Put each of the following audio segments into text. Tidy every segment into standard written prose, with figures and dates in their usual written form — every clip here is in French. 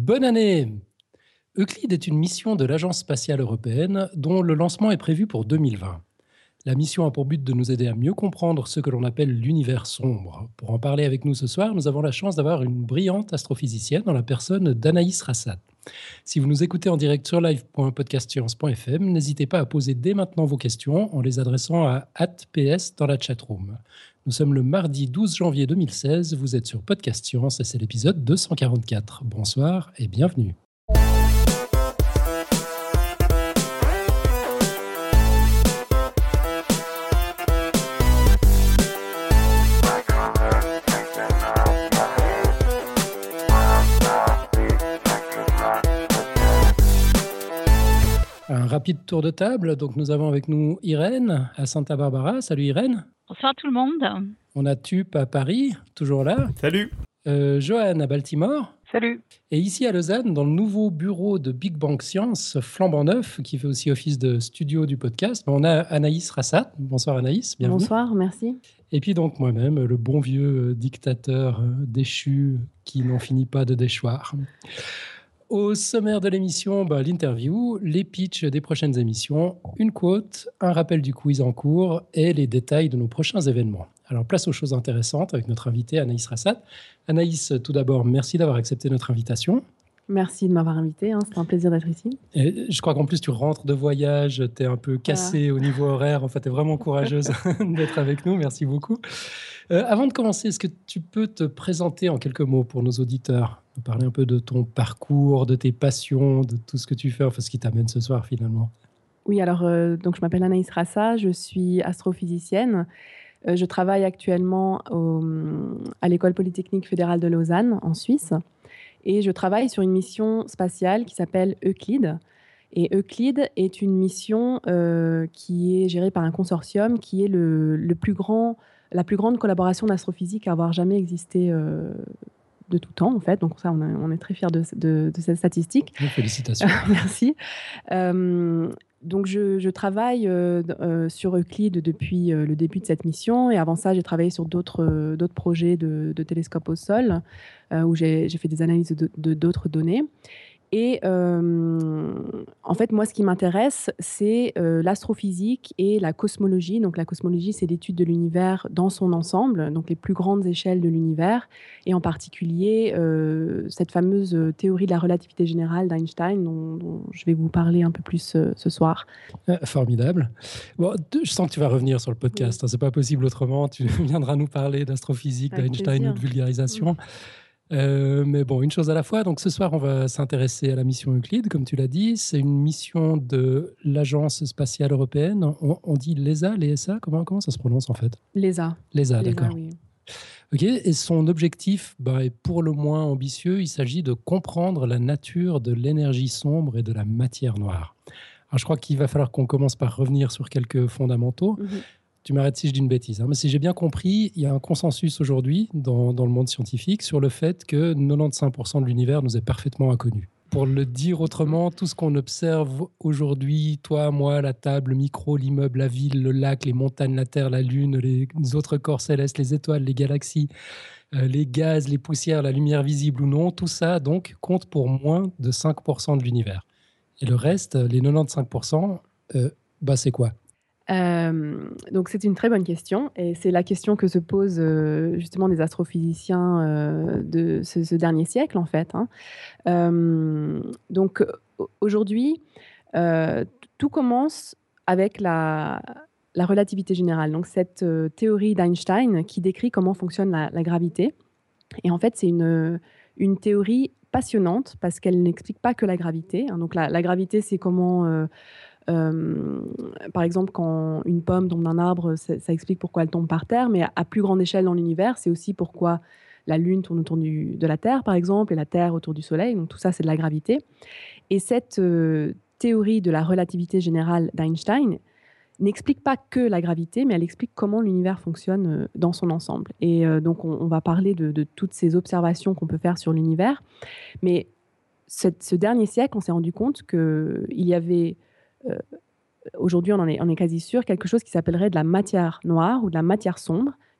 Bonne année! Euclide est une mission de l'Agence spatiale européenne dont le lancement est prévu pour 2020. La mission a pour but de nous aider à mieux comprendre ce que l'on appelle l'univers sombre. Pour en parler avec nous ce soir, nous avons la chance d'avoir une brillante astrophysicienne en la personne d'Anaïs Rassat. Si vous nous écoutez en direct sur live.podcastscience.fm, n'hésitez pas à poser dès maintenant vos questions en les adressant à @ps dans la chatroom. Nous sommes le mardi 12 janvier 2016, vous êtes sur Podcast Science et c'est l'épisode 244. Bonsoir et bienvenue. Un rapide tour de table. Donc, nous avons avec nous Irène à Santa Barbara. Salut Irène. Bonsoir tout le monde. On a Tup à Paris, toujours là. Salut. Johan à Baltimore. Salut. Et ici à Lausanne, dans le nouveau bureau de Big Bang Science, flambant neuf, qui fait aussi office de studio du podcast, on a Anaïs Rassat. Bonsoir Anaïs, bienvenue. Bonsoir, merci. Et puis donc moi-même, le bon vieux dictateur déchu qui n'en finit pas de déchoir. Au sommaire de l'émission, l'interview, les pitchs des prochaines émissions, une quote, un rappel du quiz en cours et les détails de nos prochains événements. Alors, place aux choses intéressantes avec notre invitée Anaïs Rassat. Anaïs, tout d'abord, merci d'avoir accepté notre invitation. Merci de m'avoir invité, c'est un plaisir d'être ici. Et je crois qu'en plus, tu rentres de voyage, tu es un peu cassée au niveau horaire. En fait, tu es vraiment courageuse d'être avec nous. Merci beaucoup. Avant de commencer, est-ce que tu peux te présenter en quelques mots pour nos auditeurs, nous parler un peu de ton parcours, de tes passions, de tout ce que tu fais, enfin ce qui t'amène ce soir finalement. Oui, alors donc je m'appelle Anaïs Rassat, je suis astrophysicienne. Je travaille actuellement à l'École polytechnique fédérale de Lausanne, en Suisse. Et je travaille sur une mission spatiale qui s'appelle Euclide. Et Euclide est une mission qui est gérée par un consortium qui est la plus grande collaboration d'astrophysique à avoir jamais existé de tout temps, en fait. Donc ça, on est très fiers de cette statistique. Félicitations. Merci. Donc je travaille sur Euclide depuis le début de cette mission. Et avant ça, j'ai travaillé sur d'autres projets de télescope au sol, où j'ai fait des analyses de d'autres données. Et en fait, moi, ce qui m'intéresse, c'est l'astrophysique et la cosmologie. Donc, la cosmologie, c'est l'étude de l'univers dans son ensemble, donc les plus grandes échelles de l'univers, et en particulier cette fameuse théorie de la relativité générale d'Einstein, dont je vais vous parler un peu plus ce soir. Formidable. Bon, je sens que tu vas revenir sur le podcast. Oui. C'est pas possible autrement. Tu viendras nous parler d'astrophysique, d'Einstein ou de vulgarisation. Mais bon, une chose à la fois. Donc ce soir, on va s'intéresser à la mission Euclide, comme tu l'as dit. C'est une mission de l'Agence spatiale européenne. On dit l'ESA, l'ESA, comment ça se prononce en fait? L'ESA. L'ESA, d'accord. Oui. Ok. Et son objectif est pour le moins ambitieux. Il s'agit de comprendre la nature de l'énergie sombre et de la matière noire. Alors je crois qu'il va falloir qu'on commence par revenir sur quelques fondamentaux. Mm-hmm. Tu m'arrêtes si je dis une bêtise, mais si j'ai bien compris, il y a un consensus aujourd'hui dans le monde scientifique sur le fait que 95% de l'univers nous est parfaitement inconnu. Pour le dire autrement, tout ce qu'on observe aujourd'hui, toi, moi, la table, le micro, l'immeuble, la ville, le lac, les montagnes, la terre, la lune, les autres corps célestes, les étoiles, les galaxies, les gaz, les poussières, la lumière visible ou non, tout ça donc compte pour moins de 5% de l'univers. Et le reste, les 95%, c'est quoi ? Donc c'est une très bonne question et c'est la question que se posent justement des astrophysiciens de ce dernier siècle en fait. Donc aujourd'hui, tout commence avec la relativité générale, donc cette théorie d'Einstein qui décrit comment fonctionne la gravité. Et en fait, c'est une théorie passionnante parce qu'elle n'explique pas que la gravité. Donc la gravité, c'est comment... par exemple, quand une pomme tombe d'un arbre, ça explique pourquoi elle tombe par terre, mais à plus grande échelle dans l'univers, c'est aussi pourquoi la Lune tourne autour de la Terre, par exemple, et la Terre autour du Soleil. Donc tout ça, c'est de la gravité. Et cette théorie de la relativité générale d'Einstein n'explique pas que la gravité, mais elle explique comment l'univers fonctionne dans son ensemble. Et donc, on va parler de toutes ces observations qu'on peut faire sur l'univers. Mais ce dernier siècle, on s'est rendu compte qu'il y avait... aujourd'hui, on est quasi sûr, quelque chose qui s'appellerait de la matière noire ou de la matière sombre,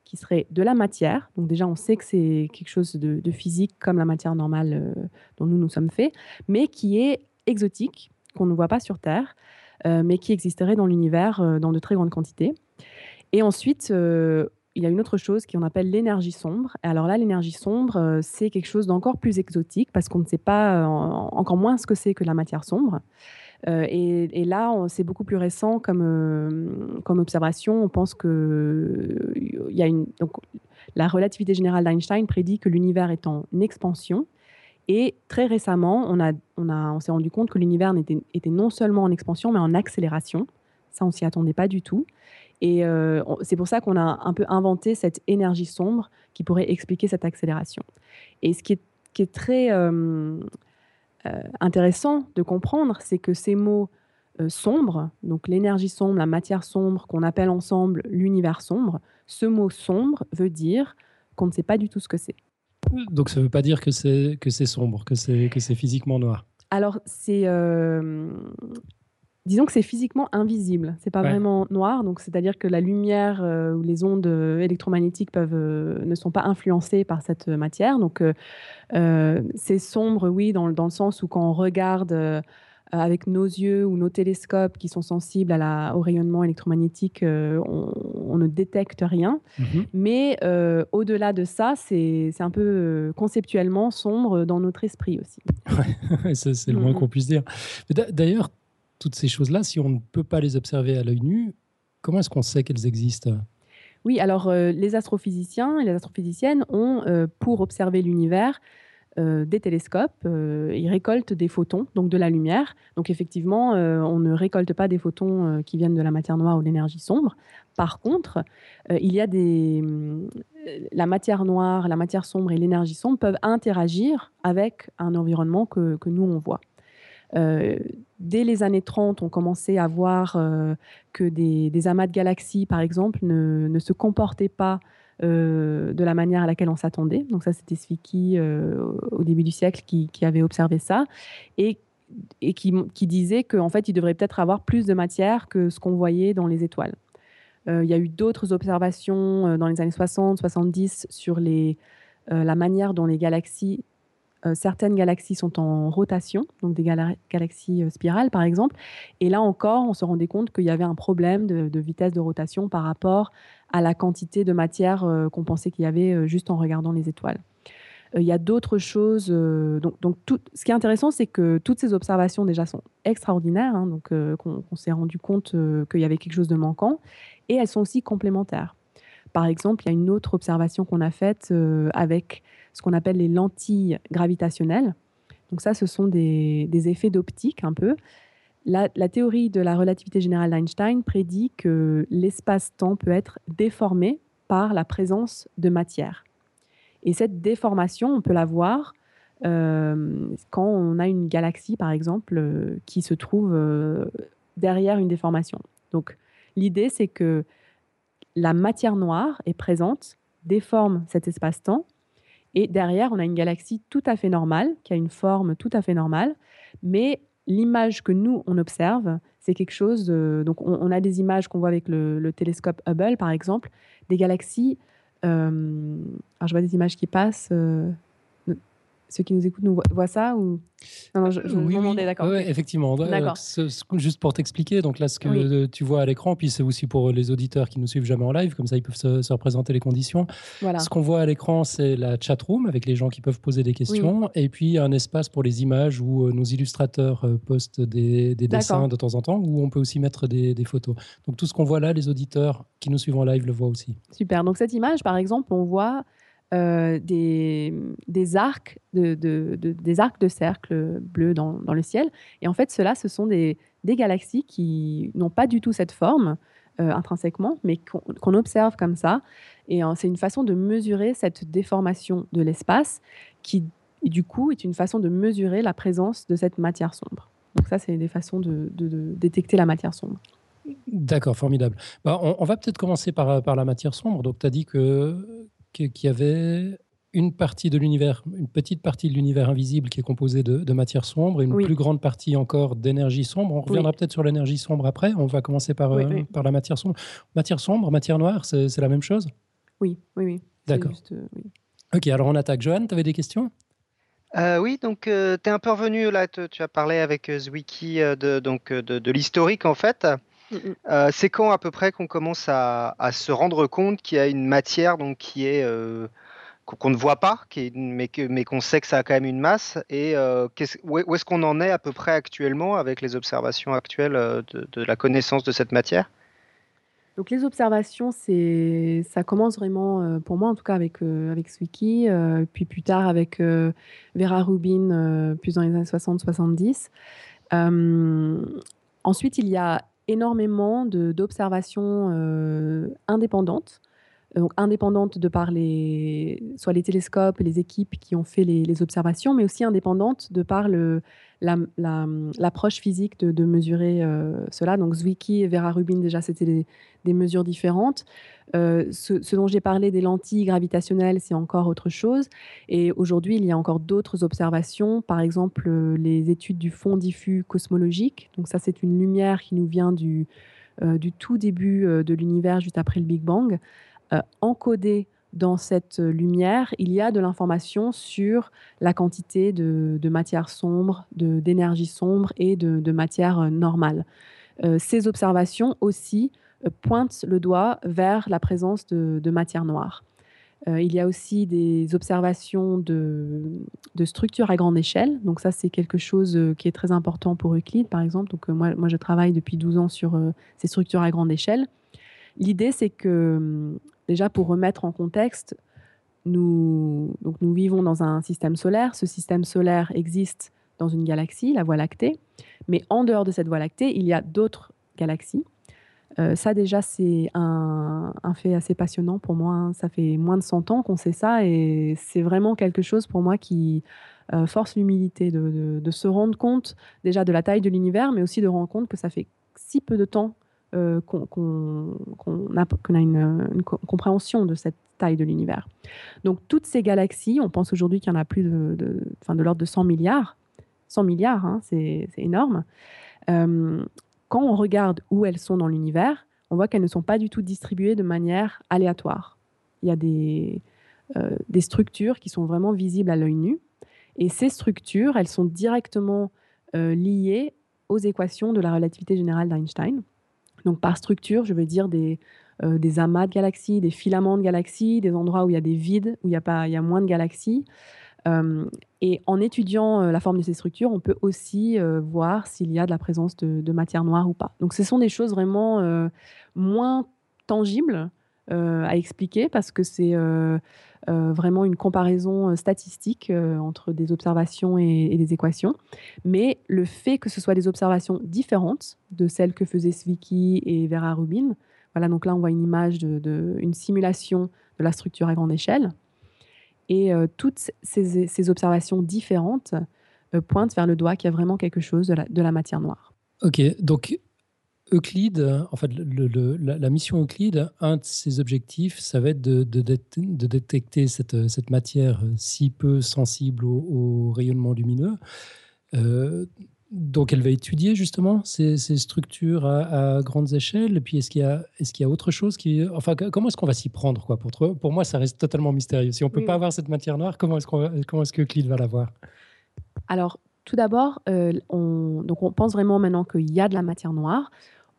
qui serait de la matière. Donc déjà, on sait que c'est quelque chose de physique comme la matière normale dont nous sommes faits, mais qui est exotique, qu'on ne voit pas sur Terre, mais qui existerait dans l'univers dans de très grandes quantités. Et ensuite, il y a une autre chose qu'on appelle l'énergie sombre. Et alors là, l'énergie sombre, c'est quelque chose d'encore plus exotique parce qu'on ne sait pas encore moins ce que c'est que la matière sombre. Et là, c'est beaucoup plus récent comme observation. On pense que donc, la relativité générale d'Einstein prédit que l'univers est en expansion. Et très récemment, on s'est rendu compte que l'univers était non seulement en expansion, mais en accélération. Ça, on s'y attendait pas du tout. Et c'est pour ça qu'on a un peu inventé cette énergie sombre qui pourrait expliquer cette accélération. Et ce qui est très intéressant de comprendre, c'est que ces mots sombre, donc l'énergie sombre, la matière sombre, qu'on appelle ensemble l'univers sombre, ce mot sombre veut dire qu'on ne sait pas du tout ce que c'est. Donc ça ne veut pas dire que c'est sombre, que c'est physiquement noir. Alors, disons que c'est physiquement invisible. C'est pas Ouais. vraiment noir, donc c'est-à-dire que la lumière ou les ondes électromagnétiques ne sont pas influencées par cette matière. Donc, c'est sombre, oui, dans le sens où quand on regarde avec nos yeux ou nos télescopes qui sont sensibles au rayonnement électromagnétique, on ne détecte rien. Mais au-delà de ça, c'est un peu conceptuellement sombre dans notre esprit aussi. Ouais, c'est le moins qu'on puisse dire. D'ailleurs, toutes ces choses-là, si on ne peut pas les observer à l'œil nu, comment est-ce qu'on sait qu'elles existent ? Oui, alors les astrophysiciens et les astrophysiciennes ont, pour observer l'univers, des télescopes. Ils récoltent des photons, donc de la lumière. Donc effectivement, on ne récolte pas des photons qui viennent de la matière noire ou de l'énergie sombre. Par contre, il y a la matière noire, la matière sombre et l'énergie sombre peuvent interagir avec un environnement que nous, on voit. Dès les années 30, on commençait à voir que des amas de galaxies, par exemple, ne se comportaient pas de la manière à laquelle on s'attendait. Donc ça, c'était Zwicky au début du siècle qui avait observé ça et qui disait qu'en fait, il devrait peut-être avoir plus de matière que ce qu'on voyait dans les étoiles. Il y a eu d'autres observations dans les années 60, 70 sur la manière dont les galaxies certaines galaxies sont en rotation, donc des galaxies spirales par exemple. Et là encore, on se rendait compte qu'il y avait un problème de vitesse de rotation par rapport à la quantité de matière qu'on pensait qu'il y avait juste en regardant les étoiles. Il y a d'autres choses. Ce qui est intéressant, c'est que toutes ces observations déjà sont extraordinaires, hein, donc qu'on s'est rendu compte qu'il y avait quelque chose de manquant, et elles sont aussi complémentaires. Par exemple, il y a une autre observation qu'on a faite avec ce qu'on appelle les lentilles gravitationnelles. Donc ça, ce sont des effets d'optique un peu. La théorie de la relativité générale d'Einstein prédit que l'espace-temps peut être déformé par la présence de matière. Et cette déformation, on peut la voir quand on a une galaxie, par exemple, qui se trouve derrière une déformation. Donc l'idée, c'est que la matière noire est présente, déforme cet espace-temps, et derrière, on a une galaxie tout à fait normale, qui a une forme tout à fait normale, mais l'image que nous, on observe, c'est quelque chose... donc, on a des images qu'on voit avec le télescope Hubble, par exemple, des galaxies... alors, je vois des images qui passent... ceux qui nous écoutent voient ça ou... Non, je Oui, me demandais, d'accord. Ouais, effectivement. D'accord. Juste pour t'expliquer, donc là, ce que tu vois à l'écran, puis c'est aussi pour les auditeurs qui nous suivent jamais en live, comme ça ils peuvent se représenter les conditions. Voilà. Ce qu'on voit à l'écran, c'est la chat room avec les gens qui peuvent poser des questions, et puis un espace pour les images où nos illustrateurs postent des dessins de temps en temps, où on peut aussi mettre des photos. Donc tout ce qu'on voit là, les auditeurs qui nous suivent en live le voient aussi. Super. Donc cette image, par exemple, on voit des arcs des arcs de cercle bleus dans le ciel. Et en fait, ce sont des galaxies qui n'ont pas du tout cette forme intrinsèquement, mais qu'on observe comme ça. Et c'est une façon de mesurer cette déformation de l'espace qui, du coup, est une façon de mesurer la présence de cette matière sombre. Donc ça, c'est des façons de détecter la matière sombre. D'accord, formidable. On va peut-être commencer par la matière sombre. Donc, tu as dit qu'il y avait une partie de l'univers, une petite partie de l'univers invisible qui est composée de matière sombre et une plus grande partie encore d'énergie sombre. On reviendra peut-être sur l'énergie sombre après. On va commencer par la matière sombre. Matière sombre, matière noire, c'est la même chose ? Oui, oui, oui, c'est D'accord. juste, oui. Ok, alors on attaque. Johan, tu avais des questions? Oui, donc tu es un peu revenu là, tu as parlé avec Zwiki de l'historique en fait. Mmh mh. C'est quand à peu près qu'on commence à se rendre compte qu'il y a une matière donc qui est qu'on ne voit pas, mais qu'on sait que ça a quand même une masse et où est-ce qu'on en est à peu près actuellement avec les observations actuelles de la connaissance de cette matière? Donc les observations, ça commence vraiment, pour moi en tout cas avec Swiki, puis plus tard avec, Vera Rubin, plus dans les années 60-70. Hem, Ensuite, il y a énormément d'observations, indépendantes. Donc indépendantes de par soit les télescopes et les équipes qui ont fait les observations, mais aussi indépendantes de par l'approche physique de mesurer, cela. Donc Zwicky et Vera Rubin, déjà, c'était des mesures différentes. Ce dont j'ai parlé des lentilles gravitationnelles, c'est encore autre chose et aujourd'hui, il y a encore d'autres observations. Par exemple, les études du fond diffus cosmologique. Donc ça, c'est une lumière qui nous vient du tout début, de l'univers, juste après le Big Bang. Encodé dans cette lumière, il y a de l'information sur la quantité de matière sombre, d'énergie sombre et de matière, normale. Ces observations aussi, pointent le doigt vers la présence de matière noire. Il y a aussi des observations de structures à grande échelle. Donc ça, c'est quelque chose, qui est très important pour Euclide, par exemple. Donc, moi, je travaille depuis 12 ans sur, ces structures à grande échelle. L'idée, c'est que, déjà pour remettre en contexte, nous vivons dans un système solaire. Ce système solaire existe dans une galaxie, la Voie lactée, mais en dehors de cette Voie lactée, il y a d'autres galaxies. Ça déjà, c'est un fait assez passionnant pour moi, hein. Ça fait moins de 100 ans qu'on sait ça et c'est vraiment quelque chose pour moi qui, force l'humilité de se rendre compte déjà de la taille de l'univers, mais aussi de rendre compte que ça fait si peu de temps, qu'on a une compréhension de cette taille de l'univers. Donc toutes ces galaxies, on pense aujourd'hui qu'il y en a plus de l'ordre de 100 milliards. 100 milliards, hein, c'est énorme. Hem, Quand on regarde où elles sont dans l'univers, on voit qu'elles ne sont pas du tout distribuées de manière aléatoire. Il y a des structures qui sont vraiment visibles à l'œil nu et ces structures, elles sont directement, liées aux équations de la relativité générale d'Einstein. Donc par structure, je veux dire des amas de galaxies, des filaments de galaxies, des endroits où il y a des vides, où il y a moins de galaxies. Hem Et en étudiant, la forme de ces structures, on peut aussi, voir s'il y a de la présence de matière noire ou pas. Donc ce sont des choses vraiment, moins tangibles, à expliquer parce que c'est, vraiment une comparaison, statistique, entre des observations et des équations. Mais le fait que ce soit des observations différentes de celles que faisaient Zwicky et Vera Rubin, voilà, donc là on voit une image une simulation de la structure à grande échelle et toutes ces observations différentes, pointent vers le doigt qu'il y a vraiment quelque chose de la matière noire. Ok, donc Euclide, en fait, la mission Euclide, un de ses objectifs, ça va être de détecter cette matière si peu sensible au rayonnement lumineux. Euh, donc, elle va étudier justement ces structures à grandes échelles. Et puis, est-ce qu'il y a autre chose enfin, comment est-ce qu'on va s'y prendre, quoi? Pour moi, ça reste totalement mystérieux. Si on ne peut Oui, pas oui. avoir cette matière noire, comment est-ce que Euclide va l'avoir? Alors, tout d'abord, on pense vraiment maintenant qu'il y a de la matière noire.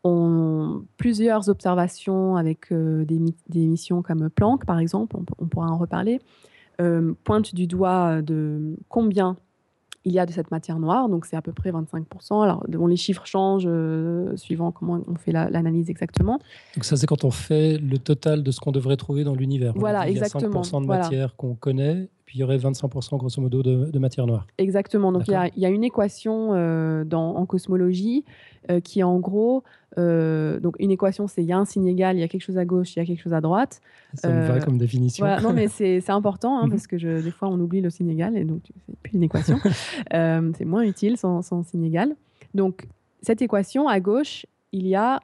Plusieurs observations avec, des missions comme Planck, par exemple, on pourra en reparler, pointent du doigt, de combien il y a de cette matière noire, donc c'est à peu près 25. Alors bon, les chiffres changent, suivant comment on fait l'analyse exactement. Donc, ça, c'est quand on fait le total de ce qu'on devrait trouver dans l'univers. On a dit Voilà, il y a exactement, 5% de voilà. matière qu'on connaît, puis il y aurait 25% grosso modo de matière noire. Exactement, donc D'accord? il y a une équation, en cosmologie, qui est en gros, donc une équation, c'est il y a un signe égal, il y a quelque chose à gauche, il y a quelque chose à droite. Ça me va comme définition. Voilà, non mais c'est important, hein, Mhm. parce que des fois on oublie le signe égal et donc c'est plus une équation. C'est moins utile sans signe égal. Donc cette équation, à gauche, il y a,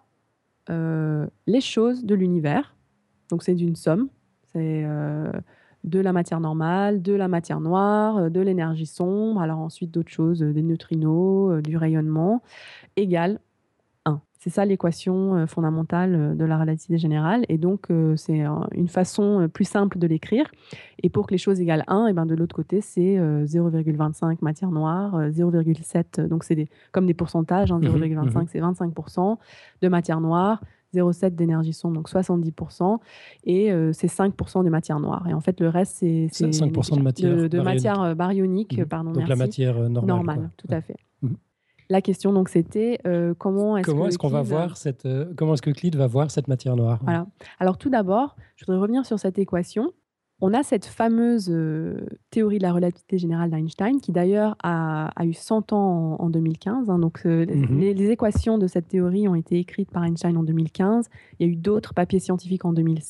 les choses de l'univers, donc c'est d'une somme. C'est, de la matière normale, de la matière noire, de l'énergie sombre, alors ensuite d'autres choses, des neutrinos, du rayonnement, égale 1. C'est ça l'équation fondamentale de la relativité générale. Et donc, c'est une façon plus simple de l'écrire. Et pour que les choses égalent 1, et ben de l'autre côté, c'est 0,25 matière noire, 0,7. Donc, c'est comme des pourcentages. 0,25, c'est 25% de matière noire, 0,7 d'énergie sombre, donc 70%. Et c'est 5% de matière noire. Et en fait, le reste, c'est 5% de matière baryonique. Pardon, donc merci. la matière normale. Tout à fait. La question, donc, c'était comment est-ce que Euclide va voir cette matière noire? Voilà. Alors, tout d'abord, je voudrais revenir sur cette équation. On a cette fameuse théorie de la relativité générale d'Einstein, qui d'ailleurs a eu 100 ans en 2015. Donc, les équations de cette théorie ont été écrites par Einstein en 2015. Il y a eu d'autres papiers scientifiques en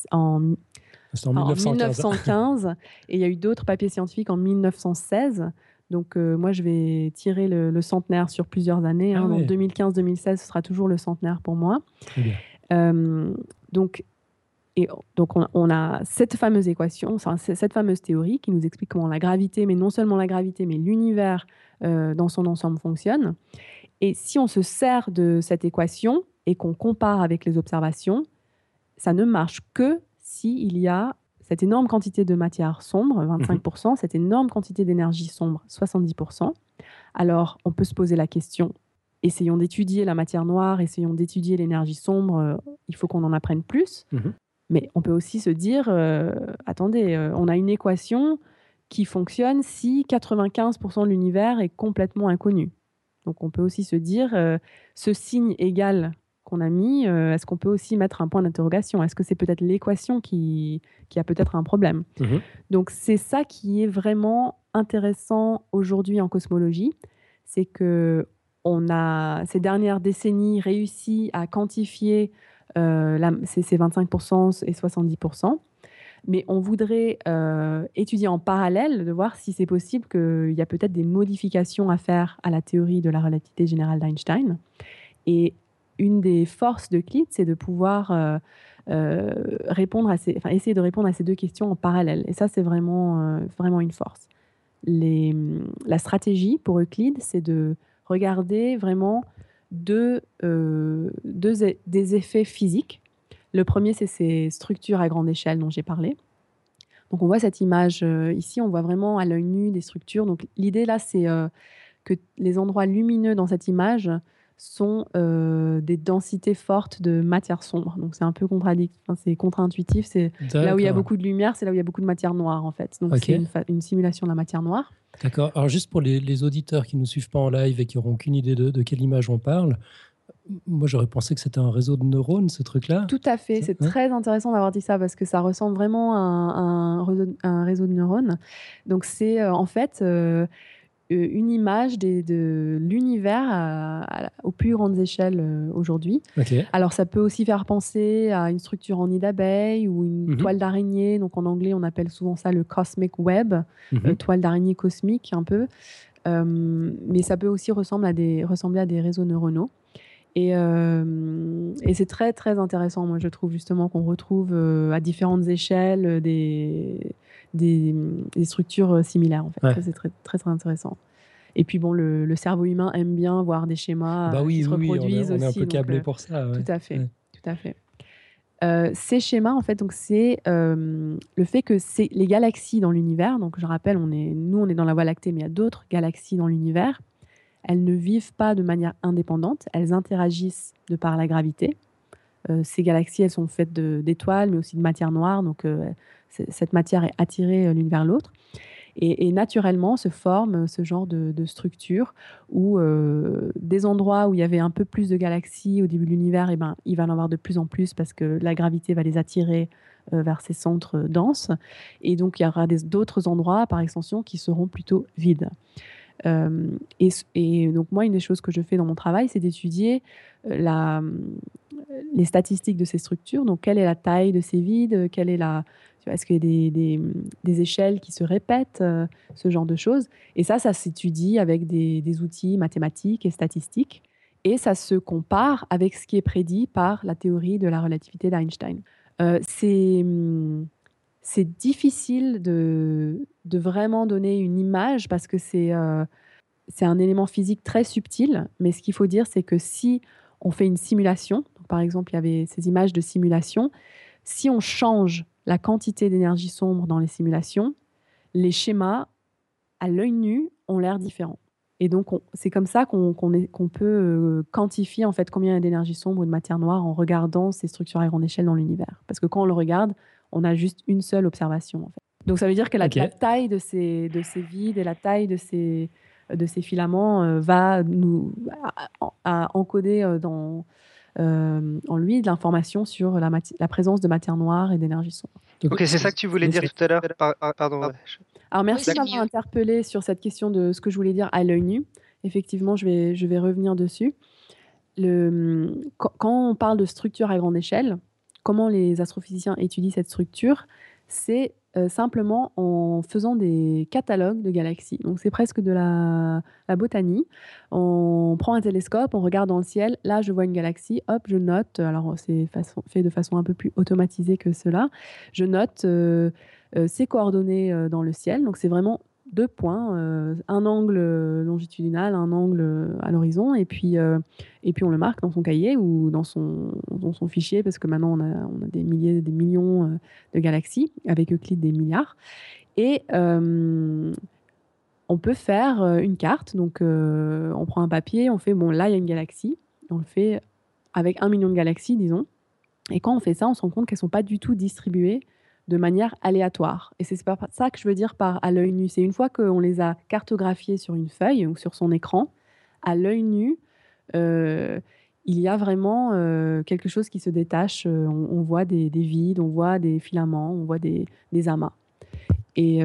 1915 et il y a eu d'autres papiers scientifiques en 1916. Donc, moi, je vais tirer le centenaire sur plusieurs années. Donc, 2015-2016, ce sera toujours le centenaire pour moi. Très bien. Donc, on a cette fameuse équation, cette fameuse théorie qui nous explique comment la gravité, mais non seulement la gravité, mais l'univers dans son ensemble fonctionne. Et si on se sert de cette équation et qu'on compare avec les observations, ça ne marche que s'il y a cette énorme quantité de matière sombre, 25%, cette énorme quantité d'énergie sombre, 70%. Alors, on peut se poser la question, essayons d'étudier la matière noire, essayons d'étudier l'énergie sombre, il faut qu'on en apprenne plus. Mais on peut aussi se dire, attendez, on a une équation qui fonctionne si 95% de l'univers est complètement inconnu. Donc, on peut aussi se dire, ce signe égal qu'on a mis, est-ce qu'on peut aussi mettre un point d'interrogation? Est-ce que c'est peut-être l'équation qui a peut-être un problème? Donc, c'est ça qui est vraiment intéressant aujourd'hui en cosmologie, c'est qu'on a, ces dernières décennies, réussi à quantifier ces 25% et 70%. Mais on voudrait étudier en parallèle, de voir si c'est possible qu'il y a peut-être des modifications à faire à la théorie de la relativité générale d'Einstein. Et une des forces d'Euclide, c'est de pouvoir essayer de répondre à ces deux questions en parallèle. Et ça, c'est vraiment une force. La stratégie pour Euclide, c'est de regarder vraiment des effets physiques. Le premier, c'est ces structures à grande échelle dont j'ai parlé. Donc, on voit cette image ici, on voit vraiment à l'œil nu des structures. Donc, l'idée là, c'est que les endroits lumineux dans cette image sont des densités fortes de matière sombre. Donc, c'est un peu c'est contre-intuitif. C'est là où il y a beaucoup de lumière, c'est là où il y a beaucoup de matière noire, en fait. Donc, c'est une simulation de la matière noire. D'accord. Alors, juste pour les auditeurs qui ne nous suivent pas en live et qui n'auront aucune idée de quelle image on parle, moi, j'aurais pensé que c'était un réseau de neurones, ce truc-là. Tout à fait. C'est très intéressant d'avoir dit ça parce que ça ressemble vraiment à un réseau de neurones. Donc, c'est en fait une image de l'univers aux plus grandes échelles aujourd'hui. Alors, ça peut aussi faire penser à une structure en nid d'abeille ou une toile d'araignée. Donc, en anglais, on appelle souvent ça le cosmic web, toile d'araignée cosmique un peu. Mais ça peut aussi ressembler à des réseaux neuronaux. Et c'est très, très intéressant, moi, je trouve, justement, qu'on retrouve à différentes échelles des structures similaires, en fait. Ça, c'est très, très, très intéressant. Et puis, bon, le cerveau humain aime bien voir des schémas qui se reproduisent aussi. On est un peu câblé pour ça. Tout à fait, tout à fait. Ces schémas, en fait, donc, c'est le fait que c'est les galaxies dans l'univers. Donc, je rappelle, nous, on est dans la Voie lactée, mais il y a d'autres galaxies dans l'univers. Elles ne vivent pas de manière indépendante, elles interagissent de par la gravité. Ces galaxies, elles sont faites d'étoiles, mais aussi de matière noire, donc cette matière est attirée l'une vers l'autre. Et naturellement se forme ce genre de structure où des endroits où il y avait un peu plus de galaxies au début de l'univers, il va en avoir de plus en plus parce que la gravité va les attirer vers ces centres denses. Et donc, il y aura d'autres endroits, par extension, qui seront plutôt vides. Et donc moi, une des choses que je fais dans mon travail, c'est d'étudier les statistiques de ces structures. Donc, quelle est la taille de ces vides, est-ce qu'il y a des échelles qui se répètent, ce genre de choses. Et ça s'étudie avec des outils mathématiques et statistiques. Et ça se compare avec ce qui est prédit par la théorie de la relativité d'Einstein. C'est difficile de vraiment donner une image parce que c'est un élément physique très subtil. Mais ce qu'il faut dire, c'est que si on fait une simulation. Donc, par exemple, il y avait ces images de simulation. Si on change la quantité d'énergie sombre dans les simulations, les schémas, à l'œil nu, ont l'air différents. Et donc, c'est comme ça qu'on peut quantifier en fait combien il y a d'énergie sombre ou de matière noire en regardant ces structures à grande échelle dans l'univers. Parce que quand on le regarde, on a juste une seule observation. En fait. Donc, ça veut dire que la taille de ces vides et la taille de ces filaments va nous à encoder en lui de l'information sur la présence de matière noire et d'énergie sombre. Ok, c'est ça que tu voulais dire tout à l'heure. Pardon. Ouais. Alors, merci de m'avoir interpellé sur cette question de ce que je voulais dire à l'œil nu. Effectivement, je vais revenir dessus. Quand on parle de structure à grande échelle, comment les astrophysiciens étudient cette structure, c'est simplement en faisant des catalogues de galaxies. Donc, c'est presque de la botanie. On prend un télescope, on regarde dans le ciel. Là, je vois une galaxie. Hop, je note. Alors, c'est fait de façon un peu plus automatisée que cela. Je note ses coordonnées dans le ciel. Donc, c'est vraiment 2 points, un angle longitudinal, un angle à l'horizon, et puis on le marque dans son cahier ou dans son fichier, parce que maintenant on a des milliers, des millions de galaxies, avec Euclide des milliards. Et on peut faire une carte, donc on prend un papier, on fait, bon là il y a une galaxie, on le fait avec 1 million de galaxies, disons, et quand on fait ça, on se rend compte qu'elles ne sont pas du tout distribuées de manière aléatoire. Et c'est pas ça que je veux dire par à l'œil nu. C'est une fois qu'on les a cartographiées sur une feuille ou sur son écran, à l'œil nu, il y a vraiment quelque chose qui se détache. On voit des vides, on voit des filaments, on voit des amas. Et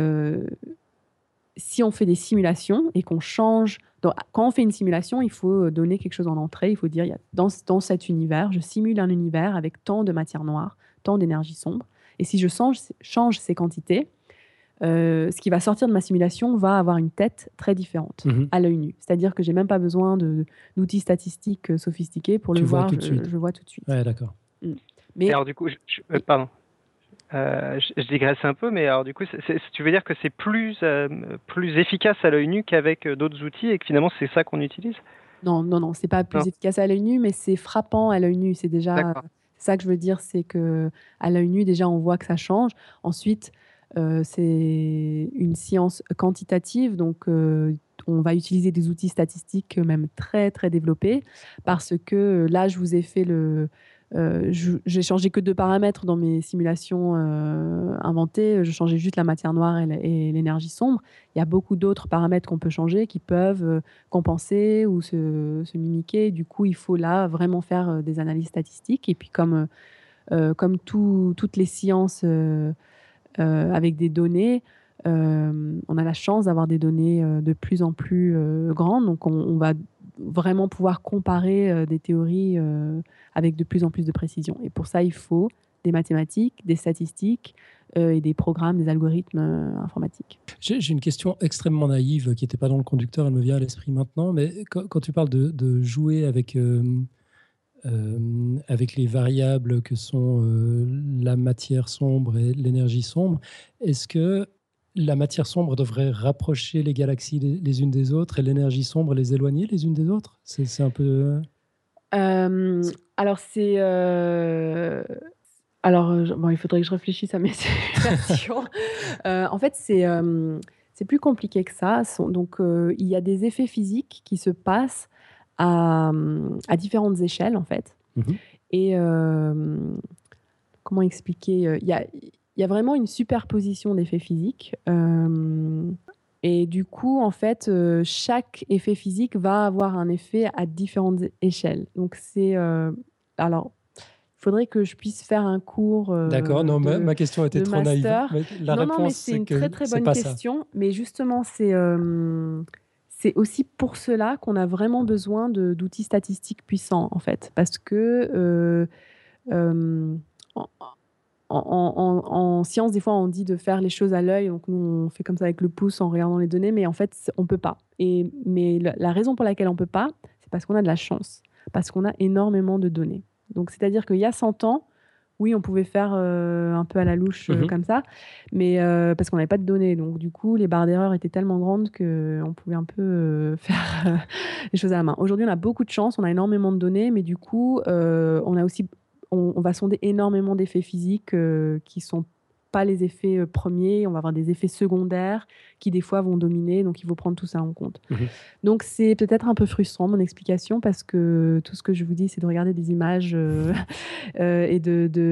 si on fait des simulations et qu'on change... Donc, quand on fait une simulation, il faut donner quelque chose en entrée. Il faut dire, dans cet univers, je simule un univers avec tant de matière noire, tant d'énergie sombre. Et si je change ces quantités, ce qui va sortir de ma simulation va avoir une tête très différente à l'œil nu. C'est-à-dire que je n'ai même pas besoin d'outils statistiques sophistiqués pour le voir. Je vois tout de suite. Ouais, d'accord. Mais alors du coup, pardon. Je digresse un peu, mais alors du coup, tu veux dire que c'est plus efficace à l'œil nu qu'avec d'autres outils et que finalement c'est ça qu'on utilise? Non, c'est pas plus efficace à l'œil nu, mais c'est frappant à l'œil nu. C'est déjà ça que je veux dire, c'est que à l'œil nu déjà on voit que ça change. Ensuite, c'est une science quantitative, donc on va utiliser des outils statistiques même très très développés, parce que là je vous ai fait j'ai changé que 2 paramètres dans mes simulations inventées. Je changeais juste la matière noire et l'énergie sombre. Il y a beaucoup d'autres paramètres qu'on peut changer, qui peuvent compenser ou se mimiquer. Du coup, il faut là vraiment faire des analyses statistiques. Et puis comme toutes les sciences avec des données, on a la chance d'avoir des données de plus en plus grandes. Donc on va vraiment pouvoir comparer des théories avec de plus en plus de précision. Et pour ça, il faut des mathématiques, des statistiques et des programmes, des algorithmes informatiques. J'ai une question extrêmement naïve qui n'était pas dans le conducteur, elle me vient à l'esprit maintenant, mais quand tu parles de jouer avec les variables que sont la matière sombre et l'énergie sombre, est-ce que la matière sombre devrait rapprocher les galaxies les unes des autres et l'énergie sombre les éloigner les unes des autres? C'est un peu... Alors, il faudrait que je réfléchisse à mes simulations. En fait, c'est plus compliqué que ça. Donc, il y a des effets physiques qui se passent à différentes échelles, en fait. Et comment expliquer? Il y a vraiment une superposition d'effets physiques. Et du coup, en fait, chaque effet physique va avoir un effet à différentes échelles. Donc, alors, il faudrait que je puisse faire un cours D'accord, non, ma question était trop naïve. Mais la réponse, c'est une très, très bonne question. Mais justement, c'est aussi pour cela qu'on a vraiment besoin d'outils statistiques puissants, en fait. Parce que en science, des fois, on dit de faire les choses à l'œil. Donc, nous, on fait comme ça avec le pouce en regardant les données. Mais en fait, on ne peut pas. Mais la raison pour laquelle on ne peut pas, c'est parce qu'on a de la chance. Parce qu'on a énormément de données. Donc, c'est-à-dire qu'il y a 100 ans, oui, on pouvait faire un peu à la louche Mhm. comme ça, mais parce qu'on n'avait pas de données. Donc, du coup, les barres d'erreur étaient tellement grandes qu'on pouvait un peu faire les choses à la main. Aujourd'hui, on a beaucoup de chance, on a énormément de données, mais du coup, on a aussi, on va sonder énormément d'effets physiques qui sont pas les effets premiers. On va avoir des effets secondaires qui, des fois, vont dominer. Donc, il faut prendre tout ça en compte. Mhm. Donc, c'est peut-être un peu frustrant, mon explication, parce que tout ce que je vous dis, c'est de regarder des images et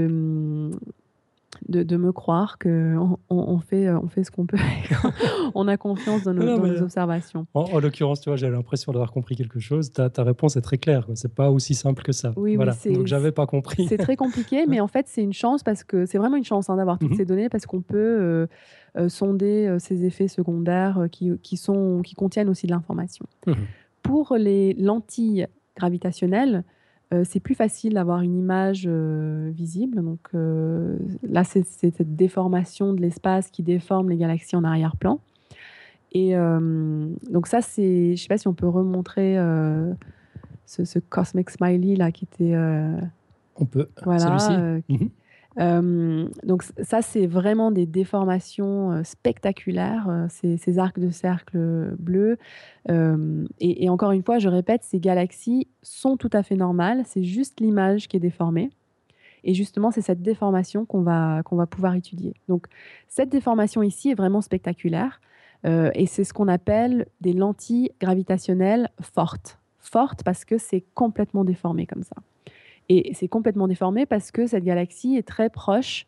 de me croire qu'on on fait ce qu'on peut. On a confiance dans Non, non, dans mais nos observations. en l'occurrence, tu vois, j'ai l'impression d'avoir compris quelque chose. Ta réponse est très claire, quoi. C'est pas aussi simple que ça. Oui, oui, Voilà. Donc, j'avais pas compris. c'est très compliqué, mais en fait, c'est une chance parce que c'est vraiment une chance d'avoir toutes Mhm. ces données parce qu'on peut sonder ces effets secondaires qui contiennent aussi de l'information. Mhm. Pour les lentilles gravitationnelles, c'est plus facile d'avoir une image visible. Donc là, c'est cette déformation de l'espace qui déforme les galaxies en arrière-plan. Et donc ça, c'est, je sais pas si on peut remontrer ce Cosmic Smiley là qui était On peut. voilà. Celui-ci. Mhm. Donc ça, c'est vraiment des déformations spectaculaires, ces arcs de cercle bleus. Et encore une fois, je répète, ces galaxies sont tout à fait normales. C'est juste l'image qui est déformée. Et justement, c'est cette déformation qu'on va pouvoir étudier. Donc cette déformation ici est vraiment spectaculaire. Et c'est ce qu'on appelle des lentilles gravitationnelles fortes. Fortes parce que c'est complètement déformé comme ça. Et c'est complètement déformé parce que cette galaxie est très proche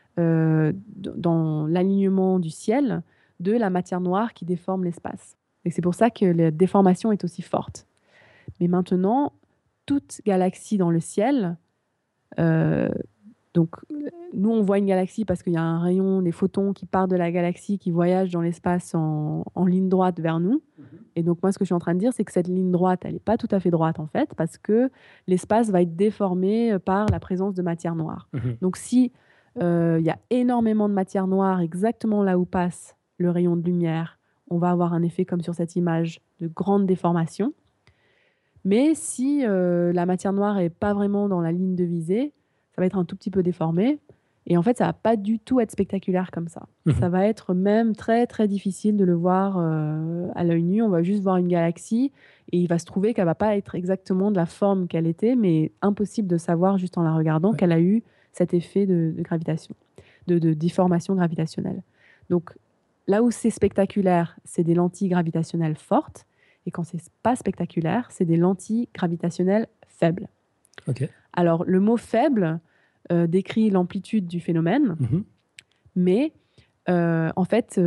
dans l'alignement du ciel de la matière noire qui déforme l'espace. Et c'est pour ça que la déformation est aussi forte. Mais maintenant, toute galaxie dans le ciel, euh, donc nous on voit une galaxie parce qu'il y a un rayon, des photons qui partent de la galaxie qui voyagent dans l'espace en ligne droite vers nous. Et donc moi ce que je suis en train de dire, c'est que cette ligne droite, elle n'est pas tout à fait droite en fait, parce que l'espace va être déformé par la présence de matière noire. Mhm. Donc si il y a énormément de matière noire exactement là où passe le rayon de lumière, on va avoir un effet comme sur cette image de grande déformation. Mais si la matière noire n'est pas vraiment dans la ligne de visée, ça va être un tout petit peu déformé. Et en fait, ça va pas du tout être spectaculaire comme ça. Mhm. Ça va être même très, très difficile de le voir à l'œil nu. On va juste voir une galaxie et il va se trouver qu'elle va pas être exactement de la forme qu'elle était, mais impossible de savoir juste en la regardant Ouais. qu'elle a eu cet effet de gravitation, de déformation gravitationnelle. Donc, là où c'est spectaculaire, c'est des lentilles gravitationnelles fortes. Et quand c'est pas spectaculaire, c'est des lentilles gravitationnelles faibles. Ok. Alors, le mot faible décrit l'amplitude du phénomène, Mhm. mais en fait,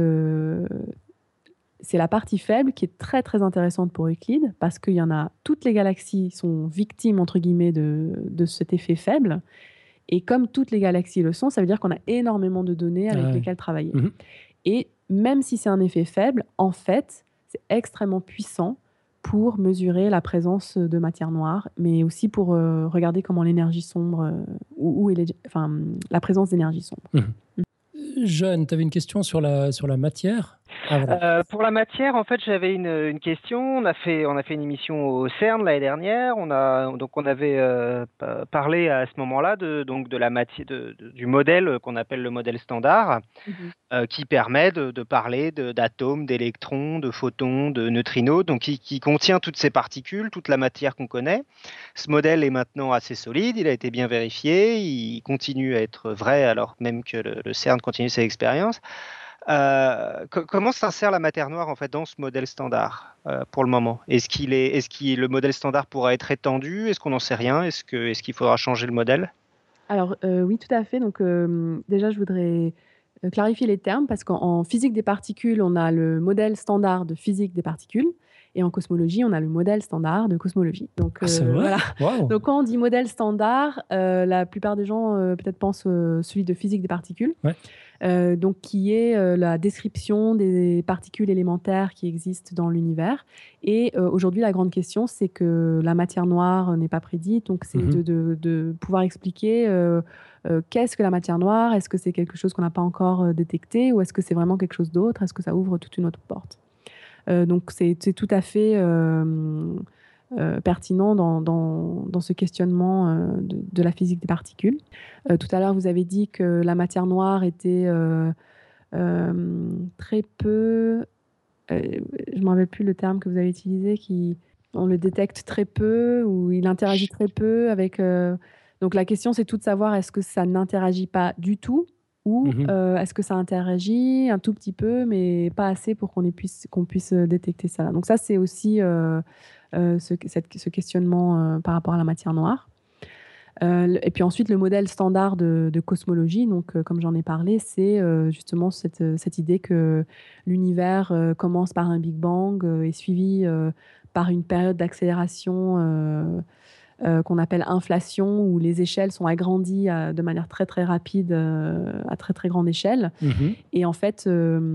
c'est la partie faible qui est très très intéressante pour Euclide parce qu'il y en a, toutes les galaxies sont victimes entre guillemets de cet effet faible. Et comme toutes les galaxies le sont, ça veut dire qu'on a énormément de données avec Ah ouais. lesquelles travailler. Mhm. Et même si c'est un effet faible, en fait, c'est extrêmement puissant pour mesurer la présence de matière noire, mais aussi pour regarder comment l'énergie sombre, où est la présence d'énergie sombre. Mhm. Jeanne, tu avais une question sur la matière? Ah, voilà. Pour la matière, en fait, j'avais une question. On a fait une émission au CERN l'année dernière. On avait parlé à ce moment-là de la matière, du modèle qu'on appelle le modèle standard, qui permet de parler d'atomes, d'électrons, de photons, de neutrinos, donc qui contient toutes ces particules, toute la matière qu'on connaît. Ce modèle est maintenant assez solide, il a été bien vérifié, il continue à être vrai alors même que le CERN continue ses expériences. Comment s'insère la matière noire en fait dans ce modèle standard pour le moment? Est-ce que le modèle standard pourra être étendu? Est-ce qu'on n'en sait rien? Est-ce qu'il faudra changer le modèle? Alors oui, tout à fait. Donc déjà, je voudrais clarifier les termes parce qu'en physique des particules, on a le modèle standard de physique des particules. Et en cosmologie, on a le modèle standard de cosmologie. Donc Ah, c'est vrai? voilà. Waouh. Donc quand on dit modèle standard, la plupart des gens peut-être pensent celui de physique des particules, Ouais. donc qui est la description des particules élémentaires qui existent dans l'univers. Et aujourd'hui, la grande question, c'est que la matière noire n'est pas prédite, donc c'est Mhm. de pouvoir expliquer qu'est-ce que la matière noire, est-ce que c'est quelque chose qu'on n'a pas encore détecté, ou est-ce que c'est vraiment quelque chose d'autre, est-ce que ça ouvre toute une autre porte. Donc c'est tout à fait pertinent dans ce questionnement de la physique des particules. Tout à l'heure, vous avez dit que la matière noire était très peu... je ne me rappelle plus le terme que vous avez utilisé, on le détecte très peu ou il interagit très peu avec... Donc la question, c'est tout de savoir est-ce que ça n'interagit pas du tout ou est-ce que ça interagit un tout petit peu, mais pas assez pour qu'on puisse détecter ça. Donc ça, c'est aussi ce questionnement par rapport à la matière noire. Et puis ensuite, le modèle standard de cosmologie, donc comme j'en ai parlé, c'est justement cette idée que l'univers commence par un Big Bang, est suivi par une période d'accélération qu'on appelle inflation, où les échelles sont agrandies de manière très très rapide, à très très grande échelle. Et en fait,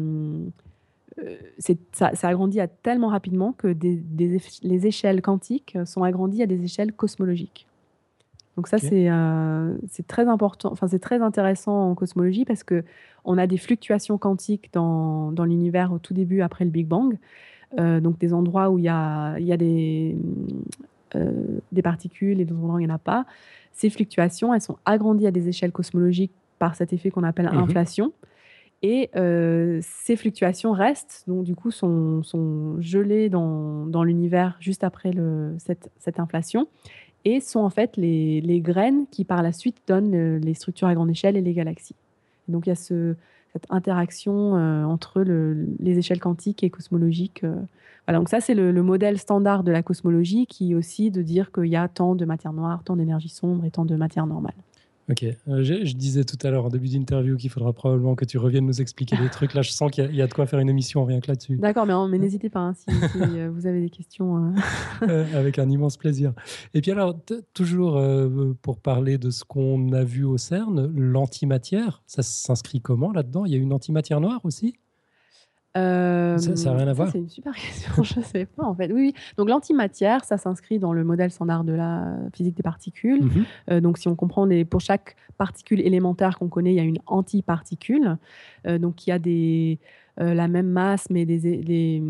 ça agrandit tellement rapidement que les échelles quantiques sont agrandies à des échelles cosmologiques. Donc ça, c'est très important, enfin c'est très intéressant en cosmologie parce qu'on a des fluctuations quantiques dans l'univers au tout début, après le Big Bang, donc des endroits où il y a des particules et d'autres endroits où il n'y en a pas. Ces fluctuations, elles sont agrandies à des échelles cosmologiques par cet effet qu'on appelle inflation. Et ces fluctuations restent, donc du coup sont gelées dans l'univers juste après cette inflation, et sont en fait les graines qui par la suite donnent les structures à grande échelle et les galaxies. Et donc il y a cette interaction entre les échelles quantiques et cosmologiques. Voilà, donc ça c'est le modèle standard de la cosmologie, qui est aussi de dire qu'il y a tant de matière noire, tant d'énergie sombre et tant de matière normale. Ok, je disais tout à l'heure en début d'interview qu'il faudra probablement que tu reviennes nous expliquer des trucs. Là, je sens qu'il y a de quoi faire une émission rien que là-dessus. D'accord, mais n'hésitez pas si vous avez des questions. Avec un immense plaisir. Et puis alors, toujours pour parler de ce qu'on a vu au CERN, l'antimatière, ça s'inscrit comment là-dedans? Il y a une antimatière noire aussi? Ça n'a rien à voir? C'est une super question, je ne sais pas en fait. Oui. Donc l'antimatière, ça s'inscrit dans le modèle standard de la physique des particules. Donc si on comprend, pour chaque particule élémentaire qu'on connaît, il y a une antiparticule. Donc il y a la même masse, mais les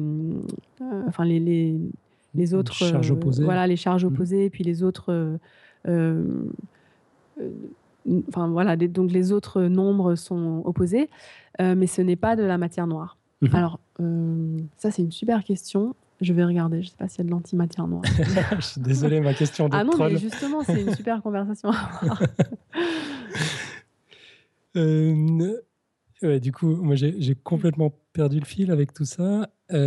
autres charges opposées. Voilà, les charges opposées, puis les autres donc les autres nombres sont opposés, mais ce n'est pas de la matière noire. Alors, ça, c'est une super question. Je vais regarder. Je ne sais pas s'il y a de l'antimatière noire. Je suis désolé, ma question de troll. Ah non, mais justement, c'est une super conversation à avoir. Ouais, du coup, moi, j'ai complètement perdu le fil avec tout ça.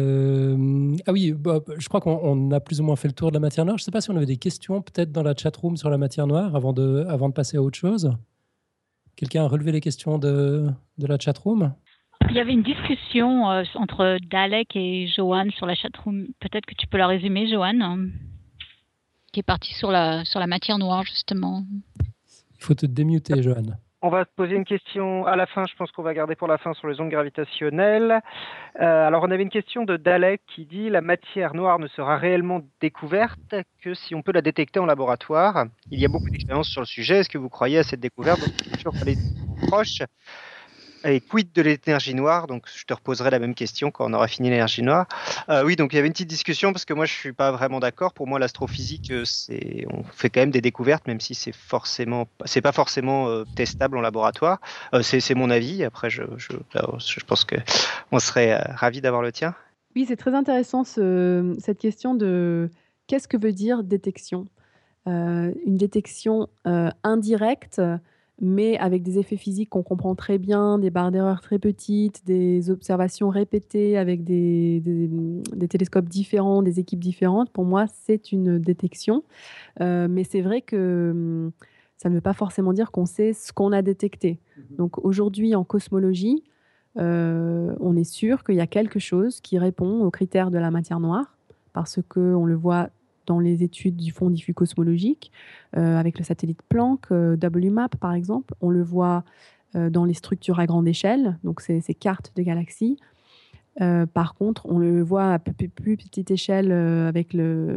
Ah oui, je crois qu'on a plus ou moins fait le tour de la matière noire. Je ne sais pas si on avait des questions peut-être dans la chatroom sur la matière noire avant de passer à autre chose. Quelqu'un a relevé les questions de la chatroom? Il y avait une discussion entre Dalek et Johan sur la chatroom. Peut-être que tu peux la résumer, Johan, qui est partie sur la matière noire, justement. Il faut te démuter, Johan. On va se poser une question à la fin, je pense qu'on va garder pour la fin sur les ondes gravitationnelles. Alors on avait une question de Dalek qui dit « La matière noire ne sera réellement découverte que si on peut la détecter en laboratoire. Il y a beaucoup d'expériences sur le sujet. Est-ce que vous croyez à cette découverte ?» Donc, bien sûr, fallait être proche. Et quid de l'énergie noire? Donc je te reposerai la même question quand on aura fini l'énergie noire. Oui, donc il y avait une petite discussion parce que moi je suis pas vraiment d'accord. Pour moi, l'astrophysique, on fait quand même des découvertes, même si c'est pas forcément testable en laboratoire. C'est mon avis. Après, je pense que on serait ravis d'avoir le tien. Oui, c'est très intéressant cette question de qu'est-ce que veut dire détection. Une détection indirecte, mais avec des effets physiques qu'on comprend très bien, des barres d'erreur très petites, des observations répétées avec des télescopes différents, des équipes différentes. Pour moi, c'est une détection. Mais c'est vrai que ça ne veut pas forcément dire qu'on sait ce qu'on a détecté. Donc aujourd'hui, en cosmologie, on est sûr qu'il y a quelque chose qui répond aux critères de la matière noire, parce qu'on le voit dans les études du fond diffus cosmologique, avec le satellite Planck, WMAP par exemple. On le voit dans les structures à grande échelle, donc ces cartes de galaxies. Par contre, on le voit à plus petite échelle avec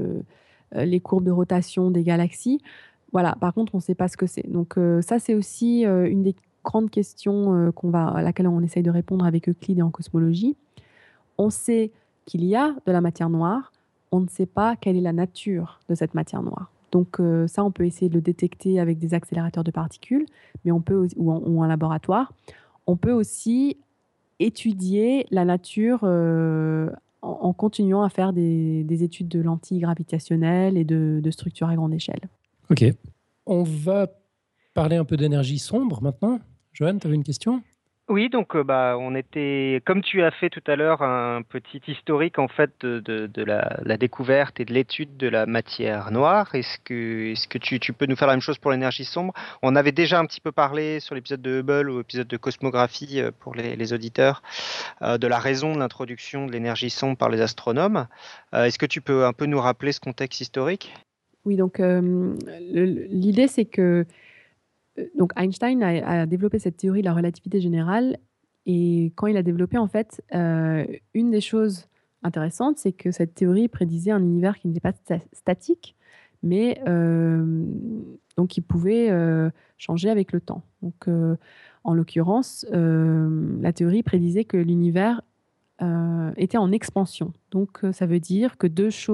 les courbes de rotation des galaxies. Voilà, par contre, on ne sait pas ce que c'est. Donc ça, c'est aussi une des grandes questions à laquelle on essaye de répondre avec Euclide et en cosmologie. On sait qu'il y a de la matière noire. on ne sait pas quelle est la nature de cette matière noire. Donc ça, on peut essayer de le détecter avec des accélérateurs de particules, mais on peut ou en laboratoire. On peut aussi étudier la nature en continuant à faire des études de lentilles gravitationnelles et de structures à grande échelle. Ok. On va parler un peu d'énergie sombre maintenant. Johan, tu avais une question ? Oui, donc on était, comme tu as fait tout à l'heure, un petit historique en fait de la découverte et de l'étude de la matière noire. Est-ce que tu peux nous faire la même chose pour l'énergie sombre? On avait déjà un petit peu parlé sur l'épisode de Hubble ou l'épisode de cosmographie pour les auditeurs de la raison de l'introduction de l'énergie sombre par les astronomes. Est-ce que tu peux un peu nous rappeler ce contexte historique? Oui, donc l'idée c'est que donc Einstein a développé cette théorie de la relativité générale et quand il a développé en fait, une des choses intéressantes, c'est que cette théorie prédisait un univers qui n'était pas statique, mais donc qui pouvait changer avec le temps. Donc en l'occurrence, la théorie prédisait que l'univers était en expansion. Donc ça veut dire que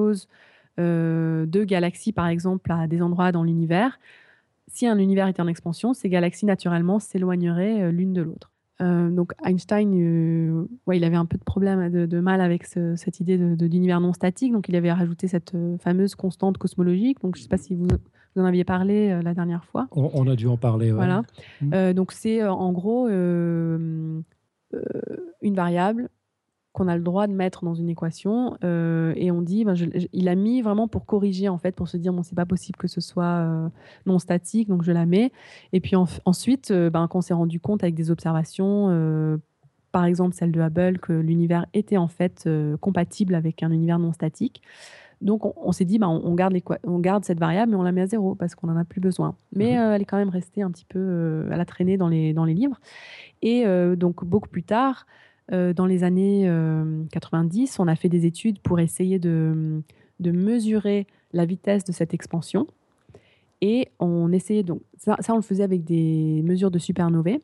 deux galaxies par exemple à des endroits dans l'univers, si un univers était en expansion, ces galaxies naturellement s'éloigneraient l'une de l'autre. Donc Einstein, il avait un peu de problème, de mal avec cette idée d'univers non statique, donc il avait rajouté cette fameuse constante cosmologique. Donc je ne sais pas si vous en aviez parlé la dernière fois. On a dû en parler, ouais. Voilà. Donc c'est en gros une variable qu'on a le droit de mettre dans une équation et on dit, il a mis vraiment pour corriger en fait, pour se dire bon c'est pas possible que ce soit non statique, donc je la mets. Et puis ensuite, quand on s'est rendu compte avec des observations, par exemple celle de Hubble, que l'univers était en fait compatible avec un univers non statique. Donc on s'est dit, on garde cette variable, mais on la met à 0 parce qu'on n'en a plus besoin. Mais elle est quand même restée un petit peu, elle a traîné dans les livres. Et donc beaucoup plus tard, dans les années 90, on a fait des études pour essayer de mesurer la vitesse de cette expansion. Et on essayait donc, ça on le faisait avec des mesures de supernova.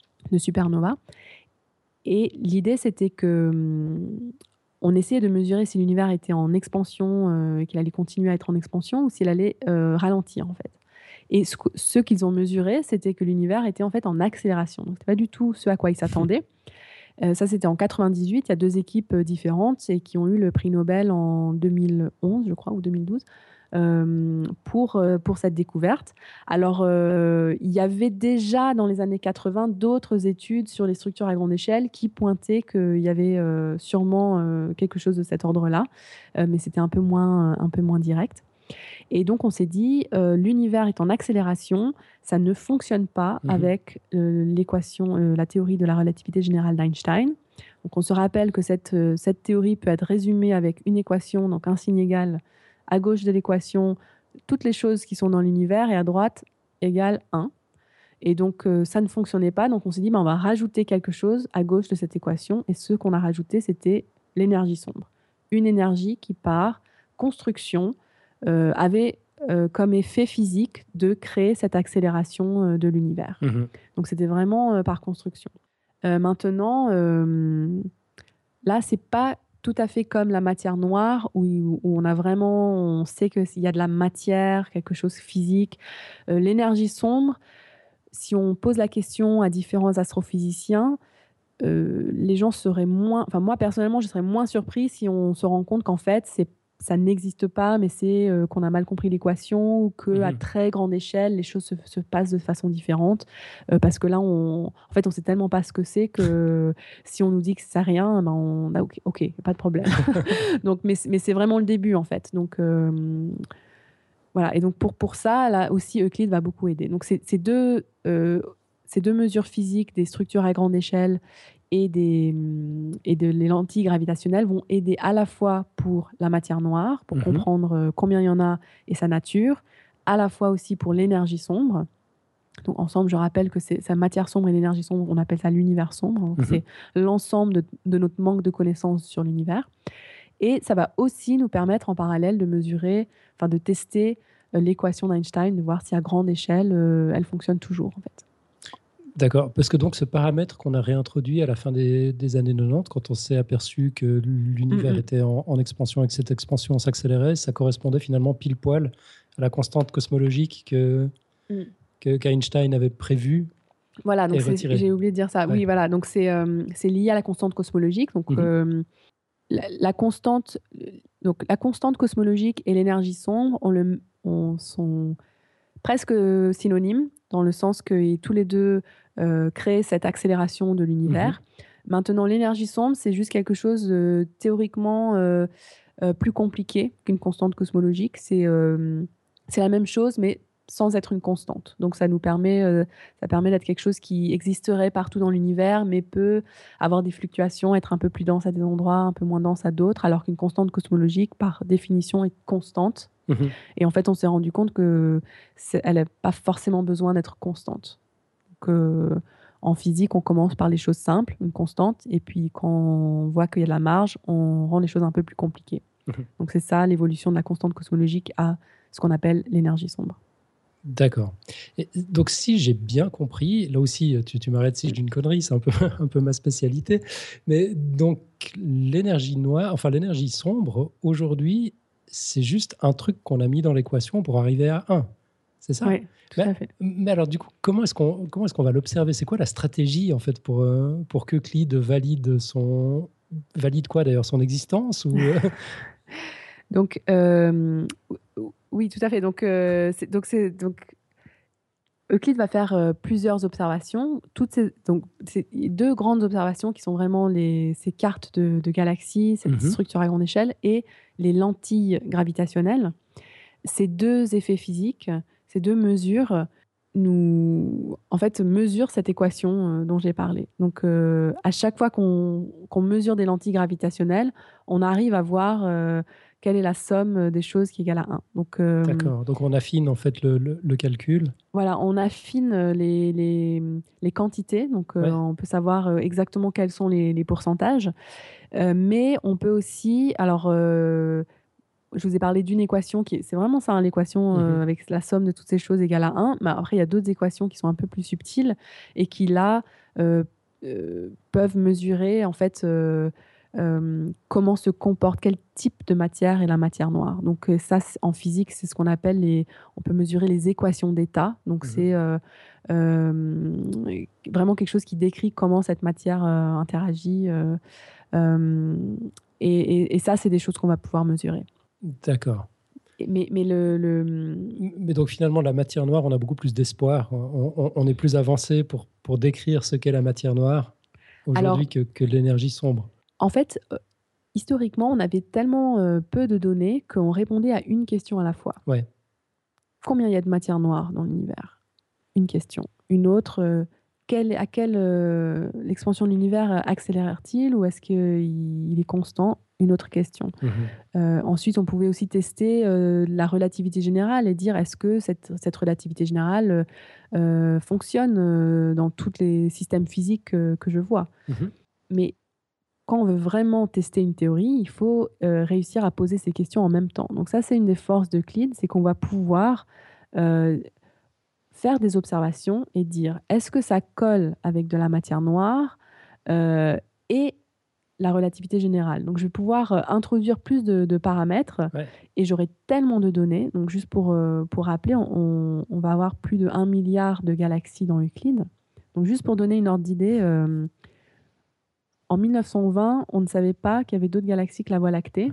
Et l'idée, c'était que on essayait de mesurer si l'univers était en expansion, et qu'il allait continuer à être en expansion, ou s'il allait ralentir en fait. Et ce qu'ils ont mesuré, c'était que l'univers était en fait en accélération. Donc, ce n'était pas du tout ce à quoi ils s'attendaient. Ça, c'était en 98. Il y a deux équipes différentes et qui ont eu le prix Nobel en 2011, je crois, ou 2012, pour cette découverte. Alors, il y avait déjà dans les années 80 d'autres études sur les structures à grande échelle qui pointaient qu'il y avait sûrement quelque chose de cet ordre-là, mais c'était un peu moins direct. Et donc, on s'est dit, l'univers est en accélération, ça ne fonctionne pas avec l'équation, la théorie de la relativité générale d'Einstein. Donc, on se rappelle que cette théorie peut être résumée avec une équation, donc un signe égal à gauche de l'équation, toutes les choses qui sont dans l'univers, et à droite, égale 1. Et donc, ça ne fonctionnait pas. Donc, on s'est dit, on va rajouter quelque chose à gauche de cette équation. Et ce qu'on a rajouté, c'était l'énergie sombre. Une énergie qui, par construction, avait comme effet physique de créer cette accélération de l'univers. Donc c'était vraiment par construction. Maintenant, là, c'est pas tout à fait comme la matière noire où on sait qu'il y a de la matière, quelque chose physique. L'énergie sombre, si on pose la question à différents astrophysiciens, les gens seraient moins... Enfin, moi, personnellement, je serais moins surpris si on se rend compte qu'en fait, ça n'existe pas, mais c'est qu'on a mal compris l'équation ou qu'à très grande échelle, les choses se passent de façon différente. Parce que là, en fait, on ne sait tellement pas ce que c'est que si on nous dit que ça sert à rien, on a OK, pas de problème. Donc, mais c'est vraiment le début, en fait. Donc, voilà. Et donc, pour ça, là aussi, Euclide va beaucoup aider. Donc, ces deux mesures physiques des structures à grande échelle et les lentilles gravitationnelles vont aider à la fois pour la matière noire, pour comprendre combien il y en a et sa nature, à la fois aussi pour l'énergie sombre. Donc ensemble, je rappelle que c'est sa matière sombre et l'énergie sombre, on appelle ça l'univers sombre. Donc c'est l'ensemble de notre manque de connaissances sur l'univers. Et ça va aussi nous permettre en parallèle de mesurer, de tester l'équation d'Einstein, de voir si à grande échelle, elle fonctionne toujours en fait. D'accord, parce que donc ce paramètre qu'on a réintroduit à la fin des années 90, quand on s'est aperçu que l'univers Mm, était en expansion et que cette expansion s'accélérait, ça correspondait finalement pile poil à la constante cosmologique mm, mm. qu'Einstein avait prévue Voilà, et donc retirée. j'ai oublié de dire ça. Ouais. Oui, voilà, donc c'est lié à la constante cosmologique. Donc, Mhm. la constante, donc la constante cosmologique et l'énergie sombre sont presque synonymes, dans le sens que tous les deux créent cette accélération de Mhm. l'univers. Maintenant, l'énergie sombre, c'est juste quelque chose théoriquement plus compliqué qu'une constante cosmologique. C'est la même chose, mais sans être une constante. Donc ça permet d'être quelque chose qui existerait partout dans l'univers, mais peut avoir des fluctuations, être un peu plus dense à des endroits, un peu moins dense à d'autres, alors qu'une constante cosmologique, par définition, est constante. Mhm. Et en fait, on s'est rendu compte elle n'a pas forcément besoin d'être constante. En physique, on commence par les choses simples, une constante, et puis quand on voit qu'il y a de la marge, on rend les choses un peu plus compliquées. Mhm. Donc c'est ça l'évolution de la constante cosmologique à ce qu'on appelle l'énergie sombre. D'accord. Et donc, si j'ai bien compris, là aussi, tu m'arrêtes si je dis une connerie, c'est un peu, un peu ma spécialité, mais donc l'énergie noire, enfin l'énergie sombre, aujourd'hui, c'est juste un truc qu'on a mis dans l'équation pour arriver à 1. C'est ça? Oui, tout Mais, à fait. mais alors, du coup, comment est-ce qu'on va l'observer? C'est quoi la stratégie, en fait, pour qu'Euclide valide quoi d'ailleurs, son existence ou, Donc, oui, tout à fait. Donc, Euclide va faire plusieurs observations. Donc, c'est deux grandes observations qui sont vraiment ces cartes de galaxies, cette Mhm. structure à grande échelle, et les lentilles gravitationnelles. Ces deux effets physiques, ces deux mesures, en fait, mesurent cette équation dont j'ai parlé. Donc, à chaque fois qu'on mesure des lentilles gravitationnelles, on arrive à voir quelle est la somme des choses qui est égale à 1. Donc, D'accord. Donc, on affine, en fait, le calcul. voilà, on affine les quantités. Donc, Ouais. on peut savoir exactement quels sont les pourcentages. Mais on peut aussi, alors, je vous ai parlé d'une équation c'est vraiment ça, hein, l'équation Mhm. avec la somme de toutes ces choses égale à 1. Mais après, il y a d'autres équations qui sont un peu plus subtiles et qui, là, euh, peuvent mesurer, en fait, comment se comporte, quel type de matière est la matière noire. Donc, ça, en physique, c'est ce qu'on appelle on peut mesurer les équations d'état. Donc, Mhm. c'est euh, vraiment quelque chose qui décrit comment cette matière interagit. Euh, et ça, c'est des choses qu'on va pouvoir mesurer. D'accord. Mais Mais donc finalement, la matière noire, on a beaucoup plus d'espoir. On est plus avancé pour décrire ce qu'est la matière noire alors, aujourd'hui que l'énergie sombre. en fait, historiquement, on avait tellement peu de données qu'on répondait à une question à la fois. Ouais. Combien il y a de matière noire dans l'univers? Une question. Une autre, l'expansion de l'univers accélère-t-il ou est-ce qu'il est constant? Une autre question. Mhm. Ensuite, on pouvait aussi tester la relativité générale et dire est-ce que cette relativité générale fonctionne dans tous les systèmes physiques que je vois. Mhm. Mais quand on veut vraiment tester une théorie, il faut réussir à poser ces questions en même temps. Donc ça, c'est une des forces d'Euclide, c'est qu'on va pouvoir euh, faire des observations et dire est-ce que ça colle avec de la matière noire euh, et la relativité générale. Donc, je vais pouvoir introduire plus de paramètres Ouais. et j'aurai tellement de données. Donc, juste pour rappeler, on va avoir plus de 1 milliard de galaxies dans Euclide. Donc, juste pour donner une ordre d'idée, en 1920, on ne savait pas qu'il y avait d'autres galaxies que la Voie lactée. Ouais.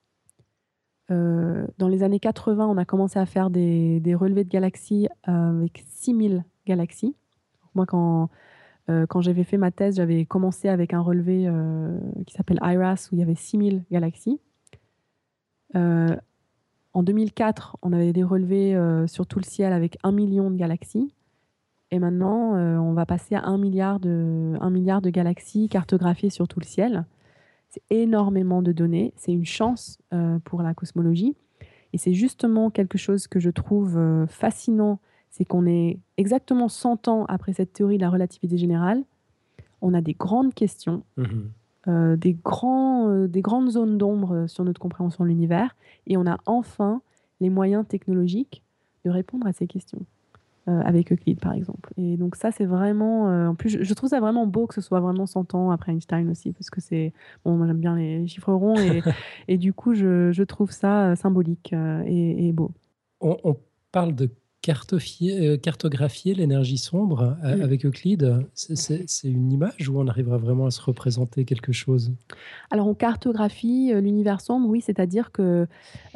Dans les années 80, on a commencé à faire des relevés de galaxies avec 6000 galaxies. Moi, quand j'avais fait ma thèse, j'avais commencé avec un relevé qui s'appelle IRAS, où il y avait 6000 galaxies. Euh, En 2004, on avait des relevés sur tout le ciel avec 1 million de galaxies. Et maintenant, on va passer à 1 milliard de galaxies cartographiées sur tout le ciel. C'est énormément de données. C'est une chance pour la cosmologie. Et c'est justement quelque chose que je trouve fascinant, c'est qu'on est exactement 100 ans après cette théorie de la relativité générale. On a des grandes questions, Mhm. des grandes zones d'ombre sur notre compréhension de l'univers, et on a enfin les moyens technologiques de répondre à ces questions. avec Euclide, par exemple. Et donc ça, c'est vraiment... en plus, je trouve ça vraiment beau que ce soit vraiment 100 ans après Einstein aussi, parce que c'est... Bon, moi, j'aime bien les chiffres ronds, et du coup, je trouve ça symbolique et beau. On parle de cartographier l'énergie sombre Mm. avec Euclide. C'est une image où on arrivera vraiment à se représenter quelque chose? Alors, on cartographie l'univers sombre, oui, c'est-à-dire que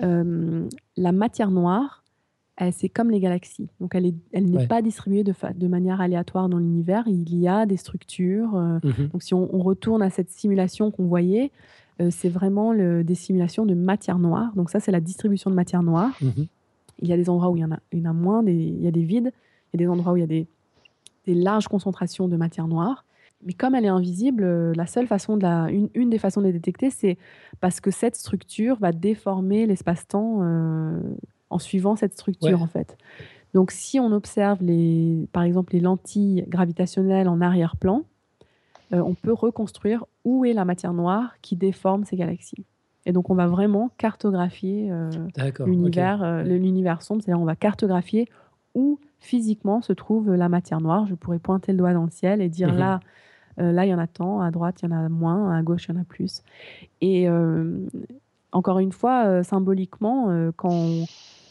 la matière noire, c'est comme les galaxies. Donc, elle n'est Ouais. pas distribuée de manière aléatoire dans l'univers. Il y a des structures. Mhm. Donc, si on retourne à cette simulation qu'on voyait, c'est vraiment des simulations de matière noire. Donc, ça, c'est la distribution de matière noire. Mhm. Il y a des endroits où il y en a moins, il y a des vides. Il y a des endroits où il y a des larges concentrations de matière noire. Mais comme elle est invisible, la seule façon une des façons de les détecter, c'est parce que cette structure va déformer l'espace-temps en suivant cette structure, Ouais. en fait. Donc, si on observe, par exemple, les lentilles gravitationnelles en arrière-plan, on peut reconstruire où est la matière noire qui déforme ces galaxies. Et donc, on va vraiment cartographier D'accord, l'univers ok. l'univers sombre, c'est-à-dire on va cartographier où physiquement se trouve la matière noire. Je pourrais pointer le doigt dans le ciel et dire Mhm. là, il y en a tant, à droite, il y en a moins, à gauche, il y en a plus. Et encore une fois, symboliquement, quand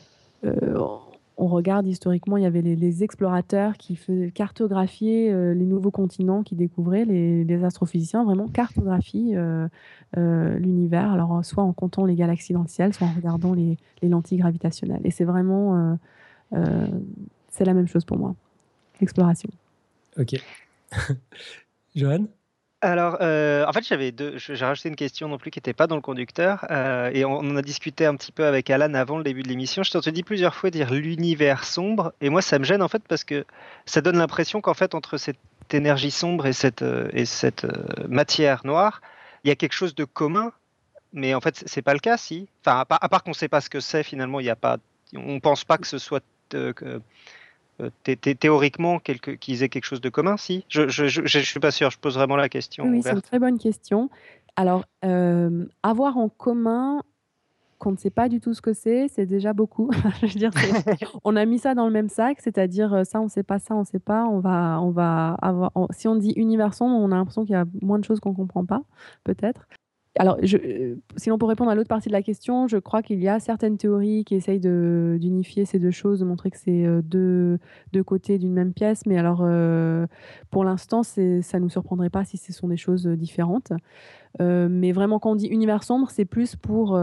on regarde historiquement, il y avait les explorateurs qui cartographiaient les nouveaux continents qu'ils découvraient, les astrophysiciens vraiment cartographient l'univers, alors soit en comptant les galaxies dans le ciel, soit en regardant les lentilles gravitationnelles. Et c'est vraiment, c'est la même chose pour moi, l'exploration. Ok. Johan? Alors, en fait, j'ai rajouté une question non plus qui n'était pas dans le conducteur, et on en a discuté un petit peu avec Alan avant le début de l'émission. Je t'ai entendu plusieurs fois dire l'univers sombre, et moi, ça me gêne en fait parce que ça donne l'impression qu'en fait, entre cette énergie sombre et cette matière noire, il y a quelque chose de commun, mais en fait, c'est pas le cas, si. Enfin, à part qu'on ne sait pas ce que c'est finalement, il y a pas, on pense pas que ce soit théoriquement qu'ils aient quelque chose de commun, si. Je suis pas sûr. Je pose vraiment la question Oui, c'est une ouverte. très bonne question. Alors, avoir en commun qu'on ne sait pas du tout ce que c'est déjà beaucoup. Je veux dire, on a mis ça dans le même sac, c'est-à-dire ça, on sait pas, ça, on sait pas. On va avoir, si on dit univers sombre, on a l'impression qu'il y a moins de choses qu'on comprend pas, peut-être. Alors, sinon, pour répondre à l'autre partie de la question, je crois qu'il y a certaines théories qui essayent d'unifier ces deux choses, de montrer que c'est deux côtés d'une même pièce. Mais alors, pour l'instant, ça ne nous surprendrait pas si ce sont des choses différentes. Mais vraiment, quand on dit univers sombre, c'est plus pour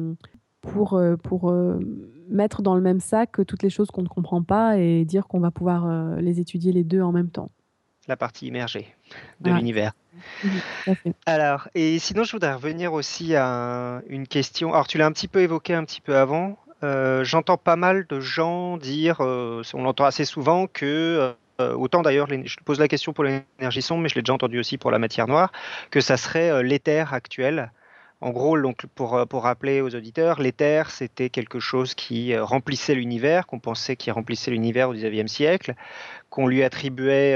mettre dans le même sac toutes les choses qu'on ne comprend pas et dire qu'on va pouvoir les étudier les deux en même temps. La partie immergée de Voilà. l'univers. Tout à fait. Alors, et sinon, je voudrais revenir aussi à une question. Alors, tu l'as un petit peu évoqué un petit peu avant. J'entends pas mal de gens dire, on l'entend assez souvent, que autant d'ailleurs, je te pose la question pour l'énergie sombre, mais je l'ai déjà entendu aussi pour la matière noire, que ça serait l'éther actuel. En gros, donc, pour rappeler aux auditeurs, l'éther, c'était quelque chose qui remplissait l'univers, qu'on pensait qui remplissait l'univers au XIXe siècle, qu'on lui attribuait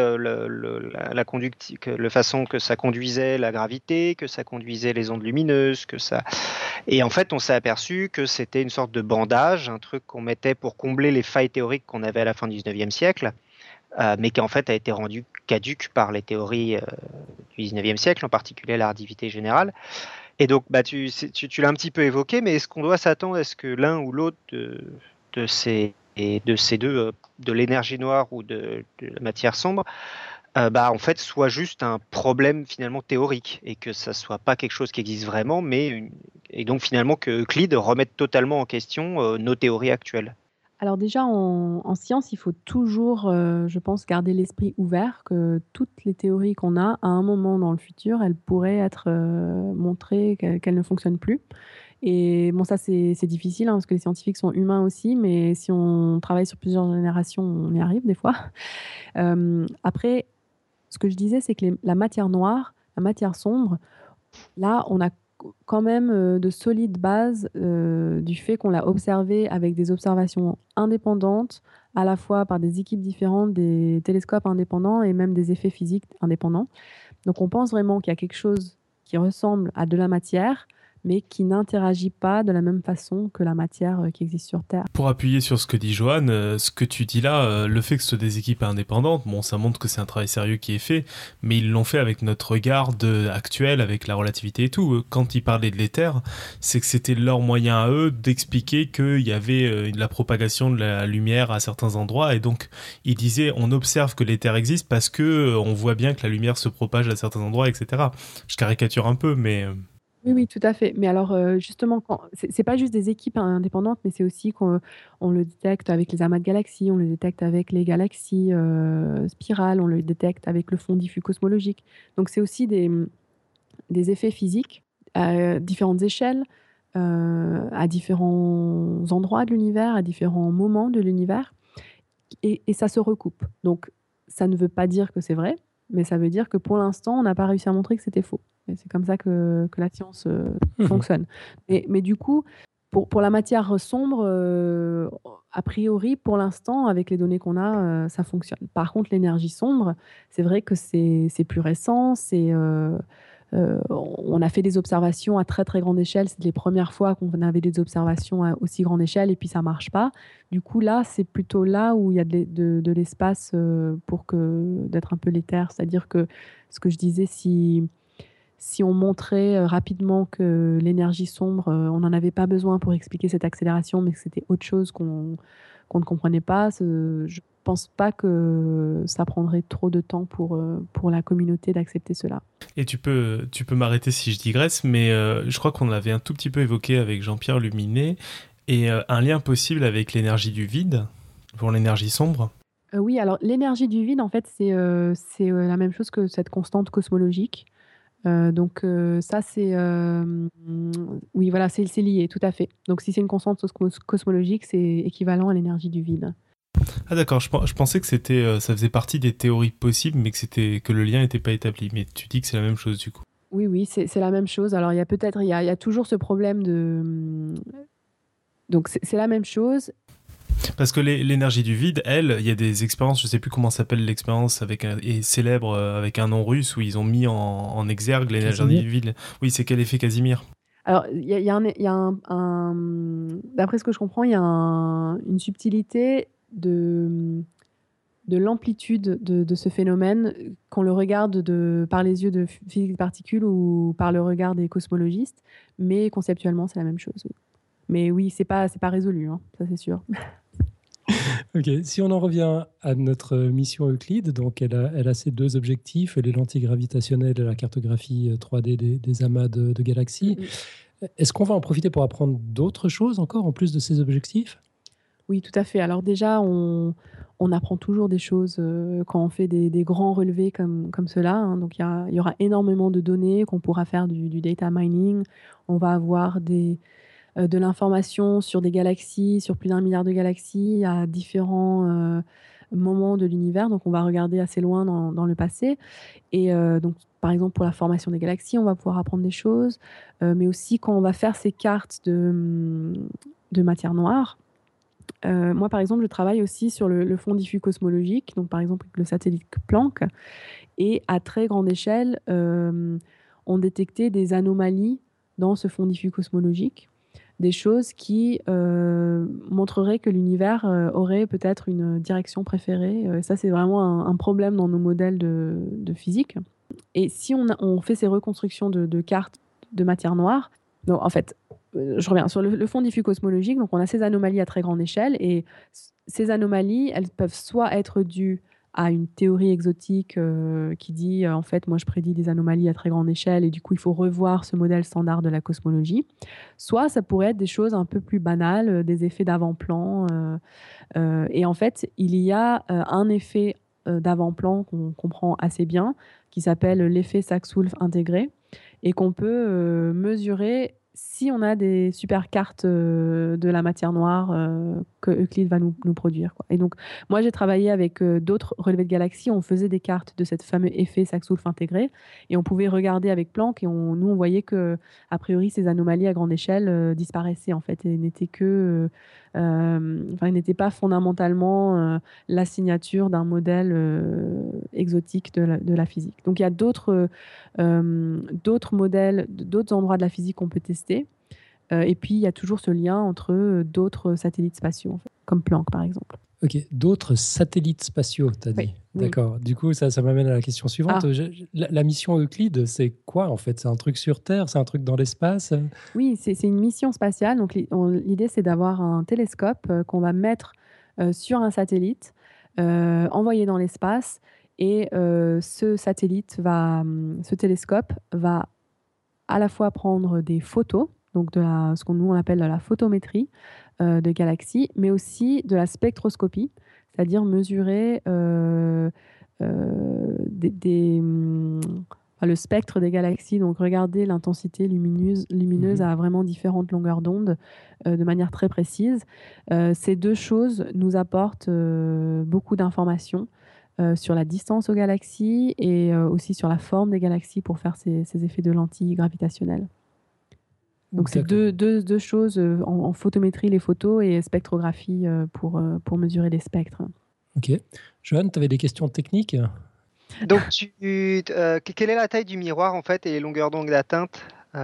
la façon que ça conduisait la gravité, que ça conduisait les ondes lumineuses, que ça. Et en fait, on s'est aperçu que c'était une sorte de bandage, un truc qu'on mettait pour combler les failles théoriques qu'on avait à la fin du XIXe siècle, mais qui en fait a été rendu caduque par les théories du XIXe siècle, en particulier la relativité générale. Et donc, tu l'as un petit peu évoqué, mais est-ce qu'on doit s'attendre à ce que l'un ou l'autre de ces deux, de l'énergie noire ou de la matière sombre, en fait, soit juste un problème finalement théorique et que ça soit pas quelque chose qui existe vraiment, et donc finalement que Euclide remette totalement en question nos théories actuelles? Alors déjà, en science, il faut toujours, je pense, garder l'esprit ouvert, que toutes les théories qu'on a, à un moment dans le futur, elles pourraient être montrées qu'elles ne fonctionnent plus. Et bon, ça, c'est difficile, hein, parce que les scientifiques sont humains aussi, mais si on travaille sur plusieurs générations, on y arrive des fois. Après, ce que je disais, c'est que la matière noire, la matière sombre, là, on a quand même de solides bases du fait qu'on l'a observé avec des observations indépendantes, à la fois par des équipes différentes, des télescopes indépendants et même des effets physiques indépendants. Donc on pense vraiment qu'il y a quelque chose qui ressemble à de la matière, mais qui n'interagit pas de la même façon que la matière qui existe sur Terre. Pour appuyer sur ce que dit Johan, ce que tu dis là, le fait que ce soit des équipes indépendantes, bon, ça montre que c'est un travail sérieux qui est fait, mais ils l'ont fait avec notre regard actuel, avec la relativité et tout. Quand ils parlaient de l'éther, c'est que c'était leur moyen à eux d'expliquer qu'il y avait de la propagation de la lumière à certains endroits, et donc ils disaient on observe que l'éther existe parce que on voit bien que la lumière se propage à certains endroits, etc. Je caricature un peu, mais... Oui, oui, tout à fait. Mais alors, justement, c'est pas juste des équipes indépendantes, mais c'est aussi qu'on le détecte avec les amas de galaxies, on le détecte avec les galaxies spirales, on le détecte avec le fond diffus cosmologique. Donc, c'est aussi des effets physiques à différentes échelles, à différents endroits de l'univers, à différents moments de l'univers, et ça se recoupe. Donc, ça ne veut pas dire que c'est vrai, mais ça veut dire que pour l'instant, on n'a pas réussi à montrer que c'était faux. Et c'est comme ça que la science fonctionne. Mais du coup, pour la matière sombre, a priori, pour l'instant, avec les données qu'on a, ça fonctionne. Par contre, l'énergie sombre, c'est vrai que c'est plus récent. On a fait des observations à très très grande échelle. C'est les premières fois qu'on avait des observations à aussi grande échelle, et puis ça marche pas. Du coup, là, c'est plutôt là où il y a de l'espace pour d'être un peu l'éther. C'est-à-dire que ce que je disais, si on montrait rapidement que l'énergie sombre, on n'en avait pas besoin pour expliquer cette accélération, mais que c'était autre chose qu'on ne comprenait pas, je pense pas que ça prendrait trop de temps pour la communauté d'accepter cela. Et tu peux m'arrêter si je digresse, mais je crois qu'on l'avait un tout petit peu évoqué avec Jean-Pierre Luminet, et un lien possible avec l'énergie du vide, pour l'énergie sombre. Oui, alors l'énergie du vide, en fait, c'est la même chose que cette constante cosmologique. Donc ça, oui, voilà, c'est lié, tout à fait. Donc si c'est une constante cosmologique, c'est équivalent à l'énergie du vide. Ah d'accord, je pensais que ça faisait partie des théories possibles, mais que le lien n'était pas établi. Mais tu dis que c'est la même chose du coup. Oui, c'est la même chose. Alors il y a toujours ce problème donc c'est la même chose. Parce que l'énergie du vide, il y a des expériences, je sais plus comment s'appelle l'expérience célèbre avec un nom russe où ils ont mis en exergue l'énergie du vide. Oui, c'est quel effet Casimir? Alors, il y a d'après ce que je comprends, il y a une subtilité de l'amplitude de ce phénomène, qu'on le regarde par les yeux de physique des particules ou par le regard des cosmologistes, mais conceptuellement, c'est la même chose. Oui. Mais oui, c'est pas résolu, hein, ça c'est sûr. Ok, si on en revient à notre mission Euclide, donc elle a ces deux objectifs, les lentilles gravitationnelles et la cartographie 3D des amas de galaxies. Est-ce qu'on va en profiter pour apprendre d'autres choses encore en plus de ces objectifs? Oui, tout à fait. Alors déjà, on apprend toujours des choses quand on fait des grands relevés comme cela, hein. Donc il y aura énormément de données qu'on pourra faire du data mining. On va avoir de l'information sur des galaxies, sur plus d'1 milliard de galaxies à différents moments de l'univers. Donc on va regarder assez loin dans le passé. Et donc par exemple pour la formation des galaxies, on va pouvoir apprendre des choses. Mais aussi quand on va faire ces cartes de matière noire. Moi par exemple, je travaille aussi sur le fond diffus cosmologique, donc par exemple le satellite Planck. Et à très grande échelle, on détectait des anomalies dans ce fond diffus cosmologique. Des choses qui montreraient que l'univers aurait peut-être une direction préférée. Ça, c'est vraiment un problème dans nos modèles de physique. Et si on fait ces reconstructions de cartes de matière noire, donc en fait, je reviens sur le fond diffus cosmologique, donc on a ces anomalies à très grande échelle, et ces anomalies, elles peuvent soit être dues à une théorie exotique qui dit en fait, moi je prédis des anomalies à très grande échelle et du coup il faut revoir ce modèle standard de la cosmologie. Soit ça pourrait être des choses un peu plus banales, des effets d'avant-plan. Et en fait, il y a un effet d'avant-plan qu'on comprend assez bien, qui s'appelle l'effet Sachs-Wolf intégré, et qu'on peut mesurer si on a des super cartes de la matière noire que Euclide va nous produire, quoi. Et donc, moi, j'ai travaillé avec d'autres relevés de galaxies. On faisait des cartes de ce fameux effet Sachs-Wolf intégré, et on pouvait regarder avec Planck, et nous, on voyait que, a priori, ces anomalies à grande échelle disparaissaient, en fait, et n'étaient n'était pas fondamentalement la signature d'un modèle exotique de la physique. Donc il y a d'autres modèles, d'autres endroits de la physique qu'on peut exister. Et puis, il y a toujours ce lien entre d'autres satellites spatiaux, en fait, comme Planck, par exemple. Ok, d'autres satellites spatiaux, tu as dit. Oui. D'accord. Du coup, ça m'amène à la question suivante. La mission Euclide, c'est quoi en fait? C'est un truc sur Terre? C'est un truc dans l'espace? Oui, c'est une mission spatiale. Donc, l'idée, c'est d'avoir un télescope qu'on va mettre sur un satellite, envoyer dans l'espace. Et ce télescope va à la fois prendre des photos, donc ce qu'on nous on appelle la photométrie de galaxies, mais aussi de la spectroscopie, c'est-à-dire mesurer le spectre des galaxies, donc regarder l'intensité lumineuse à vraiment différentes longueurs d'onde de manière très précise. Ces deux choses nous apportent beaucoup d'informations sur la distance aux galaxies et aussi sur la forme des galaxies pour faire ces effets de lentilles gravitationnelles. Donc c'est deux choses en photométrie, les photos, et spectrographie pour mesurer les spectres. Ok. Johan, tu avais des questions techniques? Donc, quelle est la taille du miroir en fait et les longueurs d'onde d'atteinte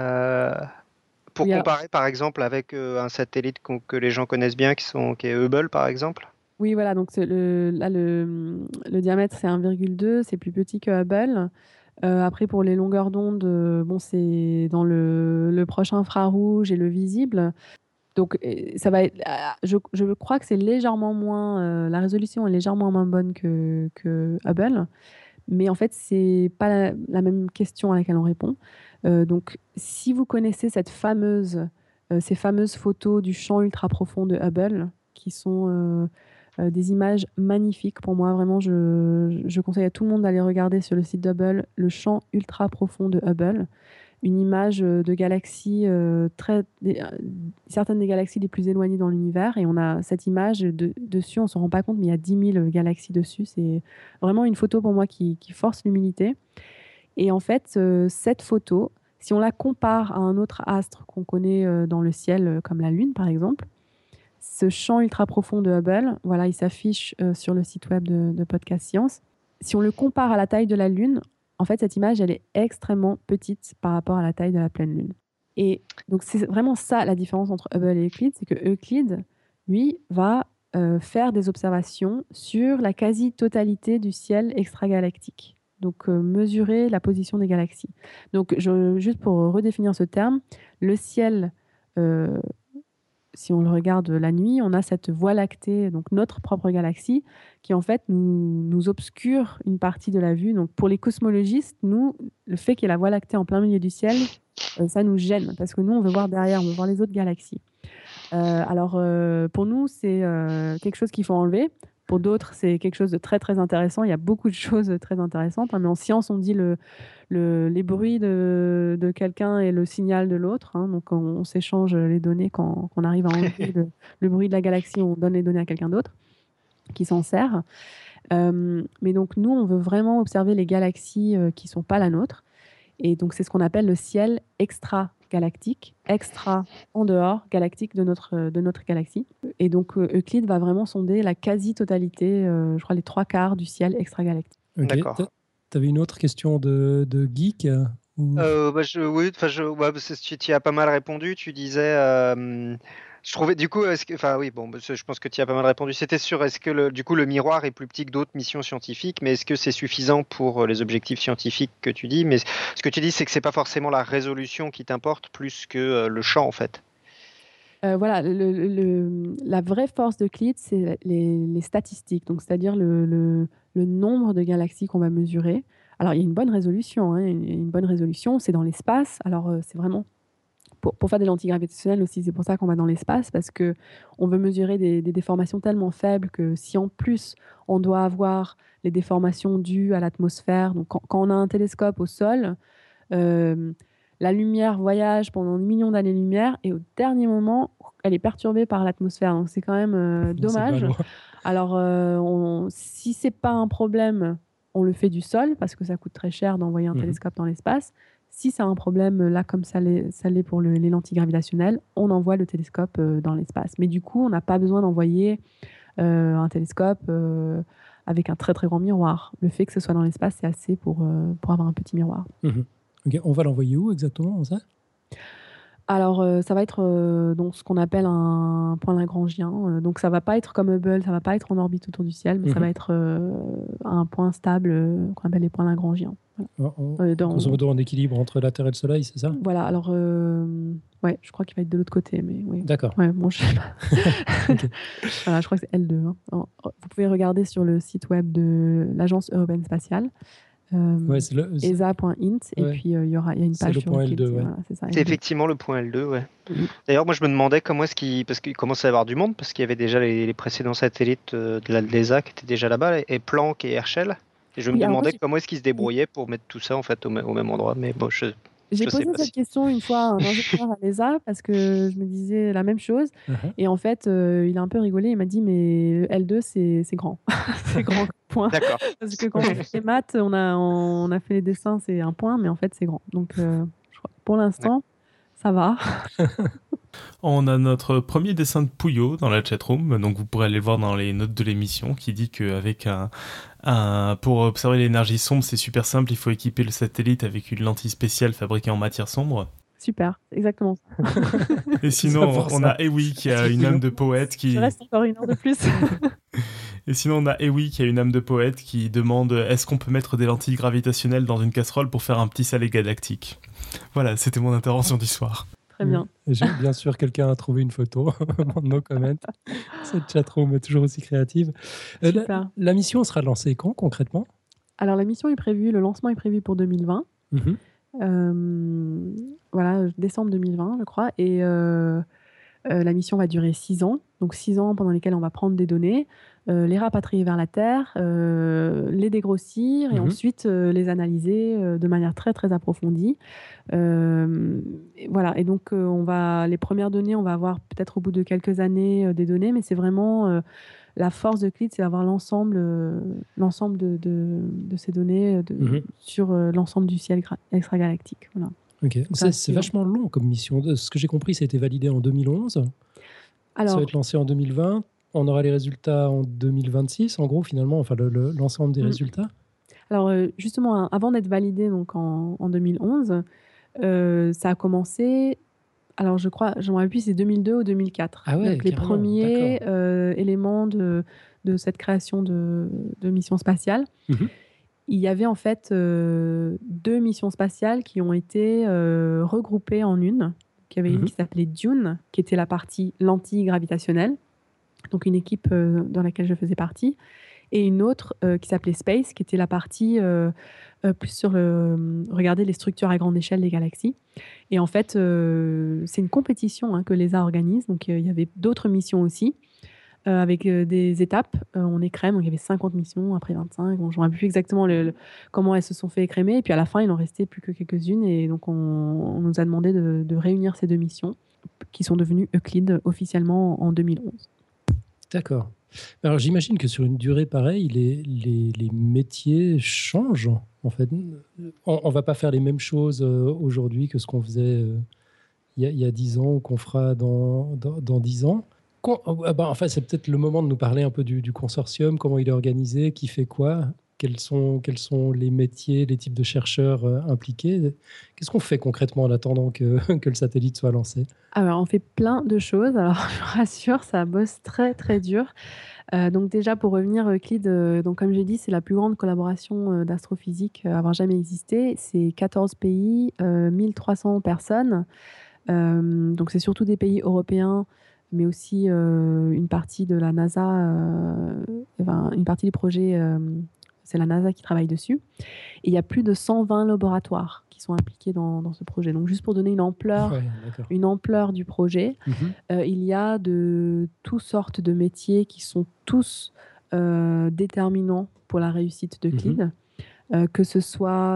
pour comparer par exemple avec un satellite que les gens connaissent bien qui est Hubble par exemple? Oui, voilà, donc le diamètre c'est 1,2, c'est plus petit que Hubble. Après pour les longueurs d'onde, c'est dans le proche infrarouge et le visible. Donc ça va être, je crois que c'est légèrement moins, la résolution est légèrement moins bonne que Hubble, mais en fait c'est pas la même question à laquelle on répond. Donc si vous connaissez ces fameuses photos du champ ultra profond de Hubble, qui sont des images magnifiques pour moi, vraiment je conseille à tout le monde d'aller regarder sur le site d'Hubble le champ ultra profond de Hubble, une image de galaxies, certaines des galaxies les plus éloignées dans l'univers, et on a cette image dessus, on ne se rend pas compte, mais il y a 10 000 galaxies dessus. C'est vraiment une photo pour moi qui force l'humilité. Et en fait, cette photo, si on la compare à un autre astre qu'on connaît dans le ciel, comme la Lune par exemple, ce champ ultra profond de Hubble, voilà, il s'affiche sur le site web de Podcast Science. Si on le compare à la taille de la Lune, en fait, cette image, elle est extrêmement petite par rapport à la taille de la pleine Lune. Et donc, c'est vraiment ça la différence entre Hubble et Euclide, c'est que Euclide, lui, va faire des observations sur la quasi-totalité du ciel extragalactique. Donc, mesurer la position des galaxies. Donc, juste pour redéfinir ce terme, le ciel, si on le regarde la nuit, on a cette voie lactée, donc notre propre galaxie, qui en fait nous obscure une partie de la vue. Donc pour les cosmologistes, le fait qu'il y ait la voie lactée en plein milieu du ciel, ça nous gêne, parce que nous, on veut voir derrière, on veut voir les autres galaxies. Alors pour nous, c'est quelque chose qu'il faut enlever. Pour d'autres, c'est quelque chose de très très intéressant. Il y a beaucoup de choses très intéressantes, mais en science, on dit les bruits de quelqu'un et le signal de l'autre. Donc on s'échange les données quand on arrive à enlever le bruit de la galaxie, on donne les données à quelqu'un d'autre qui s'en sert. Mais donc nous, on veut vraiment observer les galaxies qui ne sont pas la nôtre. Et donc c'est ce qu'on appelle le ciel extra-galactique, extra en dehors, galactique de notre galaxie. Et donc Euclide va vraiment sonder la quasi-totalité, je crois les 3/4 du ciel extragalactique. Okay. D'accord. Tu avais une autre question de geek ou... Oui, tu y as pas mal répondu. Tu disais, je trouvais du coup, je pense que tu y as pas mal répondu. C'était sur est-ce que le miroir est plus petit que d'autres missions scientifiques, mais est-ce que c'est suffisant pour les objectifs scientifiques que tu dis? Mais ce que tu dis, c'est que c'est pas forcément la résolution qui t'importe plus que le champ en fait. Voilà, la vraie force d'Euclide, c'est les statistiques, donc c'est-à-dire le nombre de galaxies qu'on va mesurer. Alors, il y a une bonne résolution, une bonne résolution, c'est dans l'espace. Alors, c'est vraiment pour faire des lentilles gravitationnelles aussi, c'est pour ça qu'on va dans l'espace, parce qu'on veut mesurer des déformations tellement faibles que si en plus on doit avoir les déformations dues à l'atmosphère, donc quand on a un télescope au sol, la lumière voyage pendant des millions d'années-lumière et au dernier moment, elle est perturbée par l'atmosphère. Donc c'est quand même dommage. Alors, si c'est pas un problème, on le fait du sol parce que ça coûte très cher d'envoyer un télescope dans l'espace. Si c'est un problème, là, comme ça l'est pour les lentilles gravitationnelles, on envoie le télescope dans l'espace. Mais du coup, on n'a pas besoin d'envoyer un télescope avec un très très grand miroir. Le fait que ce soit dans l'espace, c'est assez pour avoir un petit miroir. Okay. On va l'envoyer où exactement, on sait ? Alors, ça va être donc ce qu'on appelle un point lagrangien. Donc, ça va pas être comme Hubble, ça va pas être en orbite autour du ciel, mais ça va être un point stable qu'on appelle les points lagrangiens. Voilà. Grosso modo, en équilibre entre la Terre et le Soleil, c'est ça? Voilà, alors, ouais, je crois qu'il va être de l'autre côté, mais oui. D'accord. Ouais, bon, je sais pas. Ok. Voilà, je crois que c'est L2. Hein. Alors, vous pouvez regarder sur le site web de l'Agence européenne spatiale. Ouais, c'est ESA.int et ouais. puis il y a une C'est page le sur point Euclid, L2, ouais. voilà, c'est ça, C'est L2. effectivement le point L2, ouais. Mhm. D'ailleurs, moi je me demandais comment est-ce parce qu'il commençait à y avoir du monde, parce qu'il y avait déjà les précédents satellites de l'ESA qui étaient déjà là-bas, et Planck et Herschel. Et je me Oui, alors moi, demandais comment est-ce qu'ils se débrouillaient pour mettre tout ça en fait au même endroit. Mais bon, j'ai je sais posé pas cette si. question une fois à un ingénieur à l'ESA parce que je me disais la même chose. Uh-huh. Et en fait, il a un peu rigolé. Il m'a dit, mais L2, c'est grand. C'est grand comme point. D'accord. Parce que quand on fait les maths, on a fait les dessins, c'est un point, mais en fait, c'est grand. Donc, je crois que pour l'instant, ça va. On a notre premier dessin de Pouillot dans la chatroom, donc vous pourrez aller le voir dans les notes de l'émission, qui dit qu'avec pour observer l'énergie sombre, c'est super simple, il faut équiper le satellite avec une lentille spéciale fabriquée en matière sombre. Super, exactement. Et sinon, pour on ça. a Ewi qui a une âme de poète qui... Je reste encore une heure de plus. Et sinon, on a Ewi qui a une âme de poète qui demande est-ce qu'on peut mettre des lentilles gravitationnelles dans une casserole pour faire un petit salé galactique. Voilà, c'était mon intervention du soir. Très bien. Bien sûr, quelqu'un a trouvé une photo. No comment. Cette chatroom est toujours aussi créative. Super. La mission sera lancée quand, concrètement? Alors, le lancement est prévu pour 2020. Mhm. Voilà, décembre 2020, je crois. Et la mission va durer 6 ans. Donc 6 ans pendant lesquels on va prendre des données, les rapatrier vers la Terre, les dégrossir et ensuite les analyser de manière très très approfondie. Et voilà. Et donc les premières données, on va avoir peut-être au bout de quelques années des données, mais c'est vraiment la force de Euclid, c'est d'avoir l'ensemble de ces données sur l'ensemble du ciel extragalactique. Voilà. Ok. C'est vachement long comme mission. Ce que j'ai compris, ça a été validé en 2011. Alors, ça va être lancé en 2020. On aura les résultats en 2026, en gros, finalement, enfin l'ensemble des résultats. Alors, justement, avant d'être validé donc, en 2011, ça a commencé... Alors, je crois, je ne me rappelle plus, c'est 2002 ou 2004. Ah ouais, donc, les premiers éléments de cette création de mission spatiale. Il y avait en fait 2 missions spatiales qui ont été regroupées en une. Il y avait une qui s'appelait Dune, qui était la partie lentille gravitationnelle, donc une équipe dans laquelle je faisais partie, et une autre qui s'appelait Space, qui était la partie plus sur regarder les structures à grande échelle des galaxies. Et en fait, c'est une compétition que l'ESA organise, donc il y avait d'autres missions aussi, avec des étapes. On écrème, donc il y avait 50 missions, après 25. Bon, je ne me rappelle plus exactement comment elles se sont fait écrémer. Et puis à la fin, il n'en restait plus que quelques-unes. Et donc on nous a demandé de réunir ces 2 missions, qui sont devenues Euclid officiellement en 2011. D'accord. Alors j'imagine que sur une durée pareille, les métiers changent, en fait. On ne va pas faire les mêmes choses aujourd'hui que ce qu'on faisait il y a 10 ans ou qu'on fera dans 10 ans. Enfin, c'est peut-être le moment de nous parler un peu du consortium, comment il est organisé, qui fait quoi, quels sont les métiers, les types de chercheurs impliqués. Qu'est-ce qu'on fait concrètement en attendant que le satellite soit lancé? Alors, on fait plein de choses. Alors, je vous rassure, ça bosse très, très dur. Donc déjà, pour revenir, Euclid, donc comme j'ai dit, c'est la plus grande collaboration d'astrophysique à avoir jamais existé. C'est 14 pays, 1300 personnes. Donc c'est surtout des pays européens, mais aussi une partie de la NASA, une partie du projet, c'est la NASA qui travaille dessus. Et il y a plus de 120 laboratoires qui sont impliqués dans ce projet. Donc juste pour donner une ampleur du projet, il y a de toutes sortes de métiers qui sont tous déterminants pour la réussite d'Euclid. Que ce soit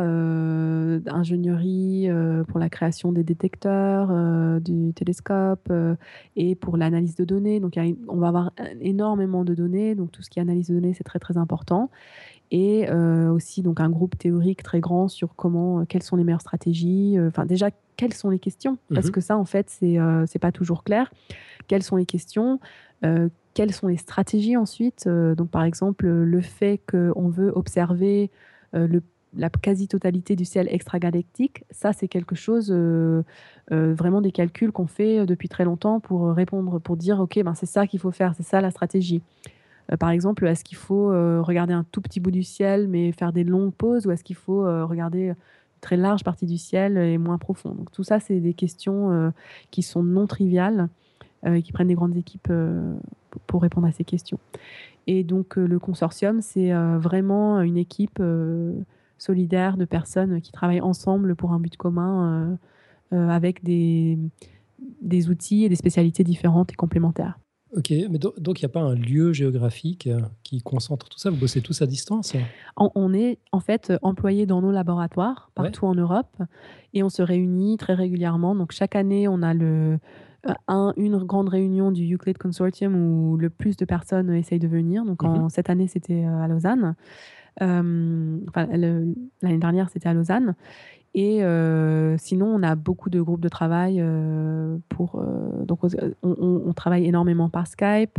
ingénierie pour la création des détecteurs, du télescope et pour l'analyse de données. Donc, on va avoir énormément de données. Donc, tout ce qui est analyse de données, c'est très, très important. Et aussi donc, un groupe théorique très grand sur quelles sont les meilleures stratégies. Enfin, déjà, quelles sont les questions? Parce que ça, en fait, c'est pas toujours clair. Quelles sont les questions? Quelles sont les stratégies ensuite? Donc, par exemple, le fait qu'on veut observer la quasi-totalité du ciel extragalactique, ça c'est quelque chose, vraiment des calculs qu'on fait depuis très longtemps pour répondre, pour dire ok, ben c'est ça qu'il faut faire, c'est ça la stratégie. Par exemple, est-ce qu'il faut regarder un tout petit bout du ciel mais faire des longues pauses, ou est-ce qu'il faut regarder une très large partie du ciel et moins profond? Donc tout ça, c'est des questions qui sont non triviales et qui prennent des grandes équipes pour répondre à ces questions. Et donc le consortium, c'est vraiment une équipe solidaire de personnes qui travaillent ensemble pour un but commun avec des outils et des spécialités différentes et complémentaires. Ok, mais donc il n'y a pas un lieu géographique qui concentre tout ça? Vous bossez tous à distance? On est en fait employés dans nos laboratoires partout en Europe, et on se réunit très régulièrement. Donc chaque année, on a une grande réunion du Euclid Consortium où le plus de personnes essayent de venir. Donc cette année, c'était à Lausanne. L'année dernière, c'était à Lausanne. Et sinon, on a beaucoup de groupes de travail. Donc, on travaille énormément par Skype,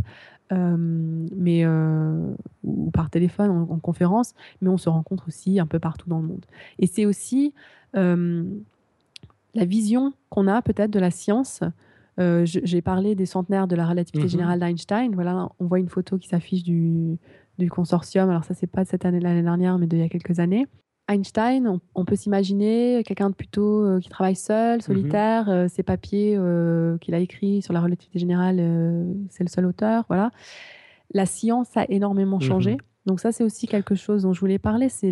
ou par téléphone, en conférence, mais on se rencontre aussi un peu partout dans le monde. Et c'est aussi la vision qu'on a peut-être de la science. J'ai parlé des centenaires de la relativité générale d'Einstein. Voilà, on voit une photo qui s'affiche du consortium. Alors ça, c'est pas de cette année, l'année dernière, mais d'il y a quelques années. Einstein, on peut s'imaginer quelqu'un de plutôt qui travaille seul, solitaire. Ses papiers qu'il a écrits sur la relativité générale, c'est le seul auteur. Voilà. La science a énormément changé. Donc ça, c'est aussi quelque chose dont je voulais parler. C'est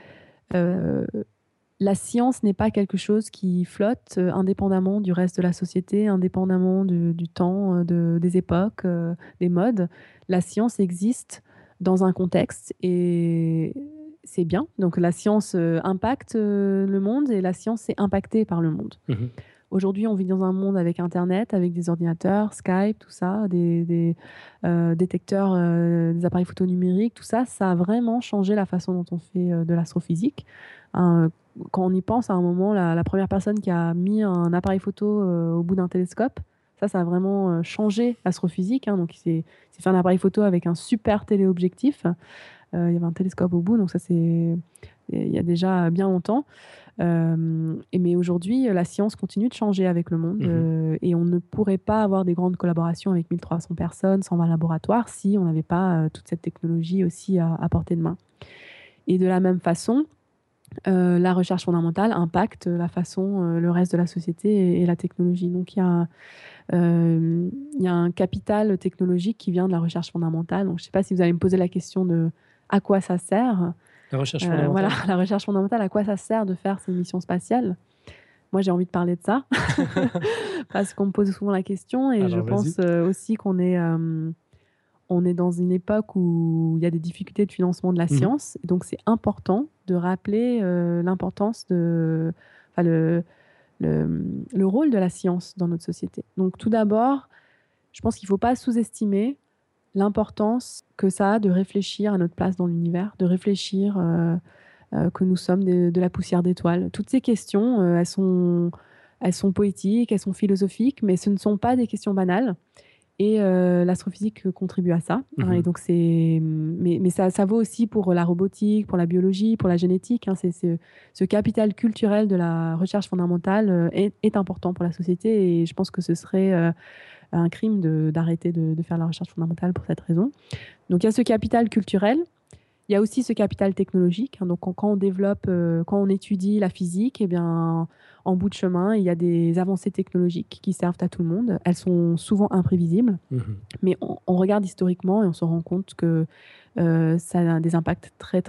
la science n'est pas quelque chose qui flotte indépendamment du reste de la société, indépendamment du temps, des époques, des modes. La science existe dans un contexte et c'est bien. Donc la science impacte le monde, et la science est impactée par le monde. Aujourd'hui, on vit dans un monde avec Internet, avec des ordinateurs, Skype, tout ça, des détecteurs, des appareils photo numériques, tout ça, ça a vraiment changé la façon dont on fait de l'astrophysique. Quand on y pense, à un moment, la première personne qui a mis un appareil photo au bout d'un télescope, ça a vraiment changé l'astrophysique. Donc il s'est fait un appareil photo avec un super téléobjectif. Il y avait un télescope au bout, donc ça c'est il y a déjà bien longtemps. Mais aujourd'hui, la science continue de changer avec le monde, et on ne pourrait pas avoir des grandes collaborations avec 1300 personnes, 120 laboratoires, si on n'avait pas toute cette technologie aussi à portée de main. Et de la même façon, la recherche fondamentale impacte la façon, le reste de la société et la technologie. Donc il y a un capital technologique qui vient de la recherche fondamentale. Donc je ne sais pas si vous allez me poser la question de à quoi ça sert. La recherche fondamentale. Voilà, la recherche fondamentale, à quoi ça sert de faire ces missions spatiales? Moi, j'ai envie de parler de ça parce qu'on me pose souvent la question, et je pense aussi qu'on est dans une époque où il y a des difficultés de financement de la science. Et donc, c'est important de rappeler l'importance le rôle de la science dans notre société. Donc, tout d'abord, je pense qu'il ne faut pas sous-estimer l'importance que ça a de réfléchir à notre place dans l'univers, de réfléchir que nous sommes de la poussière d'étoiles. Toutes ces questions, elles sont poétiques, elles sont philosophiques, mais ce ne sont pas des questions banales. Et l'astrophysique contribue à ça. Et donc mais ça vaut aussi pour la robotique, pour la biologie, pour la génétique. C'est ce capital culturel de la recherche fondamentale est important pour la société, et je pense que ce serait un crime d'arrêter de faire la recherche fondamentale pour cette raison. Donc il y a ce capital culturel, il y a aussi ce capital technologique. Donc quand on développe, quand on étudie la physique, en bout de chemin, il y a des avancées technologiques qui servent à tout le monde. Elles sont souvent imprévisibles, mais on regarde historiquement et on se rend compte que ça a des impacts très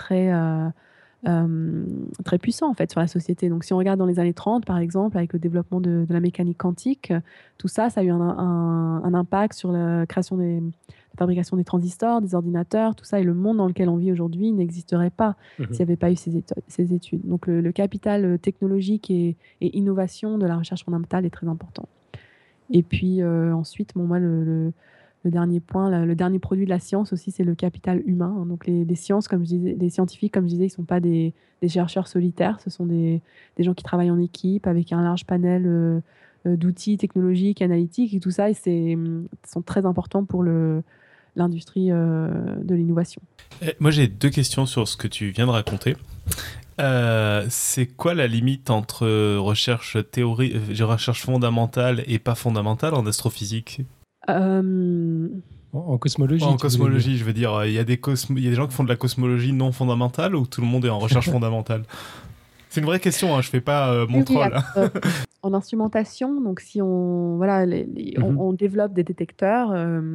puissant en fait sur la société. Donc si on regarde dans les années 30 par exemple, avec le développement de la mécanique quantique, tout ça a eu un impact sur la création la fabrication des transistors, des ordinateurs, tout ça, et le monde dans lequel on vit aujourd'hui n'existerait pas s'il n'y avait pas eu ces études. Donc le capital technologique et innovation de la recherche fondamentale est très important. Et puis ensuite, moi le dernier point, le dernier produit de la science aussi, c'est le capital humain. Donc les sciences, comme je disais, les scientifiques, comme je disais, ils ne sont pas des chercheurs solitaires. Ce sont des gens qui travaillent en équipe avec un large panel d'outils technologiques, analytiques, et tout ça. Et sont très importants pour l'industrie de l'innovation. Moi, j'ai 2 questions sur ce que tu viens de raconter. C'est quoi la limite entre recherche fondamentale et pas fondamentale en astrophysique? En cosmologie, En tu voulais dire. cosmologie, je veux dire, il y a des gens qui font de la cosmologie non fondamentale ou tout le monde est en recherche fondamentale? C'est une vraie question, hein, je fais pas mon Oui, troll. en instrumentation, donc si on, voilà, on développe des détecteurs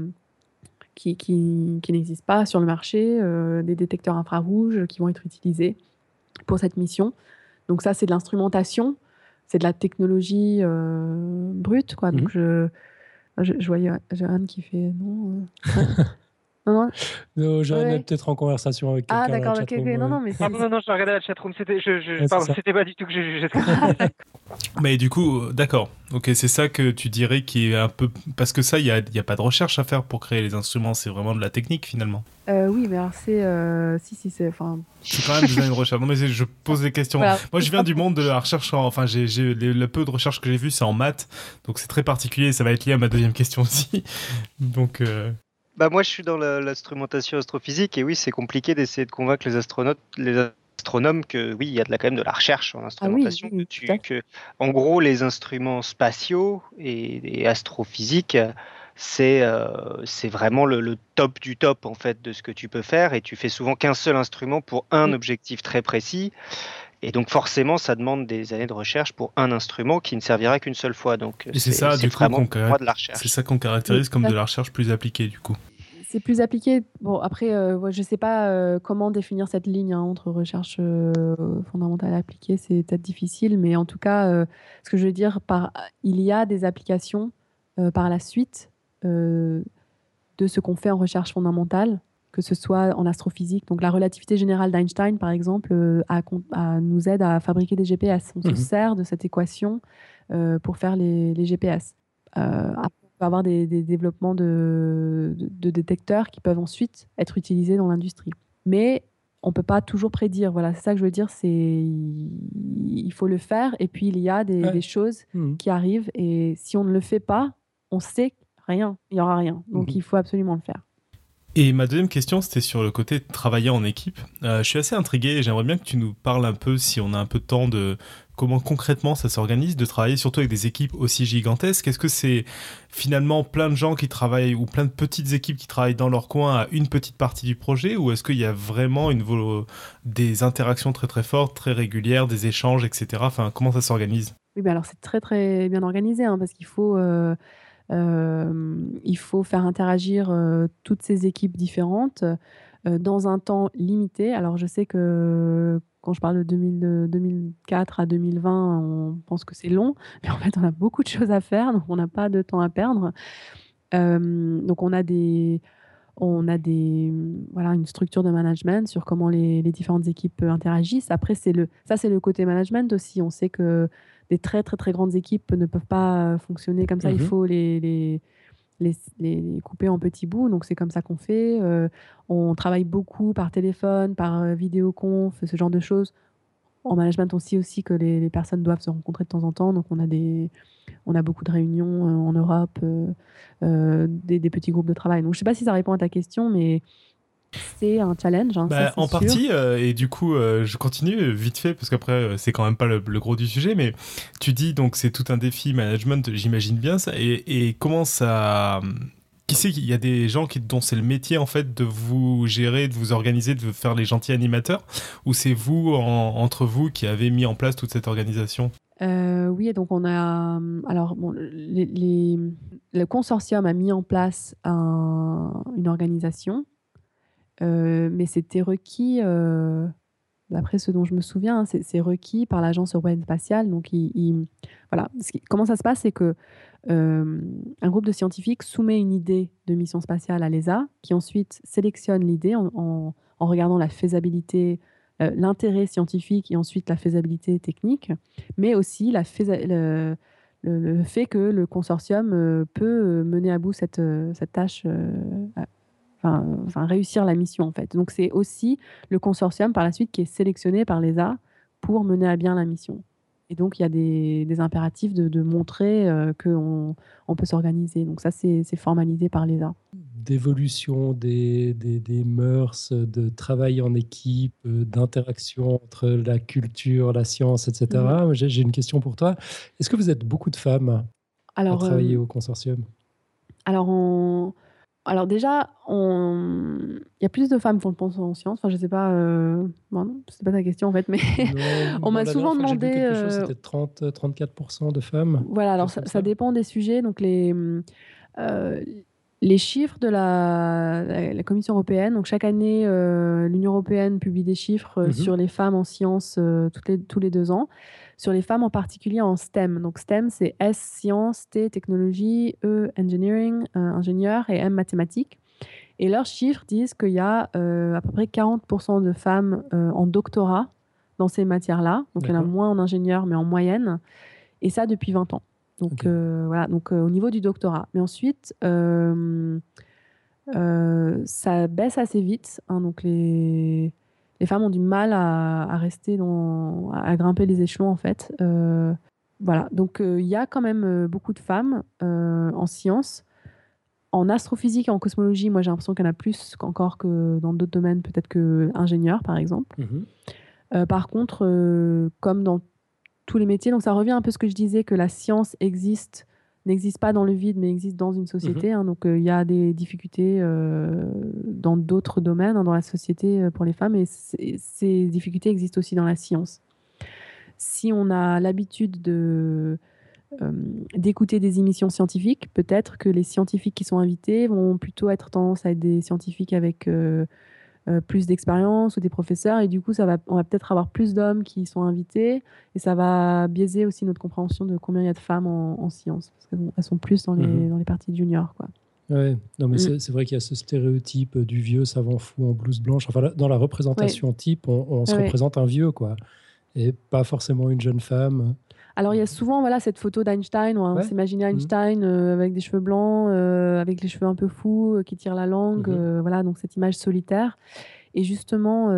qui n'existent pas sur le marché, des détecteurs infrarouges qui vont être utilisés pour cette mission. Donc ça, c'est de l'instrumentation, c'est de la technologie brute, quoi. Donc je voyais Johan qui fait non. Non. Johan Ouais. est peut-être en conversation avec quelqu'un Ah, dans la d'accord, ok, chatroom, ok. Non, mais Non, je regardais la chatroom. C'était ça. c'était pas du tout que j'ai Mais du coup, d'accord. Ok, c'est ça que tu dirais qui est un peu... Parce que ça, il y a pas de recherche à faire pour créer les instruments, c'est vraiment de la technique finalement. Oui, mais alors c'est... si, c'est... Enfin... Je suis quand même besoin de recherche. Non, mais je pose des questions. Voilà. Moi, je viens du monde de la recherche. Enfin, le peu de recherche que j'ai vu, c'est en maths. Donc, c'est très particulier. Ça va être lié à ma deuxième question aussi. Donc... Bah moi, je suis dans l'instrumentation astrophysique et oui, c'est compliqué d'essayer de convaincre les astronomes que oui, il y a quand même de la recherche en instrumentation. oui, tout à fait. En gros, les instruments spatiaux et astrophysiques, c'est vraiment le top du top en fait de ce que tu peux faire et tu fais souvent qu'un seul instrument pour un objectif très précis. Et donc forcément, ça demande des années de recherche pour un instrument qui ne servira qu'une seule fois. Donc Et c'est ça, du coup, vraiment de la recherche. C'est ça qu'on caractérise comme de la recherche plus appliquée, du coup. C'est plus appliqué. Bon, après, je ne sais pas comment définir cette ligne entre recherche fondamentale et appliquée. C'est peut-être difficile, mais en tout cas, ce que je veux dire, il y a des applications par la suite de ce qu'on fait en recherche fondamentale, que ce soit en astrophysique. Donc, la relativité générale d'Einstein, par exemple, nous aide à fabriquer des GPS. On se sert de cette équation pour faire les GPS. On peut avoir des développements de détecteurs qui peuvent ensuite être utilisés dans l'industrie. Mais on ne peut pas toujours prédire. Voilà, c'est ça que je veux dire. Il faut le faire. Et puis, il y a des choses qui arrivent. Et si on ne le fait pas, on sait rien. Il n'y aura rien. Donc, il faut absolument le faire. Et ma deuxième question, c'était sur le côté de travailler en équipe. Je suis assez intrigué et j'aimerais bien que tu nous parles un peu, si on a un peu de temps, de comment concrètement ça s'organise, de travailler surtout avec des équipes aussi gigantesques. Est-ce que c'est finalement plein de gens qui travaillent ou plein de petites équipes qui travaillent dans leur coin à une petite partie du projet, ou est-ce qu'il y a vraiment des interactions très très fortes, très régulières, des échanges, etc. Enfin, comment ça s'organise? Oui, ben alors c'est très très bien organisé parce qu'il faut... il faut faire interagir toutes ces équipes différentes dans un temps limité. Alors, je sais que quand je parle de 2004 à 2020, on pense que c'est long, mais en fait, on a beaucoup de choses à faire, donc on n'a pas de temps à perdre. Donc, on a voilà, une structure de management sur comment les différentes équipes interagissent. Après, c'est le côté management aussi. On sait que des très, très, très grandes équipes ne peuvent pas fonctionner comme ça. Il faut les couper en petits bouts. Donc, c'est comme ça qu'on fait. On travaille beaucoup par téléphone, par vidéoconf, ce genre de choses. En management, on sait aussi que les personnes doivent se rencontrer de temps en temps. Donc, on a beaucoup de réunions en Europe, des petits groupes de travail. Donc, je ne sais pas si ça répond à ta question, mais c'est un challenge. Ça, c'est en sûr. partie, et du coup, je continue vite fait, parce qu'après, c'est quand même pas le gros du sujet, mais tu dis, donc, c'est tout un défi management, j'imagine bien ça, et comment ça... Qui sait qu'il y a des gens dont c'est le métier, en fait, de vous gérer, de vous organiser, de faire les gentils animateurs, ou c'est vous, entre vous, qui avez mis en place toute cette organisation? Oui, donc on a... Alors, bon, le consortium a mis en place une organisation, mais c'était requis, d'après ce dont je me souviens, c'est requis par l'Agence européenne spatiale. Donc, voilà. Comment ça se passe, c'est que un groupe de scientifiques soumet une idée de mission spatiale à l'ESA, qui ensuite sélectionne l'idée en regardant la faisabilité, l'intérêt scientifique et ensuite la faisabilité technique, mais aussi le fait que le consortium peut mener à bout cette tâche, réussir la mission en fait. Donc c'est aussi le consortium par la suite qui est sélectionné par l'ESA pour mener à bien la mission. Et donc il y a des impératifs de montrer qu'on peut s'organiser. Donc ça c'est formalisé par l'ESA. d'évolution des mœurs, de travail en équipe, d'interaction entre la culture, la science, etc. J'ai une question pour toi. Est-ce que vous êtes beaucoup de femmes à Alors, travailler au consortium? alors, alors déjà, il y a plus de femmes qu'on le pense en sciences. Enfin, je sais pas. Bon, non, c'est pas ta question en fait, mais Non, on bon, m'a la souvent dernière fois que j'ai vu demandé. quelque chose, c'était 30-34% de femmes, Voilà, alors quelque chose comme ça ça. dépend des sujets. Donc euh, les chiffres de la Commission européenne. Donc chaque année, l'Union européenne publie des chiffres sur les femmes en sciences tous les 2 ans. Sur les femmes en particulier en STEM. Donc STEM, c'est S, sciences, T, technologie, E, engineering, ingénieur, et M, mathématiques. Et leurs chiffres disent qu'il y a à peu près 40% de femmes en doctorat dans ces matières-là. Donc il y en a D'accord. moins en ingénieur, mais en moyenne. Et ça depuis 20 ans. Donc Ok. voilà, donc au niveau du doctorat. Mais ensuite, ça baisse assez vite. Hein, donc les femmes ont du mal à rester à grimper les échelons en fait. Voilà, donc il y a quand même beaucoup de femmes en sciences. En astrophysique et en cosmologie, moi j'ai l'impression qu'il y en a plus encore que dans d'autres domaines, peut-être que ingénieur par exemple. Par contre, comme dans tous les métiers, donc ça revient un peu à ce que je disais, que la science n'existe pas dans le vide, mais existe dans une société. Hein, donc il y a des difficultés dans d'autres domaines, hein, dans la société pour les femmes, et ces difficultés existent aussi dans la science. Si on a l'habitude d'écouter des émissions scientifiques, peut-être que les scientifiques qui sont invités vont plutôt être tendance à être des scientifiques avec plus d'expérience ou des professeurs, et du coup on va peut-être avoir plus d'hommes qui sont invités, et ça va biaiser aussi notre compréhension de combien il y a de femmes en sciences, parce qu'elles sont plus dans les parties juniors, quoi. Ouais, non, mais c'est vrai qu'il y a ce stéréotype du vieux savant fou en blouse blanche. Enfin, dans la représentation type, on se représente un vieux, quoi, et pas forcément une jeune femme. Alors, il y a souvent cette photo d'Einstein, où on s'imagine Einstein avec des cheveux blancs, avec les cheveux un peu fous, qui tire la langue, voilà, donc cette image solitaire. Et justement,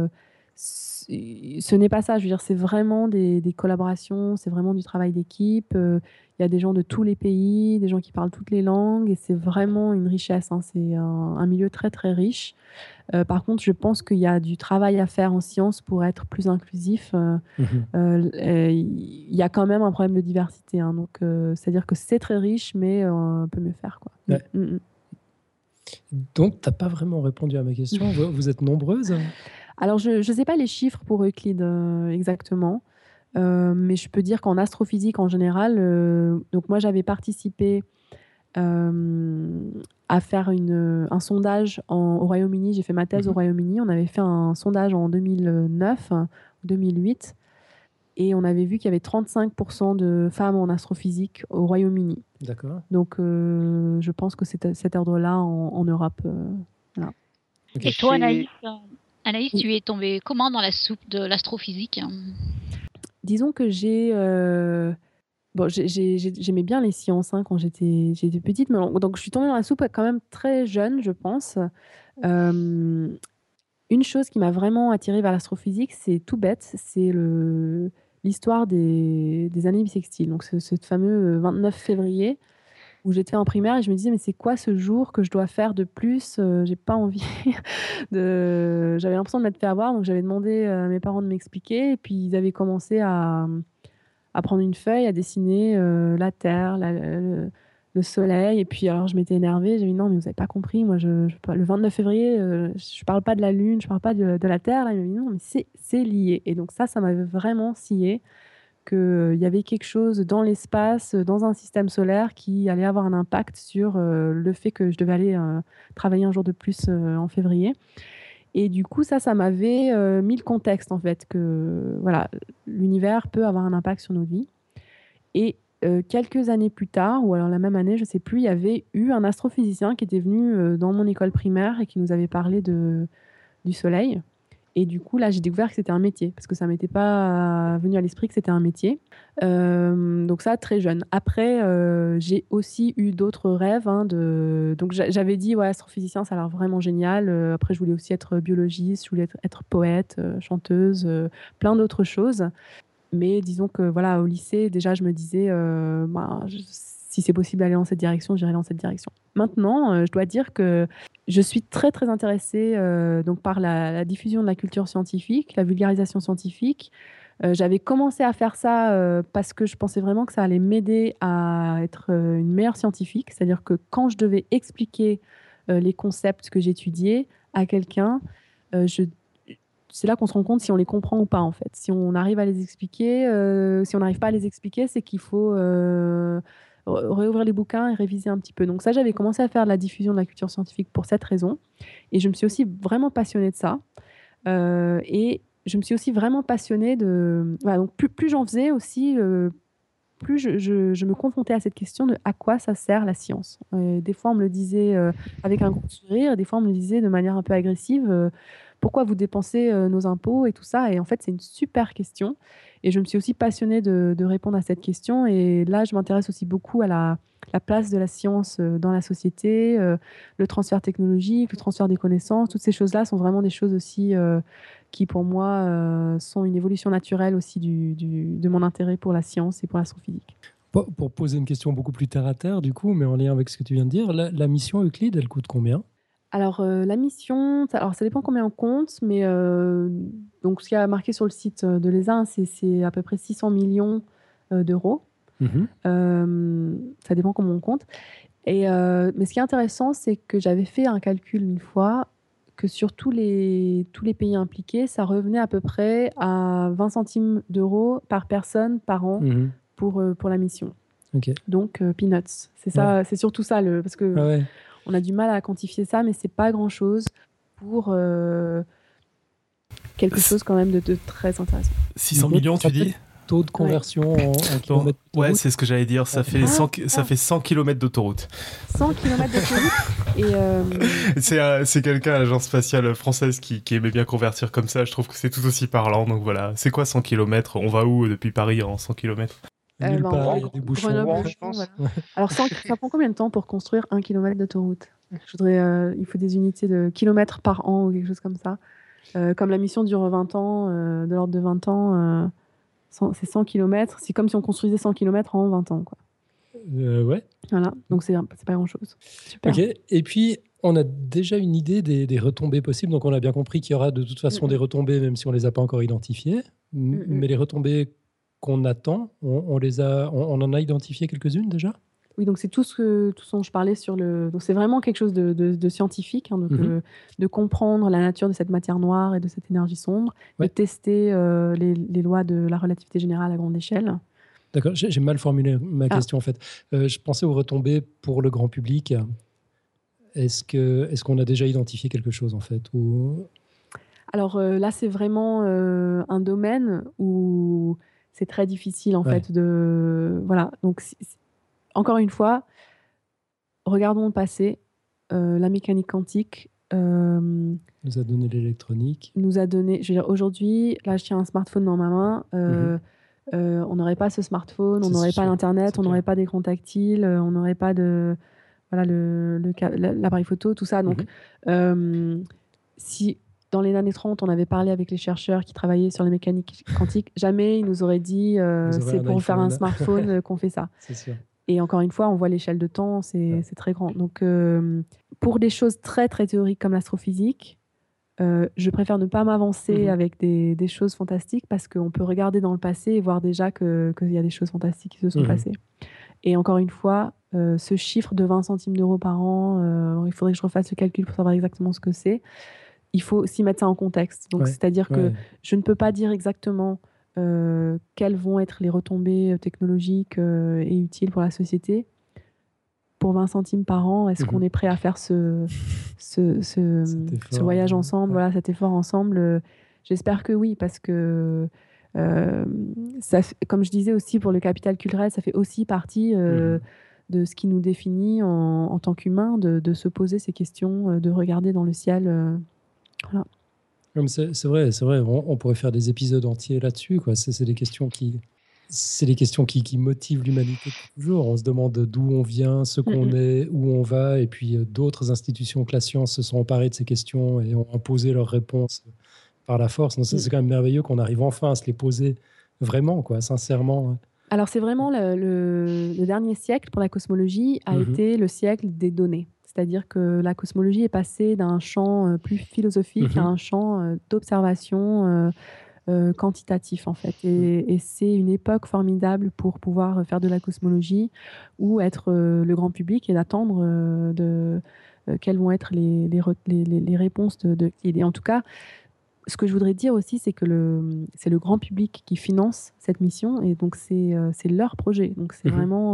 ce n'est pas ça. Je veux dire, c'est vraiment des collaborations, c'est vraiment du travail d'équipe. Il y a des gens de tous les pays, des gens qui parlent toutes les langues, et c'est vraiment une richesse. Hein. C'est un milieu très, très riche. Par contre, je pense qu'il y a du travail à faire en sciences pour être plus inclusif. Il y a quand même un problème de diversité. Hein. Donc, c'est-à-dire que c'est très riche, mais on peut mieux faire, quoi. Ouais. Donc, tu n'as pas vraiment répondu à ma question. Vous êtes nombreuses? Alors, je ne sais pas les chiffres pour Euclide exactement, mais je peux dire qu'en astrophysique en général, donc moi j'avais participé à faire un sondage au Royaume-Uni. J'ai fait ma thèse au Royaume-Uni. On avait fait un sondage en 2009, 2008, et on avait vu qu'il y avait 35% de femmes en astrophysique au Royaume-Uni. D'accord. Donc, je pense que c'est cet ordre-là en Europe. Voilà. Et toi, Anaïs, tu es tombée comment dans la soupe de l'astrophysique? Disons que j'aimais bien les sciences quand j'étais petite, mais donc je suis tombée dans la soupe quand même très jeune, je pense. Une chose qui m'a vraiment attirée vers l'astrophysique, c'est tout bête, c'est l'histoire des années bissextiles. Donc ce fameux 29 février, où j'étais en primaire et je me disais, mais c'est quoi ce jour que je dois faire de plus? J'ai pas envie J'avais l'impression de m'être fait avoir, donc j'avais demandé à mes parents de m'expliquer, et puis ils avaient commencé à prendre une feuille, à dessiner la Terre, le Soleil, et puis alors je m'étais énervée, j'ai dit non mais vous n'avez pas compris, moi le 29 février, je parle pas de la Lune, je parle pas de la Terre, là. Ils m'ont dit non mais c'est lié, et donc ça m'avait vraiment scié qu'il y avait quelque chose dans l'espace, dans un système solaire, qui allait avoir un impact sur le fait que je devais aller travailler un jour de plus en février. Et du coup, ça m'avait mis le contexte, en fait, que voilà, l'univers peut avoir un impact sur nos vies. Et quelques années plus tard, ou alors la même année, je ne sais plus, il y avait eu un astrophysicien qui était venu dans mon école primaire et qui nous avait parlé du Soleil. Et du coup, là, j'ai découvert que c'était un métier, parce que ça ne m'était pas venu à l'esprit que c'était un métier. Donc ça, très jeune. Après, j'ai aussi eu d'autres rêves. Donc j'avais dit, ouais, astrophysicien, ça a l'air vraiment génial. Après, je voulais aussi être biologiste, je voulais être poète, chanteuse, plein d'autres choses. Mais disons que voilà, au lycée, déjà, je me disais, si si c'est possible d'aller dans cette direction, j'irai dans cette direction. Maintenant, je dois dire que je suis très, très intéressée donc par la diffusion de la culture scientifique, la vulgarisation scientifique. J'avais commencé à faire ça parce que je pensais vraiment que ça allait m'aider à être une meilleure scientifique. C'est-à-dire que quand je devais expliquer les concepts que j'étudiais à quelqu'un, c'est là qu'on se rend compte si on les comprend ou pas, en fait. Si on arrive à les expliquer, si on n'arrive pas à les expliquer, c'est qu'il faut réouvrir les bouquins et réviser un petit peu. Donc ça, j'avais commencé à faire de la diffusion de la culture scientifique pour cette raison. Et je me suis aussi vraiment passionnée de ça. Et je me suis aussi vraiment passionnée de... Voilà, donc plus j'en faisais aussi, plus je me confrontais à cette question de à quoi ça sert la science. Des fois, on me le disait avec un gros sourire, et des fois, on me le disait de manière un peu agressive. Pourquoi vous dépensez nos impôts et tout ça? Et en fait, c'est une super question. Et je me suis aussi passionnée de répondre à cette question. Et là, je m'intéresse aussi beaucoup à la place de la science dans la société, le transfert technologique, le transfert des connaissances. Toutes ces choses-là sont vraiment des choses aussi qui, pour moi, sont une évolution naturelle aussi de mon intérêt pour la science et pour l'astrophysique. Pour poser une question beaucoup plus terre à terre, du coup, mais en lien avec ce que tu viens de dire, la mission Euclide, elle coûte combien? Alors, la mission, ça dépend combien on compte, mais donc ce qui a marqué sur le site de l'ESA, c'est à peu près 600 millions d'euros. Ça dépend comment on compte. Mais ce qui est intéressant, c'est que j'avais fait un calcul une fois que sur tous les pays impliqués, ça revenait à peu près à 20 centimes d'euros par personne par an pour la mission. Okay. Donc, peanuts. C'est ça, c'est surtout ça, parce que on a du mal à quantifier ça, mais c'est pas grand-chose pour quelque chose quand même de très intéressant. 600 millions, tu dis? Taux de conversion en kilomètres d'autoroute. Ouais, c'est ce que j'allais dire. Ça fait 100 km d'autoroute. 100 km d'autoroute. C'est quelqu'un à l'agence spatiale française qui aimait bien convertir comme ça. Je trouve que c'est tout aussi parlant. Donc voilà. C'est quoi 100 km? On va où depuis Paris en 100 km? Nulle part, il y a des bouchons. Grenoble, je pense. Voilà. Alors, ça prend combien de temps pour construire 1 km d'autoroute? Il faut des unités de kilomètres par an ou quelque chose comme ça. Comme la mission dure 20 ans, de l'ordre de 20 ans, c'est 100 km. C'est comme si on construisait 100 km en 20 ans, quoi. Ouais. Voilà, donc c'est pas grand-chose. Super. Ok, et puis on a déjà une idée des retombées possibles. Donc on a bien compris qu'il y aura de toute façon des retombées, même si on ne les a pas encore identifiées. Mais les retombées qu'on attend, on en a identifié quelques-unes déjà? Oui, donc c'est tout ce dont je parlais donc c'est vraiment quelque chose de scientifique, hein, donc de comprendre la nature de cette matière noire et de cette énergie sombre, de tester les lois de la relativité générale à grande échelle. D'accord, j'ai mal formulé ma question en fait. Je pensais aux retombées pour le grand public. Est-ce qu'on a déjà identifié quelque chose en fait Alors là, c'est vraiment un domaine où c'est très difficile en fait de... Voilà, donc encore une fois, regardons le passé. La mécanique quantique nous a donné l'électronique. Nous a donné... Je veux dire, aujourd'hui, là, je tiens un smartphone dans ma main. On n'aurait pas ce smartphone, on n'aurait pas l'Internet, on n'aurait pas d'écran tactile, on n'aurait pas l'appareil photo, tout ça. Donc, si dans les années 30, on avait parlé avec les chercheurs qui travaillaient sur la mécanique quantique, jamais ils nous auraient dit c'est pour faire un smartphone qu'on fait ça. C'est sûr. Et encore une fois, on voit l'échelle de temps, c'est très grand. Donc, pour des choses très, très théoriques comme l'astrophysique, je préfère ne pas m'avancer avec des choses fantastiques parce qu'on peut regarder dans le passé et voir déjà qu'il y a des choses fantastiques qui se sont passées. Et encore une fois, ce chiffre de 20 centimes d'euros par an, il faudrait que je refasse le calcul pour savoir exactement ce que c'est. Il faut aussi mettre ça en contexte. Donc, c'est-à-dire que je ne peux pas dire exactement quelles vont être les retombées technologiques et utiles pour la société. Pour 20 centimes par an, est-ce qu'on est prêt à faire ce voyage ensemble, voilà, cet effort ensemble? J'espère que oui, parce que, comme je disais aussi pour le capital culturel, ça fait aussi partie de ce qui nous définit en tant qu'humains, de se poser ces questions, de regarder dans le ciel. Voilà. C'est vrai, on pourrait faire des épisodes entiers là-dessus, quoi. C'est des questions qui motivent l'humanité toujours. On se demande d'où on vient, ce qu'on est, où on va, et puis d'autres institutions que la science se sont emparées de ces questions et ont imposé leurs réponses par la force. Donc, c'est quand même merveilleux qu'on arrive enfin à se les poser vraiment, quoi, sincèrement. Alors, c'est vraiment le dernier siècle pour la cosmologie a été le siècle des données. C'est-à-dire que la cosmologie est passée d'un champ plus philosophique à un champ d'observation quantitatif, en fait. Et c'est une époque formidable pour pouvoir faire de la cosmologie ou être le grand public et d'attendre quelles vont être les réponses de et en tout cas, ce que je voudrais dire aussi, c'est que c'est le grand public qui finance cette mission et donc c'est leur projet. Donc c'est vraiment,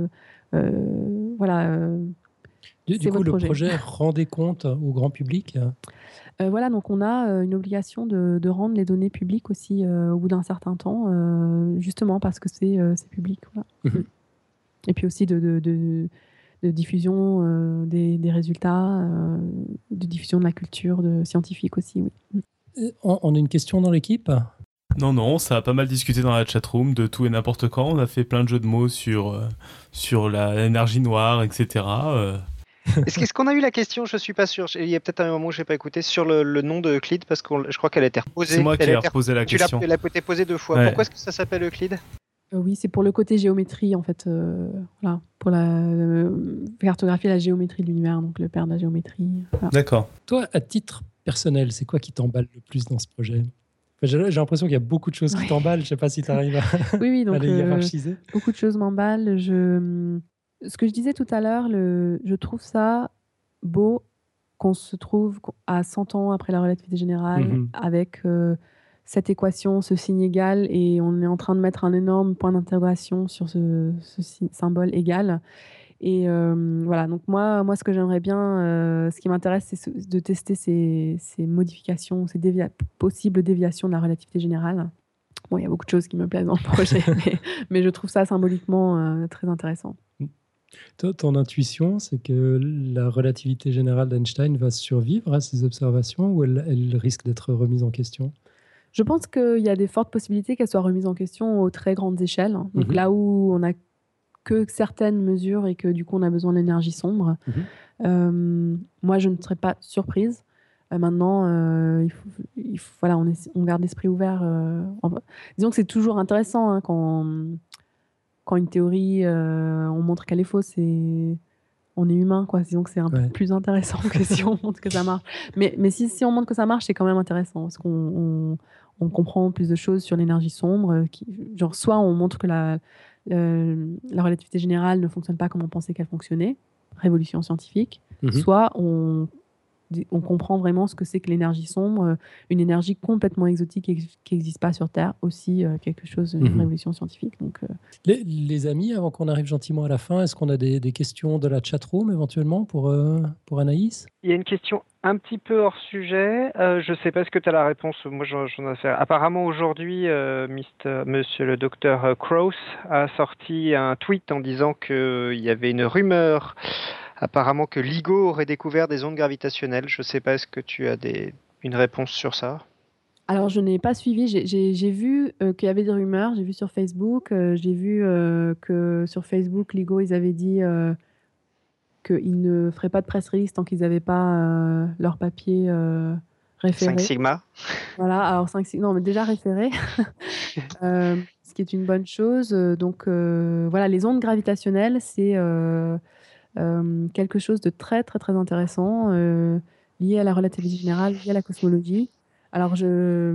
voilà, Du c'est coup, votre le projet. projet rend des comptes au grand public? Voilà, donc on a une obligation de rendre les données publiques aussi au bout d'un certain temps, justement parce que c'est public. Voilà. Et puis aussi de diffusion des résultats, de diffusion de la culture scientifique aussi, oui. On a une question dans l'équipe? Non, ça a pas mal discuté dans la chatroom de tout et n'importe quoi. On a fait plein de jeux de mots sur l'énergie noire, etc. Est-ce qu'on a eu la question? Je suis pas sûr. Il y a peut-être un moment où j'ai pas écouté sur le nom de Euclide parce que je crois qu'elle a été reposée. C'est moi qui ai reposé la question. Elle a été posée 2 fois. Ouais. Pourquoi est-ce que ça s'appelle Euclide? Oui, c'est pour le côté géométrie, en fait, voilà, pour cartographier la géométrie de l'univers, donc le père de la géométrie. Voilà. D'accord. Toi, à titre personnel, c'est quoi qui t'emballe le plus dans ce projet? J'ai l'impression qu'il y a beaucoup de choses qui t'emballent. Je sais pas si tu arrives Oui, à donc les hiérarchiser. beaucoup de choses m'emballent. Ce que je disais tout à l'heure, je trouve ça beau qu'on se trouve à 100 ans après la relativité générale avec cette équation, ce signe égal, et on est en train de mettre un énorme point d'interrogation sur ce symbole égal. Et voilà, donc moi, ce que j'aimerais bien, ce qui m'intéresse, c'est de tester ces modifications, ces possibles déviations de la relativité générale. Bon, il y a beaucoup de choses qui me plaisent dans le projet, mais je trouve ça symboliquement très intéressant. Ton intuition, c'est que la relativité générale d'Einstein va survivre à ces observations ou elle risque d'être remise en question? Je pense qu'il y a des fortes possibilités qu'elle soit remise en question aux très grandes échelles. Donc là où on n'a que certaines mesures et que du coup on a besoin de l'énergie sombre. Moi, je ne serais pas surprise. Maintenant, il faut, voilà, on garde l'esprit ouvert. Disons que c'est toujours intéressant hein, quand une théorie, on montre qu'elle est fausse et on est humain, quoi. Disons que c'est un peu plus intéressant que si on montre que ça marche. Mais si on montre que ça marche, c'est quand même intéressant parce qu'on comprend plus de choses sur l'énergie sombre. Genre, soit on montre que la relativité générale ne fonctionne pas comme on pensait qu'elle fonctionnait, révolution scientifique, soit on comprend vraiment ce que c'est que l'énergie sombre, une énergie complètement exotique qui n'existe pas sur Terre, aussi quelque chose, une révolution scientifique. Donc, les amis, avant qu'on arrive gentiment à la fin, est-ce qu'on a des questions de la chatroom éventuellement pour Anaïs? Il y a une question un petit peu hors sujet. Je ne sais pas ce que tu as la réponse. Moi, j'en ai fait. Apparemment, aujourd'hui, monsieur le docteur Krauss a sorti un tweet en disant qu'il y avait une rumeur apparemment que LIGO aurait découvert des ondes gravitationnelles. Je ne sais pas, est-ce que tu as une réponse sur ça? Alors, je n'ai pas suivi. J'ai vu qu'il y avait des rumeurs. J'ai vu sur Facebook. J'ai vu que sur Facebook, LIGO, ils avaient dit qu'ils ne feraient pas de press release tant qu'ils n'avaient pas leur papier référé. 5 sigma. Voilà, alors 5 sigma, non, mais déjà référé, ce qui est une bonne chose. Donc, voilà, les ondes gravitationnelles, c'est quelque chose de très, très, très intéressant, lié à la relativité générale, lié à la cosmologie. Alors, je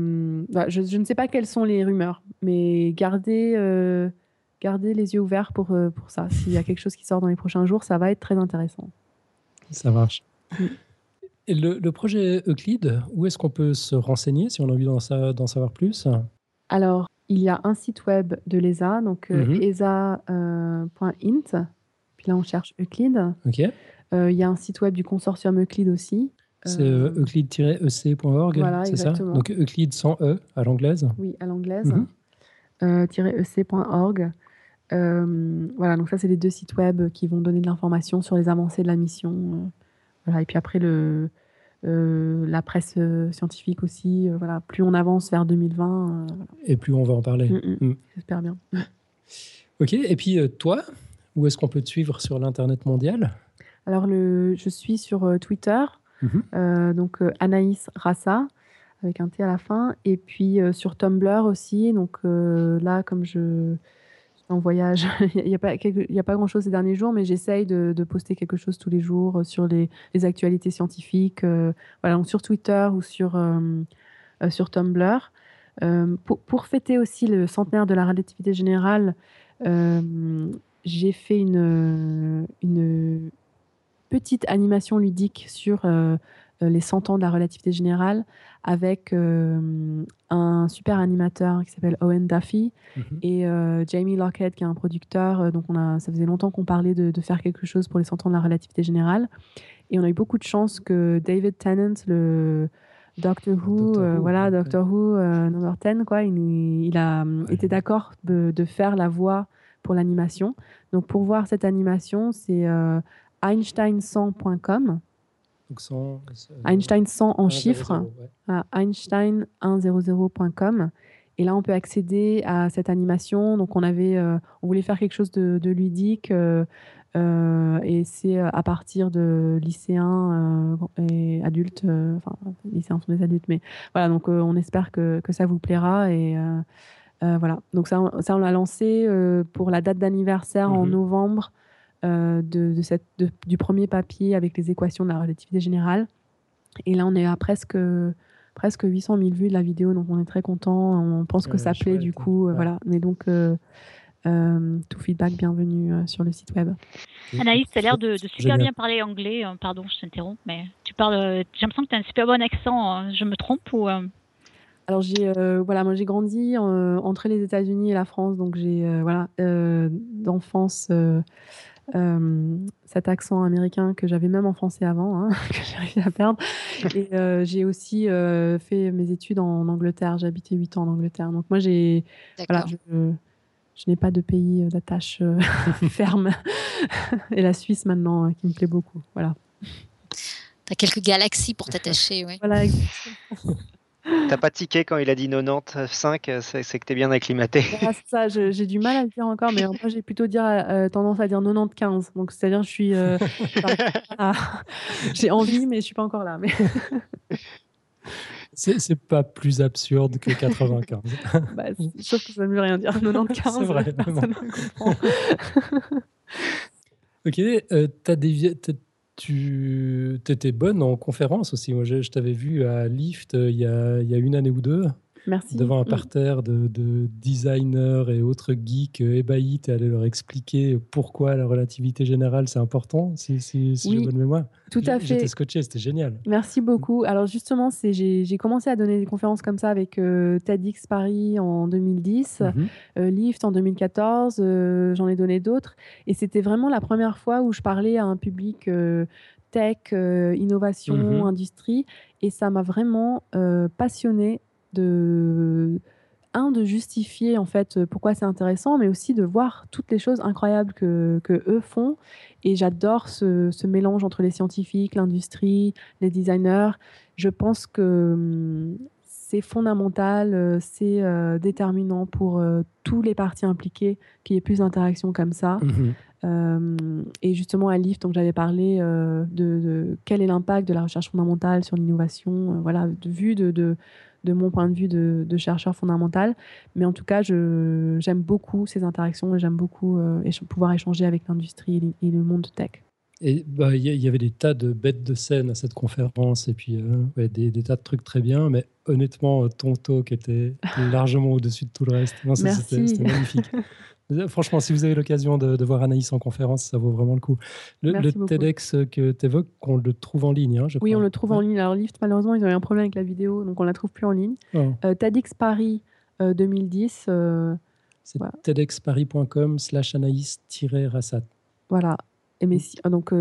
ne sais pas quelles sont les rumeurs, mais gardez les yeux ouverts pour ça. S'il y a quelque chose qui sort dans les prochains jours, ça va être très intéressant. Ça marche. Et le projet Euclide, où est-ce qu'on peut se renseigner si on a envie d'en savoir plus? Alors, il y a un site web de l'ESA, donc esa.int. Puis là, on cherche Euclide. Ok. Il y a un site web du consortium Euclide aussi. C'est euclide-ec.org, voilà, c'est exactement. ça? Donc Euclide sans E à l'anglaise? Oui, à l'anglaise. -ec.org. Voilà, donc ça, c'est les 2 sites web qui vont donner de l'information sur les avancées de la mission. Voilà, et puis après, la presse scientifique aussi. Voilà, plus on avance vers 2020. Voilà. Et plus on va en parler. J'espère bien. Ok, et puis toi, où est-ce qu'on peut te suivre sur l'Internet mondial? Alors, je suis sur Twitter, donc Anaïs Rassa, avec un T à la fin, et puis sur Tumblr aussi. Donc là, comme je en voyage. Il n'y a pas grand-chose ces derniers jours, mais j'essaye de poster quelque chose tous les jours sur les actualités scientifiques, voilà, donc sur Twitter ou sur Tumblr. Pour fêter aussi le centenaire de la relativité générale, j'ai fait une petite animation ludique sur les 100 ans de la relativité générale avec un super animateur qui s'appelle Owen Duffy et Jamie Lockhead qui est un producteur. Donc ça faisait longtemps qu'on parlait de faire quelque chose pour les 100 ans de la relativité générale. Et on a eu beaucoup de chance que David Tennant, le Doctor Who, Doctor Who number 10, quoi, il a été d'accord de faire la voix pour l'animation. Donc pour voir cette animation, c'est Einstein100.com. Donc Einstein 100 en chiffres, Einstein100.com. Et là, on peut accéder à cette animation. Donc, on voulait faire quelque chose de ludique. Et c'est à partir de lycéens et adultes. Enfin, lycéens sont des adultes, mais voilà. Donc, on espère que ça vous plaira. Et voilà. Donc, ça on l'a lancé pour la date d'anniversaire en novembre. Du premier papier avec les équations de la relativité générale. Et là, on est à presque 800 000 vues de la vidéo, donc on est très content. On pense que ça plaît, du coup. Voilà. Mais donc, tout feedback, bienvenue sur le site web. Anaïs, tu as l'air de super bien parler anglais. Pardon, je t'interromps, mais tu parles. J'ai l'impression que tu as un super bon accent. Je me trompe ou Alors, moi, j'ai grandi entre les États-Unis et la France, donc j'ai d'enfance. Cet accent américain que j'avais même en français avant, que j'ai réussi à perdre. Et j'ai aussi fait mes études en Angleterre. J'ai habité 8 ans en Angleterre. Donc moi, je n'ai pas de pays d'attache ferme. Et la Suisse maintenant, qui me plaît beaucoup. Voilà. Tu as quelques galaxies pour t'attacher, oui. Voilà, exactement. T'as pas tiqué quand il a dit 95, c'est que t'es bien acclimaté. Ah, c'est ça, j'ai du mal à le dire encore, mais moi j'ai plutôt tendance à dire 95. Donc c'est-à-dire je suis, j'ai envie, mais je suis pas encore là. Mais c'est pas plus absurde que 95. Sauf que ça ne veut rien dire. 95. C'est vrai. Personne ne comprend. Ok, tu étais bonne en conférence aussi. Moi, je t'avais vu à Lift il y a une année ou deux. Merci. Devant un parterre de designers et autres geeks ébahis, tu es allé leur expliquer pourquoi la relativité générale, c'est important, si j'ai bonne mémoire. Tout à fait. J'étais scotché, c'était génial. Merci beaucoup. Alors justement, j'ai commencé à donner des conférences comme ça avec TEDx Paris en 2010, Lift en 2014, j'en ai donné d'autres. Et c'était vraiment la première fois où je parlais à un public tech, innovation, industrie. Et ça m'a vraiment passionnée de justifier en fait pourquoi c'est intéressant, mais aussi de voir toutes les choses incroyables que eux font. Et j'adore ce mélange entre les scientifiques, l'industrie, les designers. Je pense que c'est fondamental, c'est déterminant pour tous les parties impliquées qu'il y ait plus d'interactions comme ça. Et justement à Lift, donc j'avais parlé de quel est l'impact de la recherche fondamentale sur l'innovation, voilà, de mon point de vue de chercheur fondamental. Mais en tout cas, j'aime beaucoup ces interactions et j'aime beaucoup pouvoir échanger avec l'industrie et le monde tech. Et il y avait des tas de bêtes de scène à cette conférence et puis des tas de trucs très bien, mais honnêtement, ton talk était largement au-dessus de tout le reste. Non, Merci. C'était magnifique. Franchement, si vous avez l'occasion de voir Anaïs en conférence, ça vaut vraiment le coup. Le TEDx que tu évoques, on le trouve en ligne, je crois. Oui, on le trouve en ligne. Alors, Lift, malheureusement, ils ont eu un problème avec la vidéo, donc on ne la trouve plus en ligne. TEDx Paris 2010. C'est tedxparis.com/Anaïs-Rassat. Voilà. Donc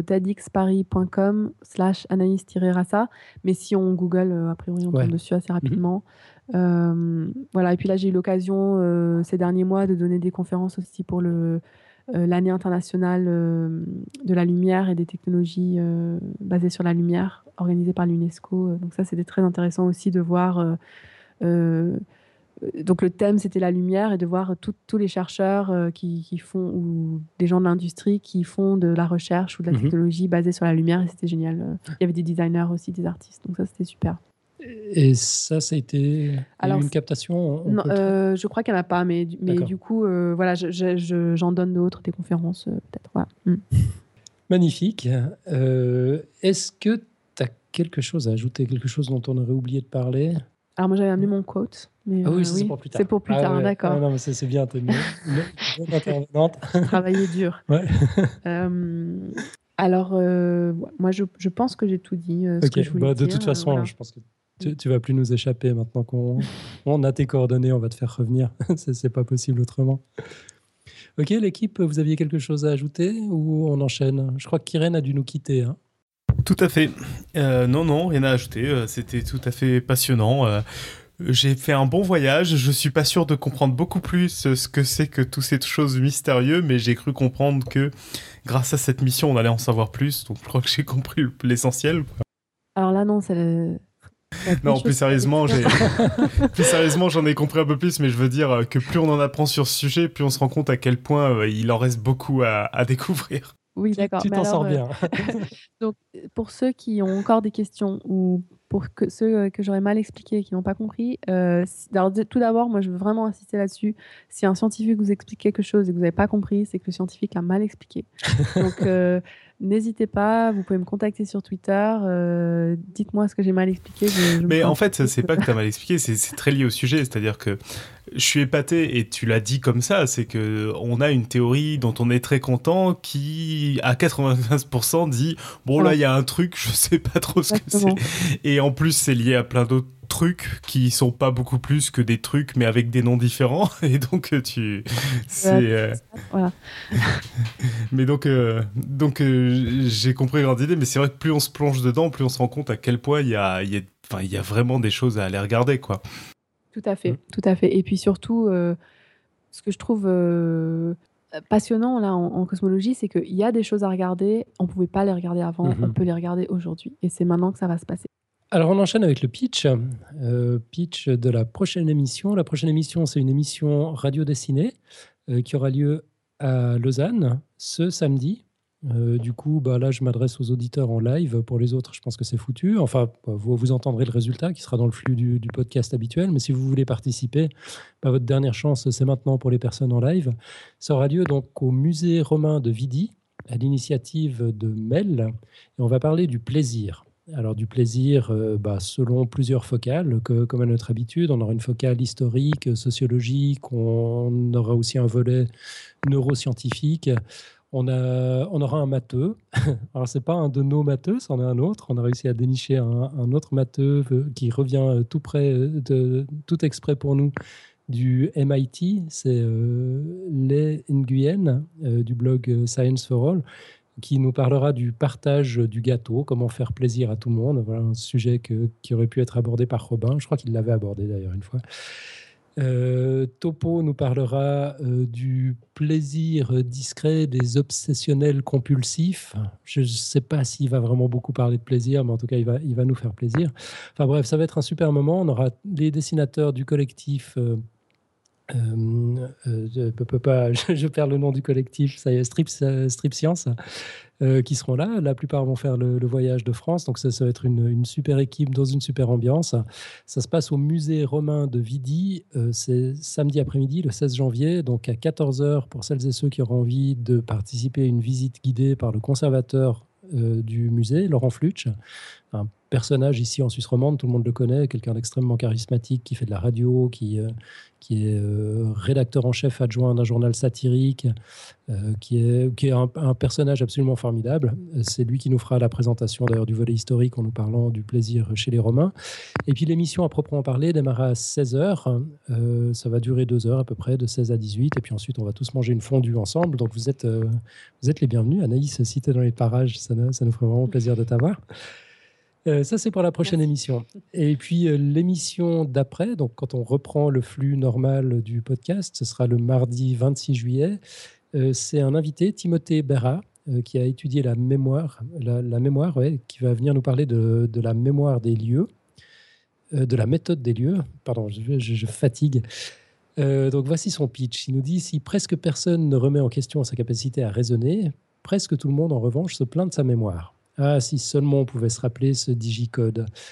tedxparis.com/Anaïs-Rassat. Mais si on Google, a priori, on tombe dessus assez rapidement. Voilà. Et puis là, j'ai eu l'occasion ces derniers mois de donner des conférences aussi pour l'année internationale de la lumière et des technologies basées sur la lumière, organisée par l'UNESCO. Donc ça, c'était très intéressant aussi de voir... donc le thème, c'était la lumière et de voir tous les chercheurs qui font, ou des gens de l'industrie qui font de la recherche ou de la technologie basée sur la lumière. Et c'était génial. Il y avait des designers aussi, des artistes. Donc ça, c'était super. Et ça a été il y a eu Alors, une captation, on non, peut le trouver? je crois qu'il n'y en a pas, mais D'accord. du coup, voilà, j'en donne d'autres, des conférences, peut-être. Voilà. Magnifique. Est-ce que tu as quelque chose à ajouter, quelque chose dont on aurait oublié de parler? Alors, moi, j'avais amené mon quote. Mais, Ah oui, ça, c'est oui, pour plus tard. c'est pour plus Ah tard, ouais. d'accord. Ah non, mais c'est bien, tu es une bonne intervenante. Travailler dur. Ouais. Alors, moi, je pense que j'ai tout dit, ce que Ok, je voulais bah, de dire. toute façon, Voilà. je pense que tu vas plus nous échapper maintenant qu'on a tes coordonnées, on va te faire revenir. C'est pas possible autrement. Ok, l'équipe, vous aviez quelque chose à ajouter ou on enchaîne? Je crois que Kyren a dû nous quitter. Hein. Tout à fait. Non, rien à ajouter. C'était tout à fait passionnant. J'ai fait un bon voyage. Je suis pas sûr de comprendre beaucoup plus ce que c'est que toutes ces choses mystérieuses, mais j'ai cru comprendre que grâce à cette mission, on allait en savoir plus. Donc je crois que j'ai compris l'essentiel. Alors là, non, c'est Non, plus sérieusement, j'en ai compris un peu plus, mais je veux dire que plus on en apprend sur ce sujet, plus on se rend compte à quel point il en reste beaucoup à découvrir. Oui, d'accord. Tu Mais t'en alors, sors bien. donc, pour ceux qui ont encore des questions ou pour ceux que j'aurais mal expliqué et qui n'ont pas compris, alors, tout d'abord, moi, je veux vraiment insister là-dessus. Si un scientifique vous explique quelque chose et que vous n'avez pas compris, c'est que le scientifique l'a mal expliqué. Donc, n'hésitez pas, vous pouvez me contacter sur Twitter. Dites-moi ce que j'ai mal expliqué. Mais en fait, c'est pas que t'as mal expliqué, c'est très lié au sujet. C'est-à-dire que je suis épaté, et tu l'as dit comme ça, c'est qu'on a une théorie dont on est très content qui, à 95%, dit « Bon, là, il y a un truc, je sais pas trop ce que c'est. » Et en plus, c'est lié à plein d'autres trucs qui sont pas beaucoup plus que des trucs, mais avec des noms différents. Et donc, Voilà. Mais donc j'ai compris grande idée, mais c'est vrai que plus on se plonge dedans, plus on se rend compte à quel point il y a vraiment des choses à aller regarder, quoi. Tout à fait, tout à fait. Et puis surtout, ce que je trouve passionnant là en cosmologie, c'est qu'il y a des choses à regarder, on ne pouvait pas les regarder avant, on peut les regarder aujourd'hui. Et c'est maintenant que ça va se passer. Alors, on enchaîne avec le pitch. Pitch de la prochaine émission. La prochaine émission, c'est une émission radio-dessinée qui aura lieu à Lausanne ce samedi. Du coup, là, je m'adresse aux auditeurs en live. Pour les autres, je pense que c'est foutu. Enfin, vous entendrez le résultat qui sera dans le flux du podcast habituel. Mais si vous voulez participer, votre dernière chance, c'est maintenant pour les personnes en live. Ça aura lieu donc au musée romain de Vidi, à l'initiative de Mel. Et on va parler du plaisir. Alors du plaisir, selon plusieurs focales, comme à notre habitude. On aura une focale historique, sociologique, on aura aussi un volet neuroscientifique. On aura un matheux. Alors, ce n'est pas un de nos matheux, c'en est un autre. On a réussi à dénicher un autre matheux qui revient tout près, tout exprès pour nous, du MIT. C'est Lê Nguyen, du blog Science for All, qui nous parlera du partage du gâteau, comment faire plaisir à tout le monde. Voilà un sujet qui aurait pu être abordé par Robin. Je crois qu'il l'avait abordé d'ailleurs une fois. Topo nous parlera du plaisir discret des obsessionnels compulsifs. Je ne sais pas s'il va vraiment beaucoup parler de plaisir, mais en tout cas, il va nous faire plaisir. Enfin bref, ça va être un super moment. On aura les dessinateurs du collectif... je perds le nom du collectif, ça y est, Strip Science, qui seront là. La plupart vont faire le voyage de France, donc ça va être une super équipe dans une super ambiance. Ça se passe au musée romain de Vidi, c'est samedi après-midi, le 16 janvier, donc à 14h pour celles et ceux qui auront envie de participer à une visite guidée par le conservateur du musée, Laurent Flutsch, un personnage ici en Suisse romande, tout le monde le connaît, quelqu'un d'extrêmement charismatique qui fait de la radio, qui est rédacteur en chef adjoint d'un journal satirique, qui est un personnage absolument formidable. C'est lui qui nous fera la présentation d'ailleurs du volet historique en nous parlant du plaisir chez les Romains. Et puis l'émission à proprement parler démarrera à 16h. Ça va durer 2 heures à peu près, de 16 à 18. Et puis ensuite, on va tous manger une fondue ensemble. Donc vous êtes les bienvenus. Anaïs, si tu es dans les parages, ça nous ferait vraiment plaisir de t'avoir. Ça, c'est pour la prochaine émission. Et puis, l'émission d'après, donc quand on reprend le flux normal du podcast, ce sera le mardi 26 juillet. C'est un invité, Timothée Berra, qui a étudié la mémoire, qui va venir nous parler de la mémoire des lieux, de la méthode des lieux. Pardon, je fatigue. Donc, voici son pitch. Il nous dit « Si presque personne ne remet en question sa capacité à raisonner, presque tout le monde, en revanche, se plaint de sa mémoire. Ah, si seulement on pouvait se rappeler ce digicode.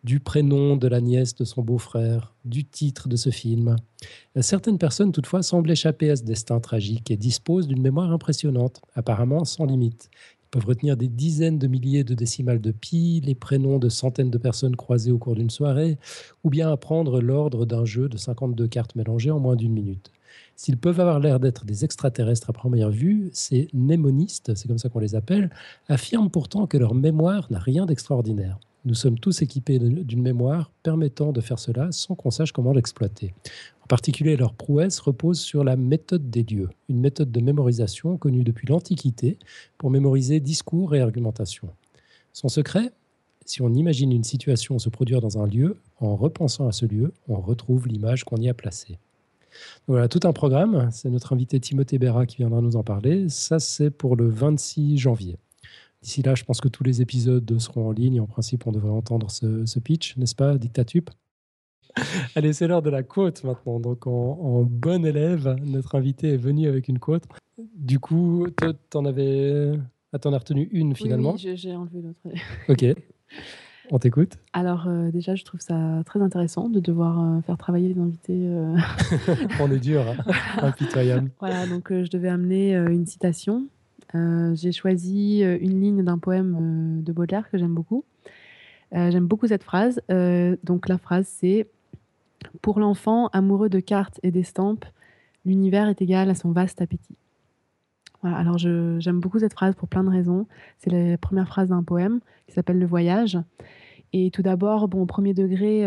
du prénom de la nièce de son beau-frère, du titre de ce film. Certaines personnes, toutefois, semblent échapper à ce destin tragique et disposent d'une mémoire impressionnante, apparemment sans limite. Ils peuvent retenir des dizaines de milliers de décimales de pi, les prénoms de centaines de personnes croisées au cours d'une soirée, ou bien apprendre l'ordre d'un jeu de 52 cartes mélangées en moins d'une minute. S'ils peuvent avoir l'air d'être des extraterrestres à première vue, ces mnémonistes, c'est comme ça qu'on les appelle, affirment pourtant que leur mémoire n'a rien d'extraordinaire. Nous sommes tous équipés d'une mémoire permettant de faire cela sans qu'on sache comment l'exploiter. En particulier, leur prouesse repose sur la méthode des dieux, une méthode de mémorisation connue depuis l'Antiquité pour mémoriser discours et argumentation. Son secret, si on imagine une situation se produire dans un lieu, en repensant à ce lieu, on retrouve l'image qu'on y a placée. Donc voilà, tout un programme. C'est notre invité Timothée Berra qui viendra nous en parler. Ça, c'est pour le 26 janvier. D'ici là, je pense que tous les épisodes seront en ligne. En principe, on devrait entendre ce pitch, n'est-ce pas, Dictatup? Allez, c'est l'heure de la quote maintenant. Donc, en bon élève, notre invité est venu avec une quote. Du coup, toi, t'en as retenu une finalement? Oui, j'ai enlevé l'autre. Ok, on t'écoute. Alors, déjà, je trouve ça très intéressant de devoir faire travailler les invités. On est dur, hein. Impitoyable. Voilà, donc je devais amener une citation. J'ai choisi une ligne d'un poème de Baudelaire que j'aime beaucoup. J'aime beaucoup cette phrase. Donc, la phrase, c'est « Pour l'enfant, amoureux de cartes et d'estampes, l'univers est égal à son vaste appétit. » Voilà, alors j'aime beaucoup cette phrase pour plein de raisons. C'est la première phrase d'un poème qui s'appelle « Le voyage ». Et tout d'abord, bon, au premier degré,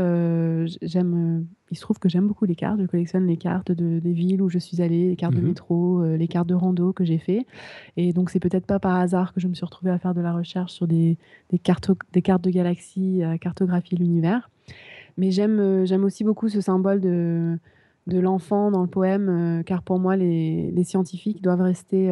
il se trouve que j'aime beaucoup les cartes. Je collectionne les cartes des villes où je suis allée, les cartes de métro, les cartes de rando que j'ai fait. Et donc, c'est peut-être pas par hasard que je me suis retrouvée à faire de la recherche sur des cartes de galaxies, à cartographier l'univers. Mais j'aime aussi beaucoup ce symbole de l'enfant dans le poème, car pour moi, les scientifiques doivent rester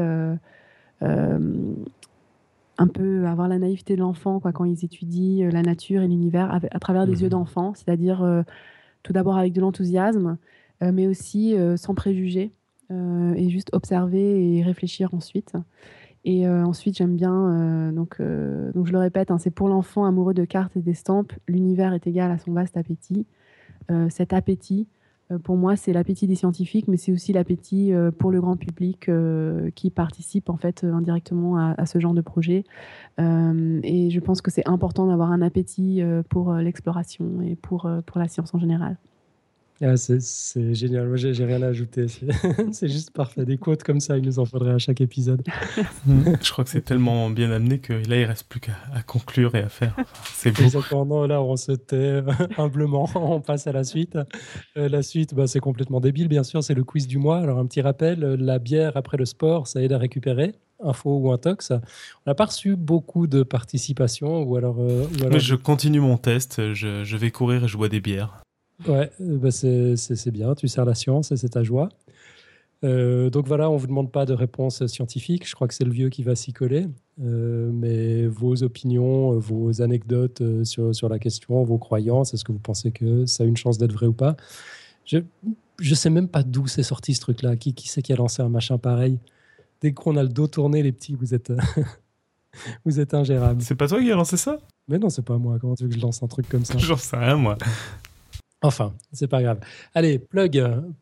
un peu avoir la naïveté de l'enfant quand ils étudient la nature et l'univers à travers des yeux d'enfant, c'est-à-dire tout d'abord avec de l'enthousiasme, mais aussi sans préjugés, et juste observer et réfléchir ensuite. Et ensuite, j'aime bien, donc je le répète, c'est pour l'enfant amoureux de cartes et d'estampes, l'univers est égal à son vaste appétit. Cet appétit, pour moi, c'est l'appétit des scientifiques, mais c'est aussi l'appétit pour le grand public qui participe en fait indirectement à ce genre de projet. Et je pense que c'est important d'avoir un appétit pour l'exploration et pour la science en général. Ah, c'est génial. Moi, j'ai rien à ajouter. C'est juste parfait. Des quotes comme ça, il nous en faudrait à chaque épisode. Je crois que c'est tellement bien amené que là, il reste plus qu'à conclure et à faire. C'est beau. Exactement. Non, là, on se tait humblement. On passe à la suite. La suite, c'est complètement débile, bien sûr. C'est le quiz du mois. Alors, un petit rappel, la bière après le sport, ça aide à récupérer. Info ou intox. On n'a pas reçu beaucoup de participation. Ou alors, Mais je continue mon test. Je vais courir et je bois des bières. Ouais, c'est bien, tu sers la science et c'est ta joie. Donc voilà, on ne vous demande pas de réponse scientifique, je crois que c'est le vieux qui va s'y coller, mais vos opinions, vos anecdotes sur la question, vos croyances, est-ce que vous pensez que ça a une chance d'être vrai ou pas? Je ne sais même pas d'où c'est sorti ce truc-là, qui c'est qui a lancé un machin pareil? Dès qu'on a le dos tourné, les petits, vous êtes, vous êtes ingérables. C'est pas toi qui as lancé ça? Mais non, c'est pas moi, comment tu veux que je lance un truc comme ça? J'en sais rien, moi. Enfin, c'est pas grave. Allez, plug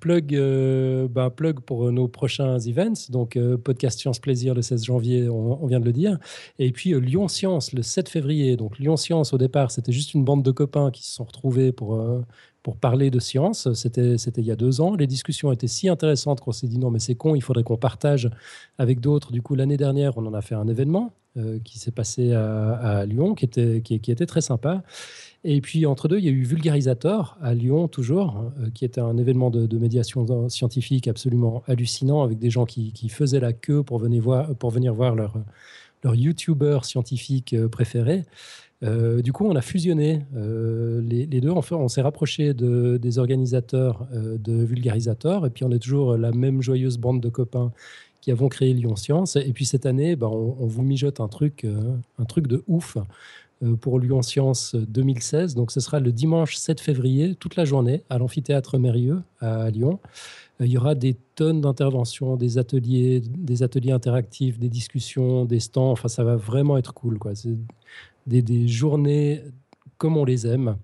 pour nos prochains events. Donc, podcast Science Plaisir le 16 janvier, on vient de le dire. Et puis, Lyon Science le 7 février. Donc, Lyon Science, au départ, c'était juste une bande de copains qui se sont retrouvés pour parler de science. C'était il y a 2 ans. Les discussions étaient si intéressantes qu'on s'est dit non, mais c'est con, il faudrait qu'on partage avec d'autres. Du coup, l'année dernière, on en a fait un événement qui s'est passé à Lyon, qui était très sympa. Et puis, entre deux, il y a eu Vulgarisator à Lyon, toujours, qui était un événement de médiation scientifique absolument hallucinant, avec des gens qui faisaient la queue pour venir voir leur YouTuber scientifique préféré. Du coup, on a fusionné les deux. Enfin, on s'est rapproché des organisateurs de Vulgarisator, et puis on est toujours la même joyeuse bande de copains qui avons créé Lyon Science. Et puis cette année, on vous mijote un truc de ouf pour Lyon Science 2016. Donc ce sera le dimanche 7 février, toute la journée, à l'amphithéâtre Mérieux à Lyon. Il y aura des tonnes d'interventions, des ateliers interactifs, des discussions, des stands. Enfin, ça va vraiment être cool, quoi. C'est des journées comme on les aime.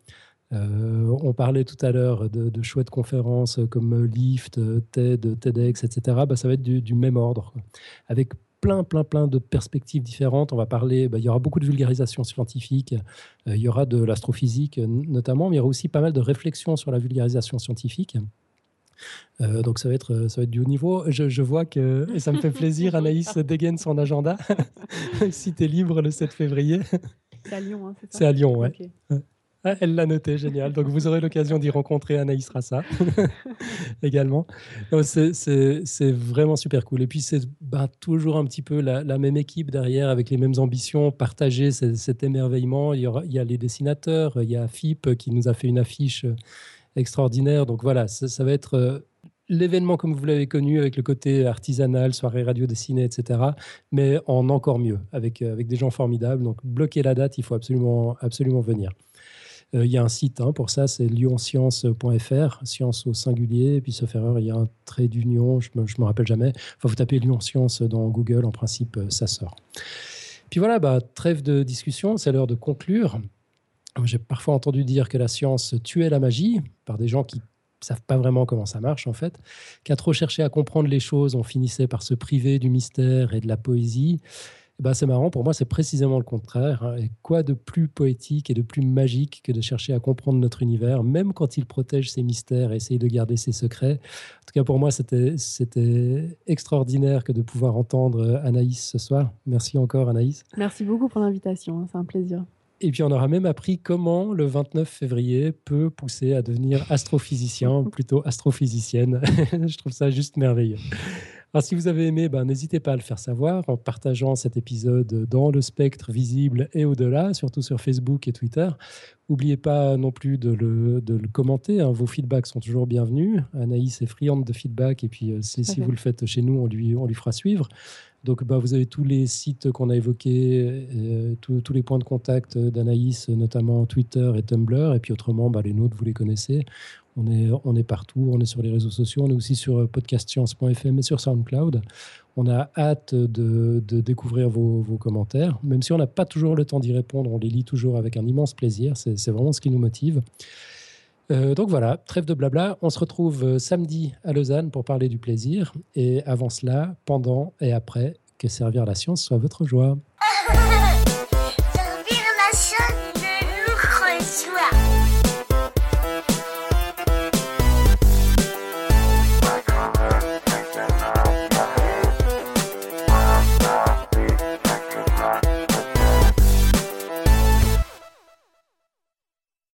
On parlait tout à l'heure de chouettes conférences comme Lift, TED, TEDx, etc. Ça va être du même ordre, quoi. Avec plein de perspectives différentes. On va parler, il y aura beaucoup de vulgarisation scientifique, il y aura de l'astrophysique notamment, mais il y aura aussi pas mal de réflexions sur la vulgarisation scientifique. Donc ça va être du haut niveau. Je vois que, et ça me fait plaisir, Anaïs dégaine son agenda. Si tu es libre le 7 février. C'est à Lyon, c'est ça? C'est à Lyon, ouais. Okay. Ah, elle l'a noté, génial. Donc vous aurez l'occasion d'y rencontrer Anaïs Rassa également. Donc, c'est vraiment super cool. Et puis c'est toujours un petit peu la même équipe derrière, avec les mêmes ambitions, partager cet émerveillement. Il y a les dessinateurs, il y a FIP qui nous a fait une affiche extraordinaire. Donc voilà, ça va être l'événement comme vous l'avez connu, avec le côté artisanal, soirée radio dessinée, etc. Mais en encore mieux, avec des gens formidables. Donc bloquez la date, il faut absolument venir. Il y a un site pour ça, c'est lyonscience.fr, science au singulier, et puis sauf erreur, il y a un trait d'union, je me rappelle jamais. Enfin, vous tapez Lyon Science dans Google, en principe, ça sort. Puis voilà, trêve de discussion, c'est l'heure de conclure. J'ai parfois entendu dire que la science tuait la magie, par des gens qui ne savent pas vraiment comment ça marche, en fait. Qu'à trop chercher à comprendre les choses, on finissait par se priver du mystère et de la poésie. C'est marrant, pour moi, c'est précisément le contraire. Et quoi de plus poétique et de plus magique que de chercher à comprendre notre univers, même quand il protège ses mystères et essaye de garder ses secrets. En tout cas, pour moi, c'était extraordinaire que de pouvoir entendre Anaïs ce soir. Merci encore, Anaïs. Merci beaucoup pour l'invitation, c'est un plaisir. Et puis, on aura même appris comment le 29 février peut pousser à devenir astrophysicien, plutôt astrophysicienne. Je trouve ça juste merveilleux. Alors, si vous avez aimé, n'hésitez pas à le faire savoir en partageant cet épisode dans le spectre visible et au-delà, surtout sur Facebook et Twitter. N'oubliez pas non plus de le commenter. Vos feedbacks sont toujours bienvenus. Anaïs est friande de feedback, et puis si vous le faites chez nous, on lui fera suivre. Donc, vous avez tous les sites qu'on a évoqués, tous les points de contact d'Anaïs, notamment Twitter et Tumblr. Et puis autrement, les nôtres, vous les connaissez. On est partout, on est sur les réseaux sociaux, on est aussi sur podcastscience.fm et sur SoundCloud. On a hâte de découvrir vos commentaires. Même si on n'a pas toujours le temps d'y répondre, on les lit toujours avec un immense plaisir. C'est vraiment ce qui nous motive. Donc voilà, trêve de blabla. On se retrouve samedi à Lausanne pour parler du plaisir. Et avant cela, pendant et après, que servir la science soit votre joie.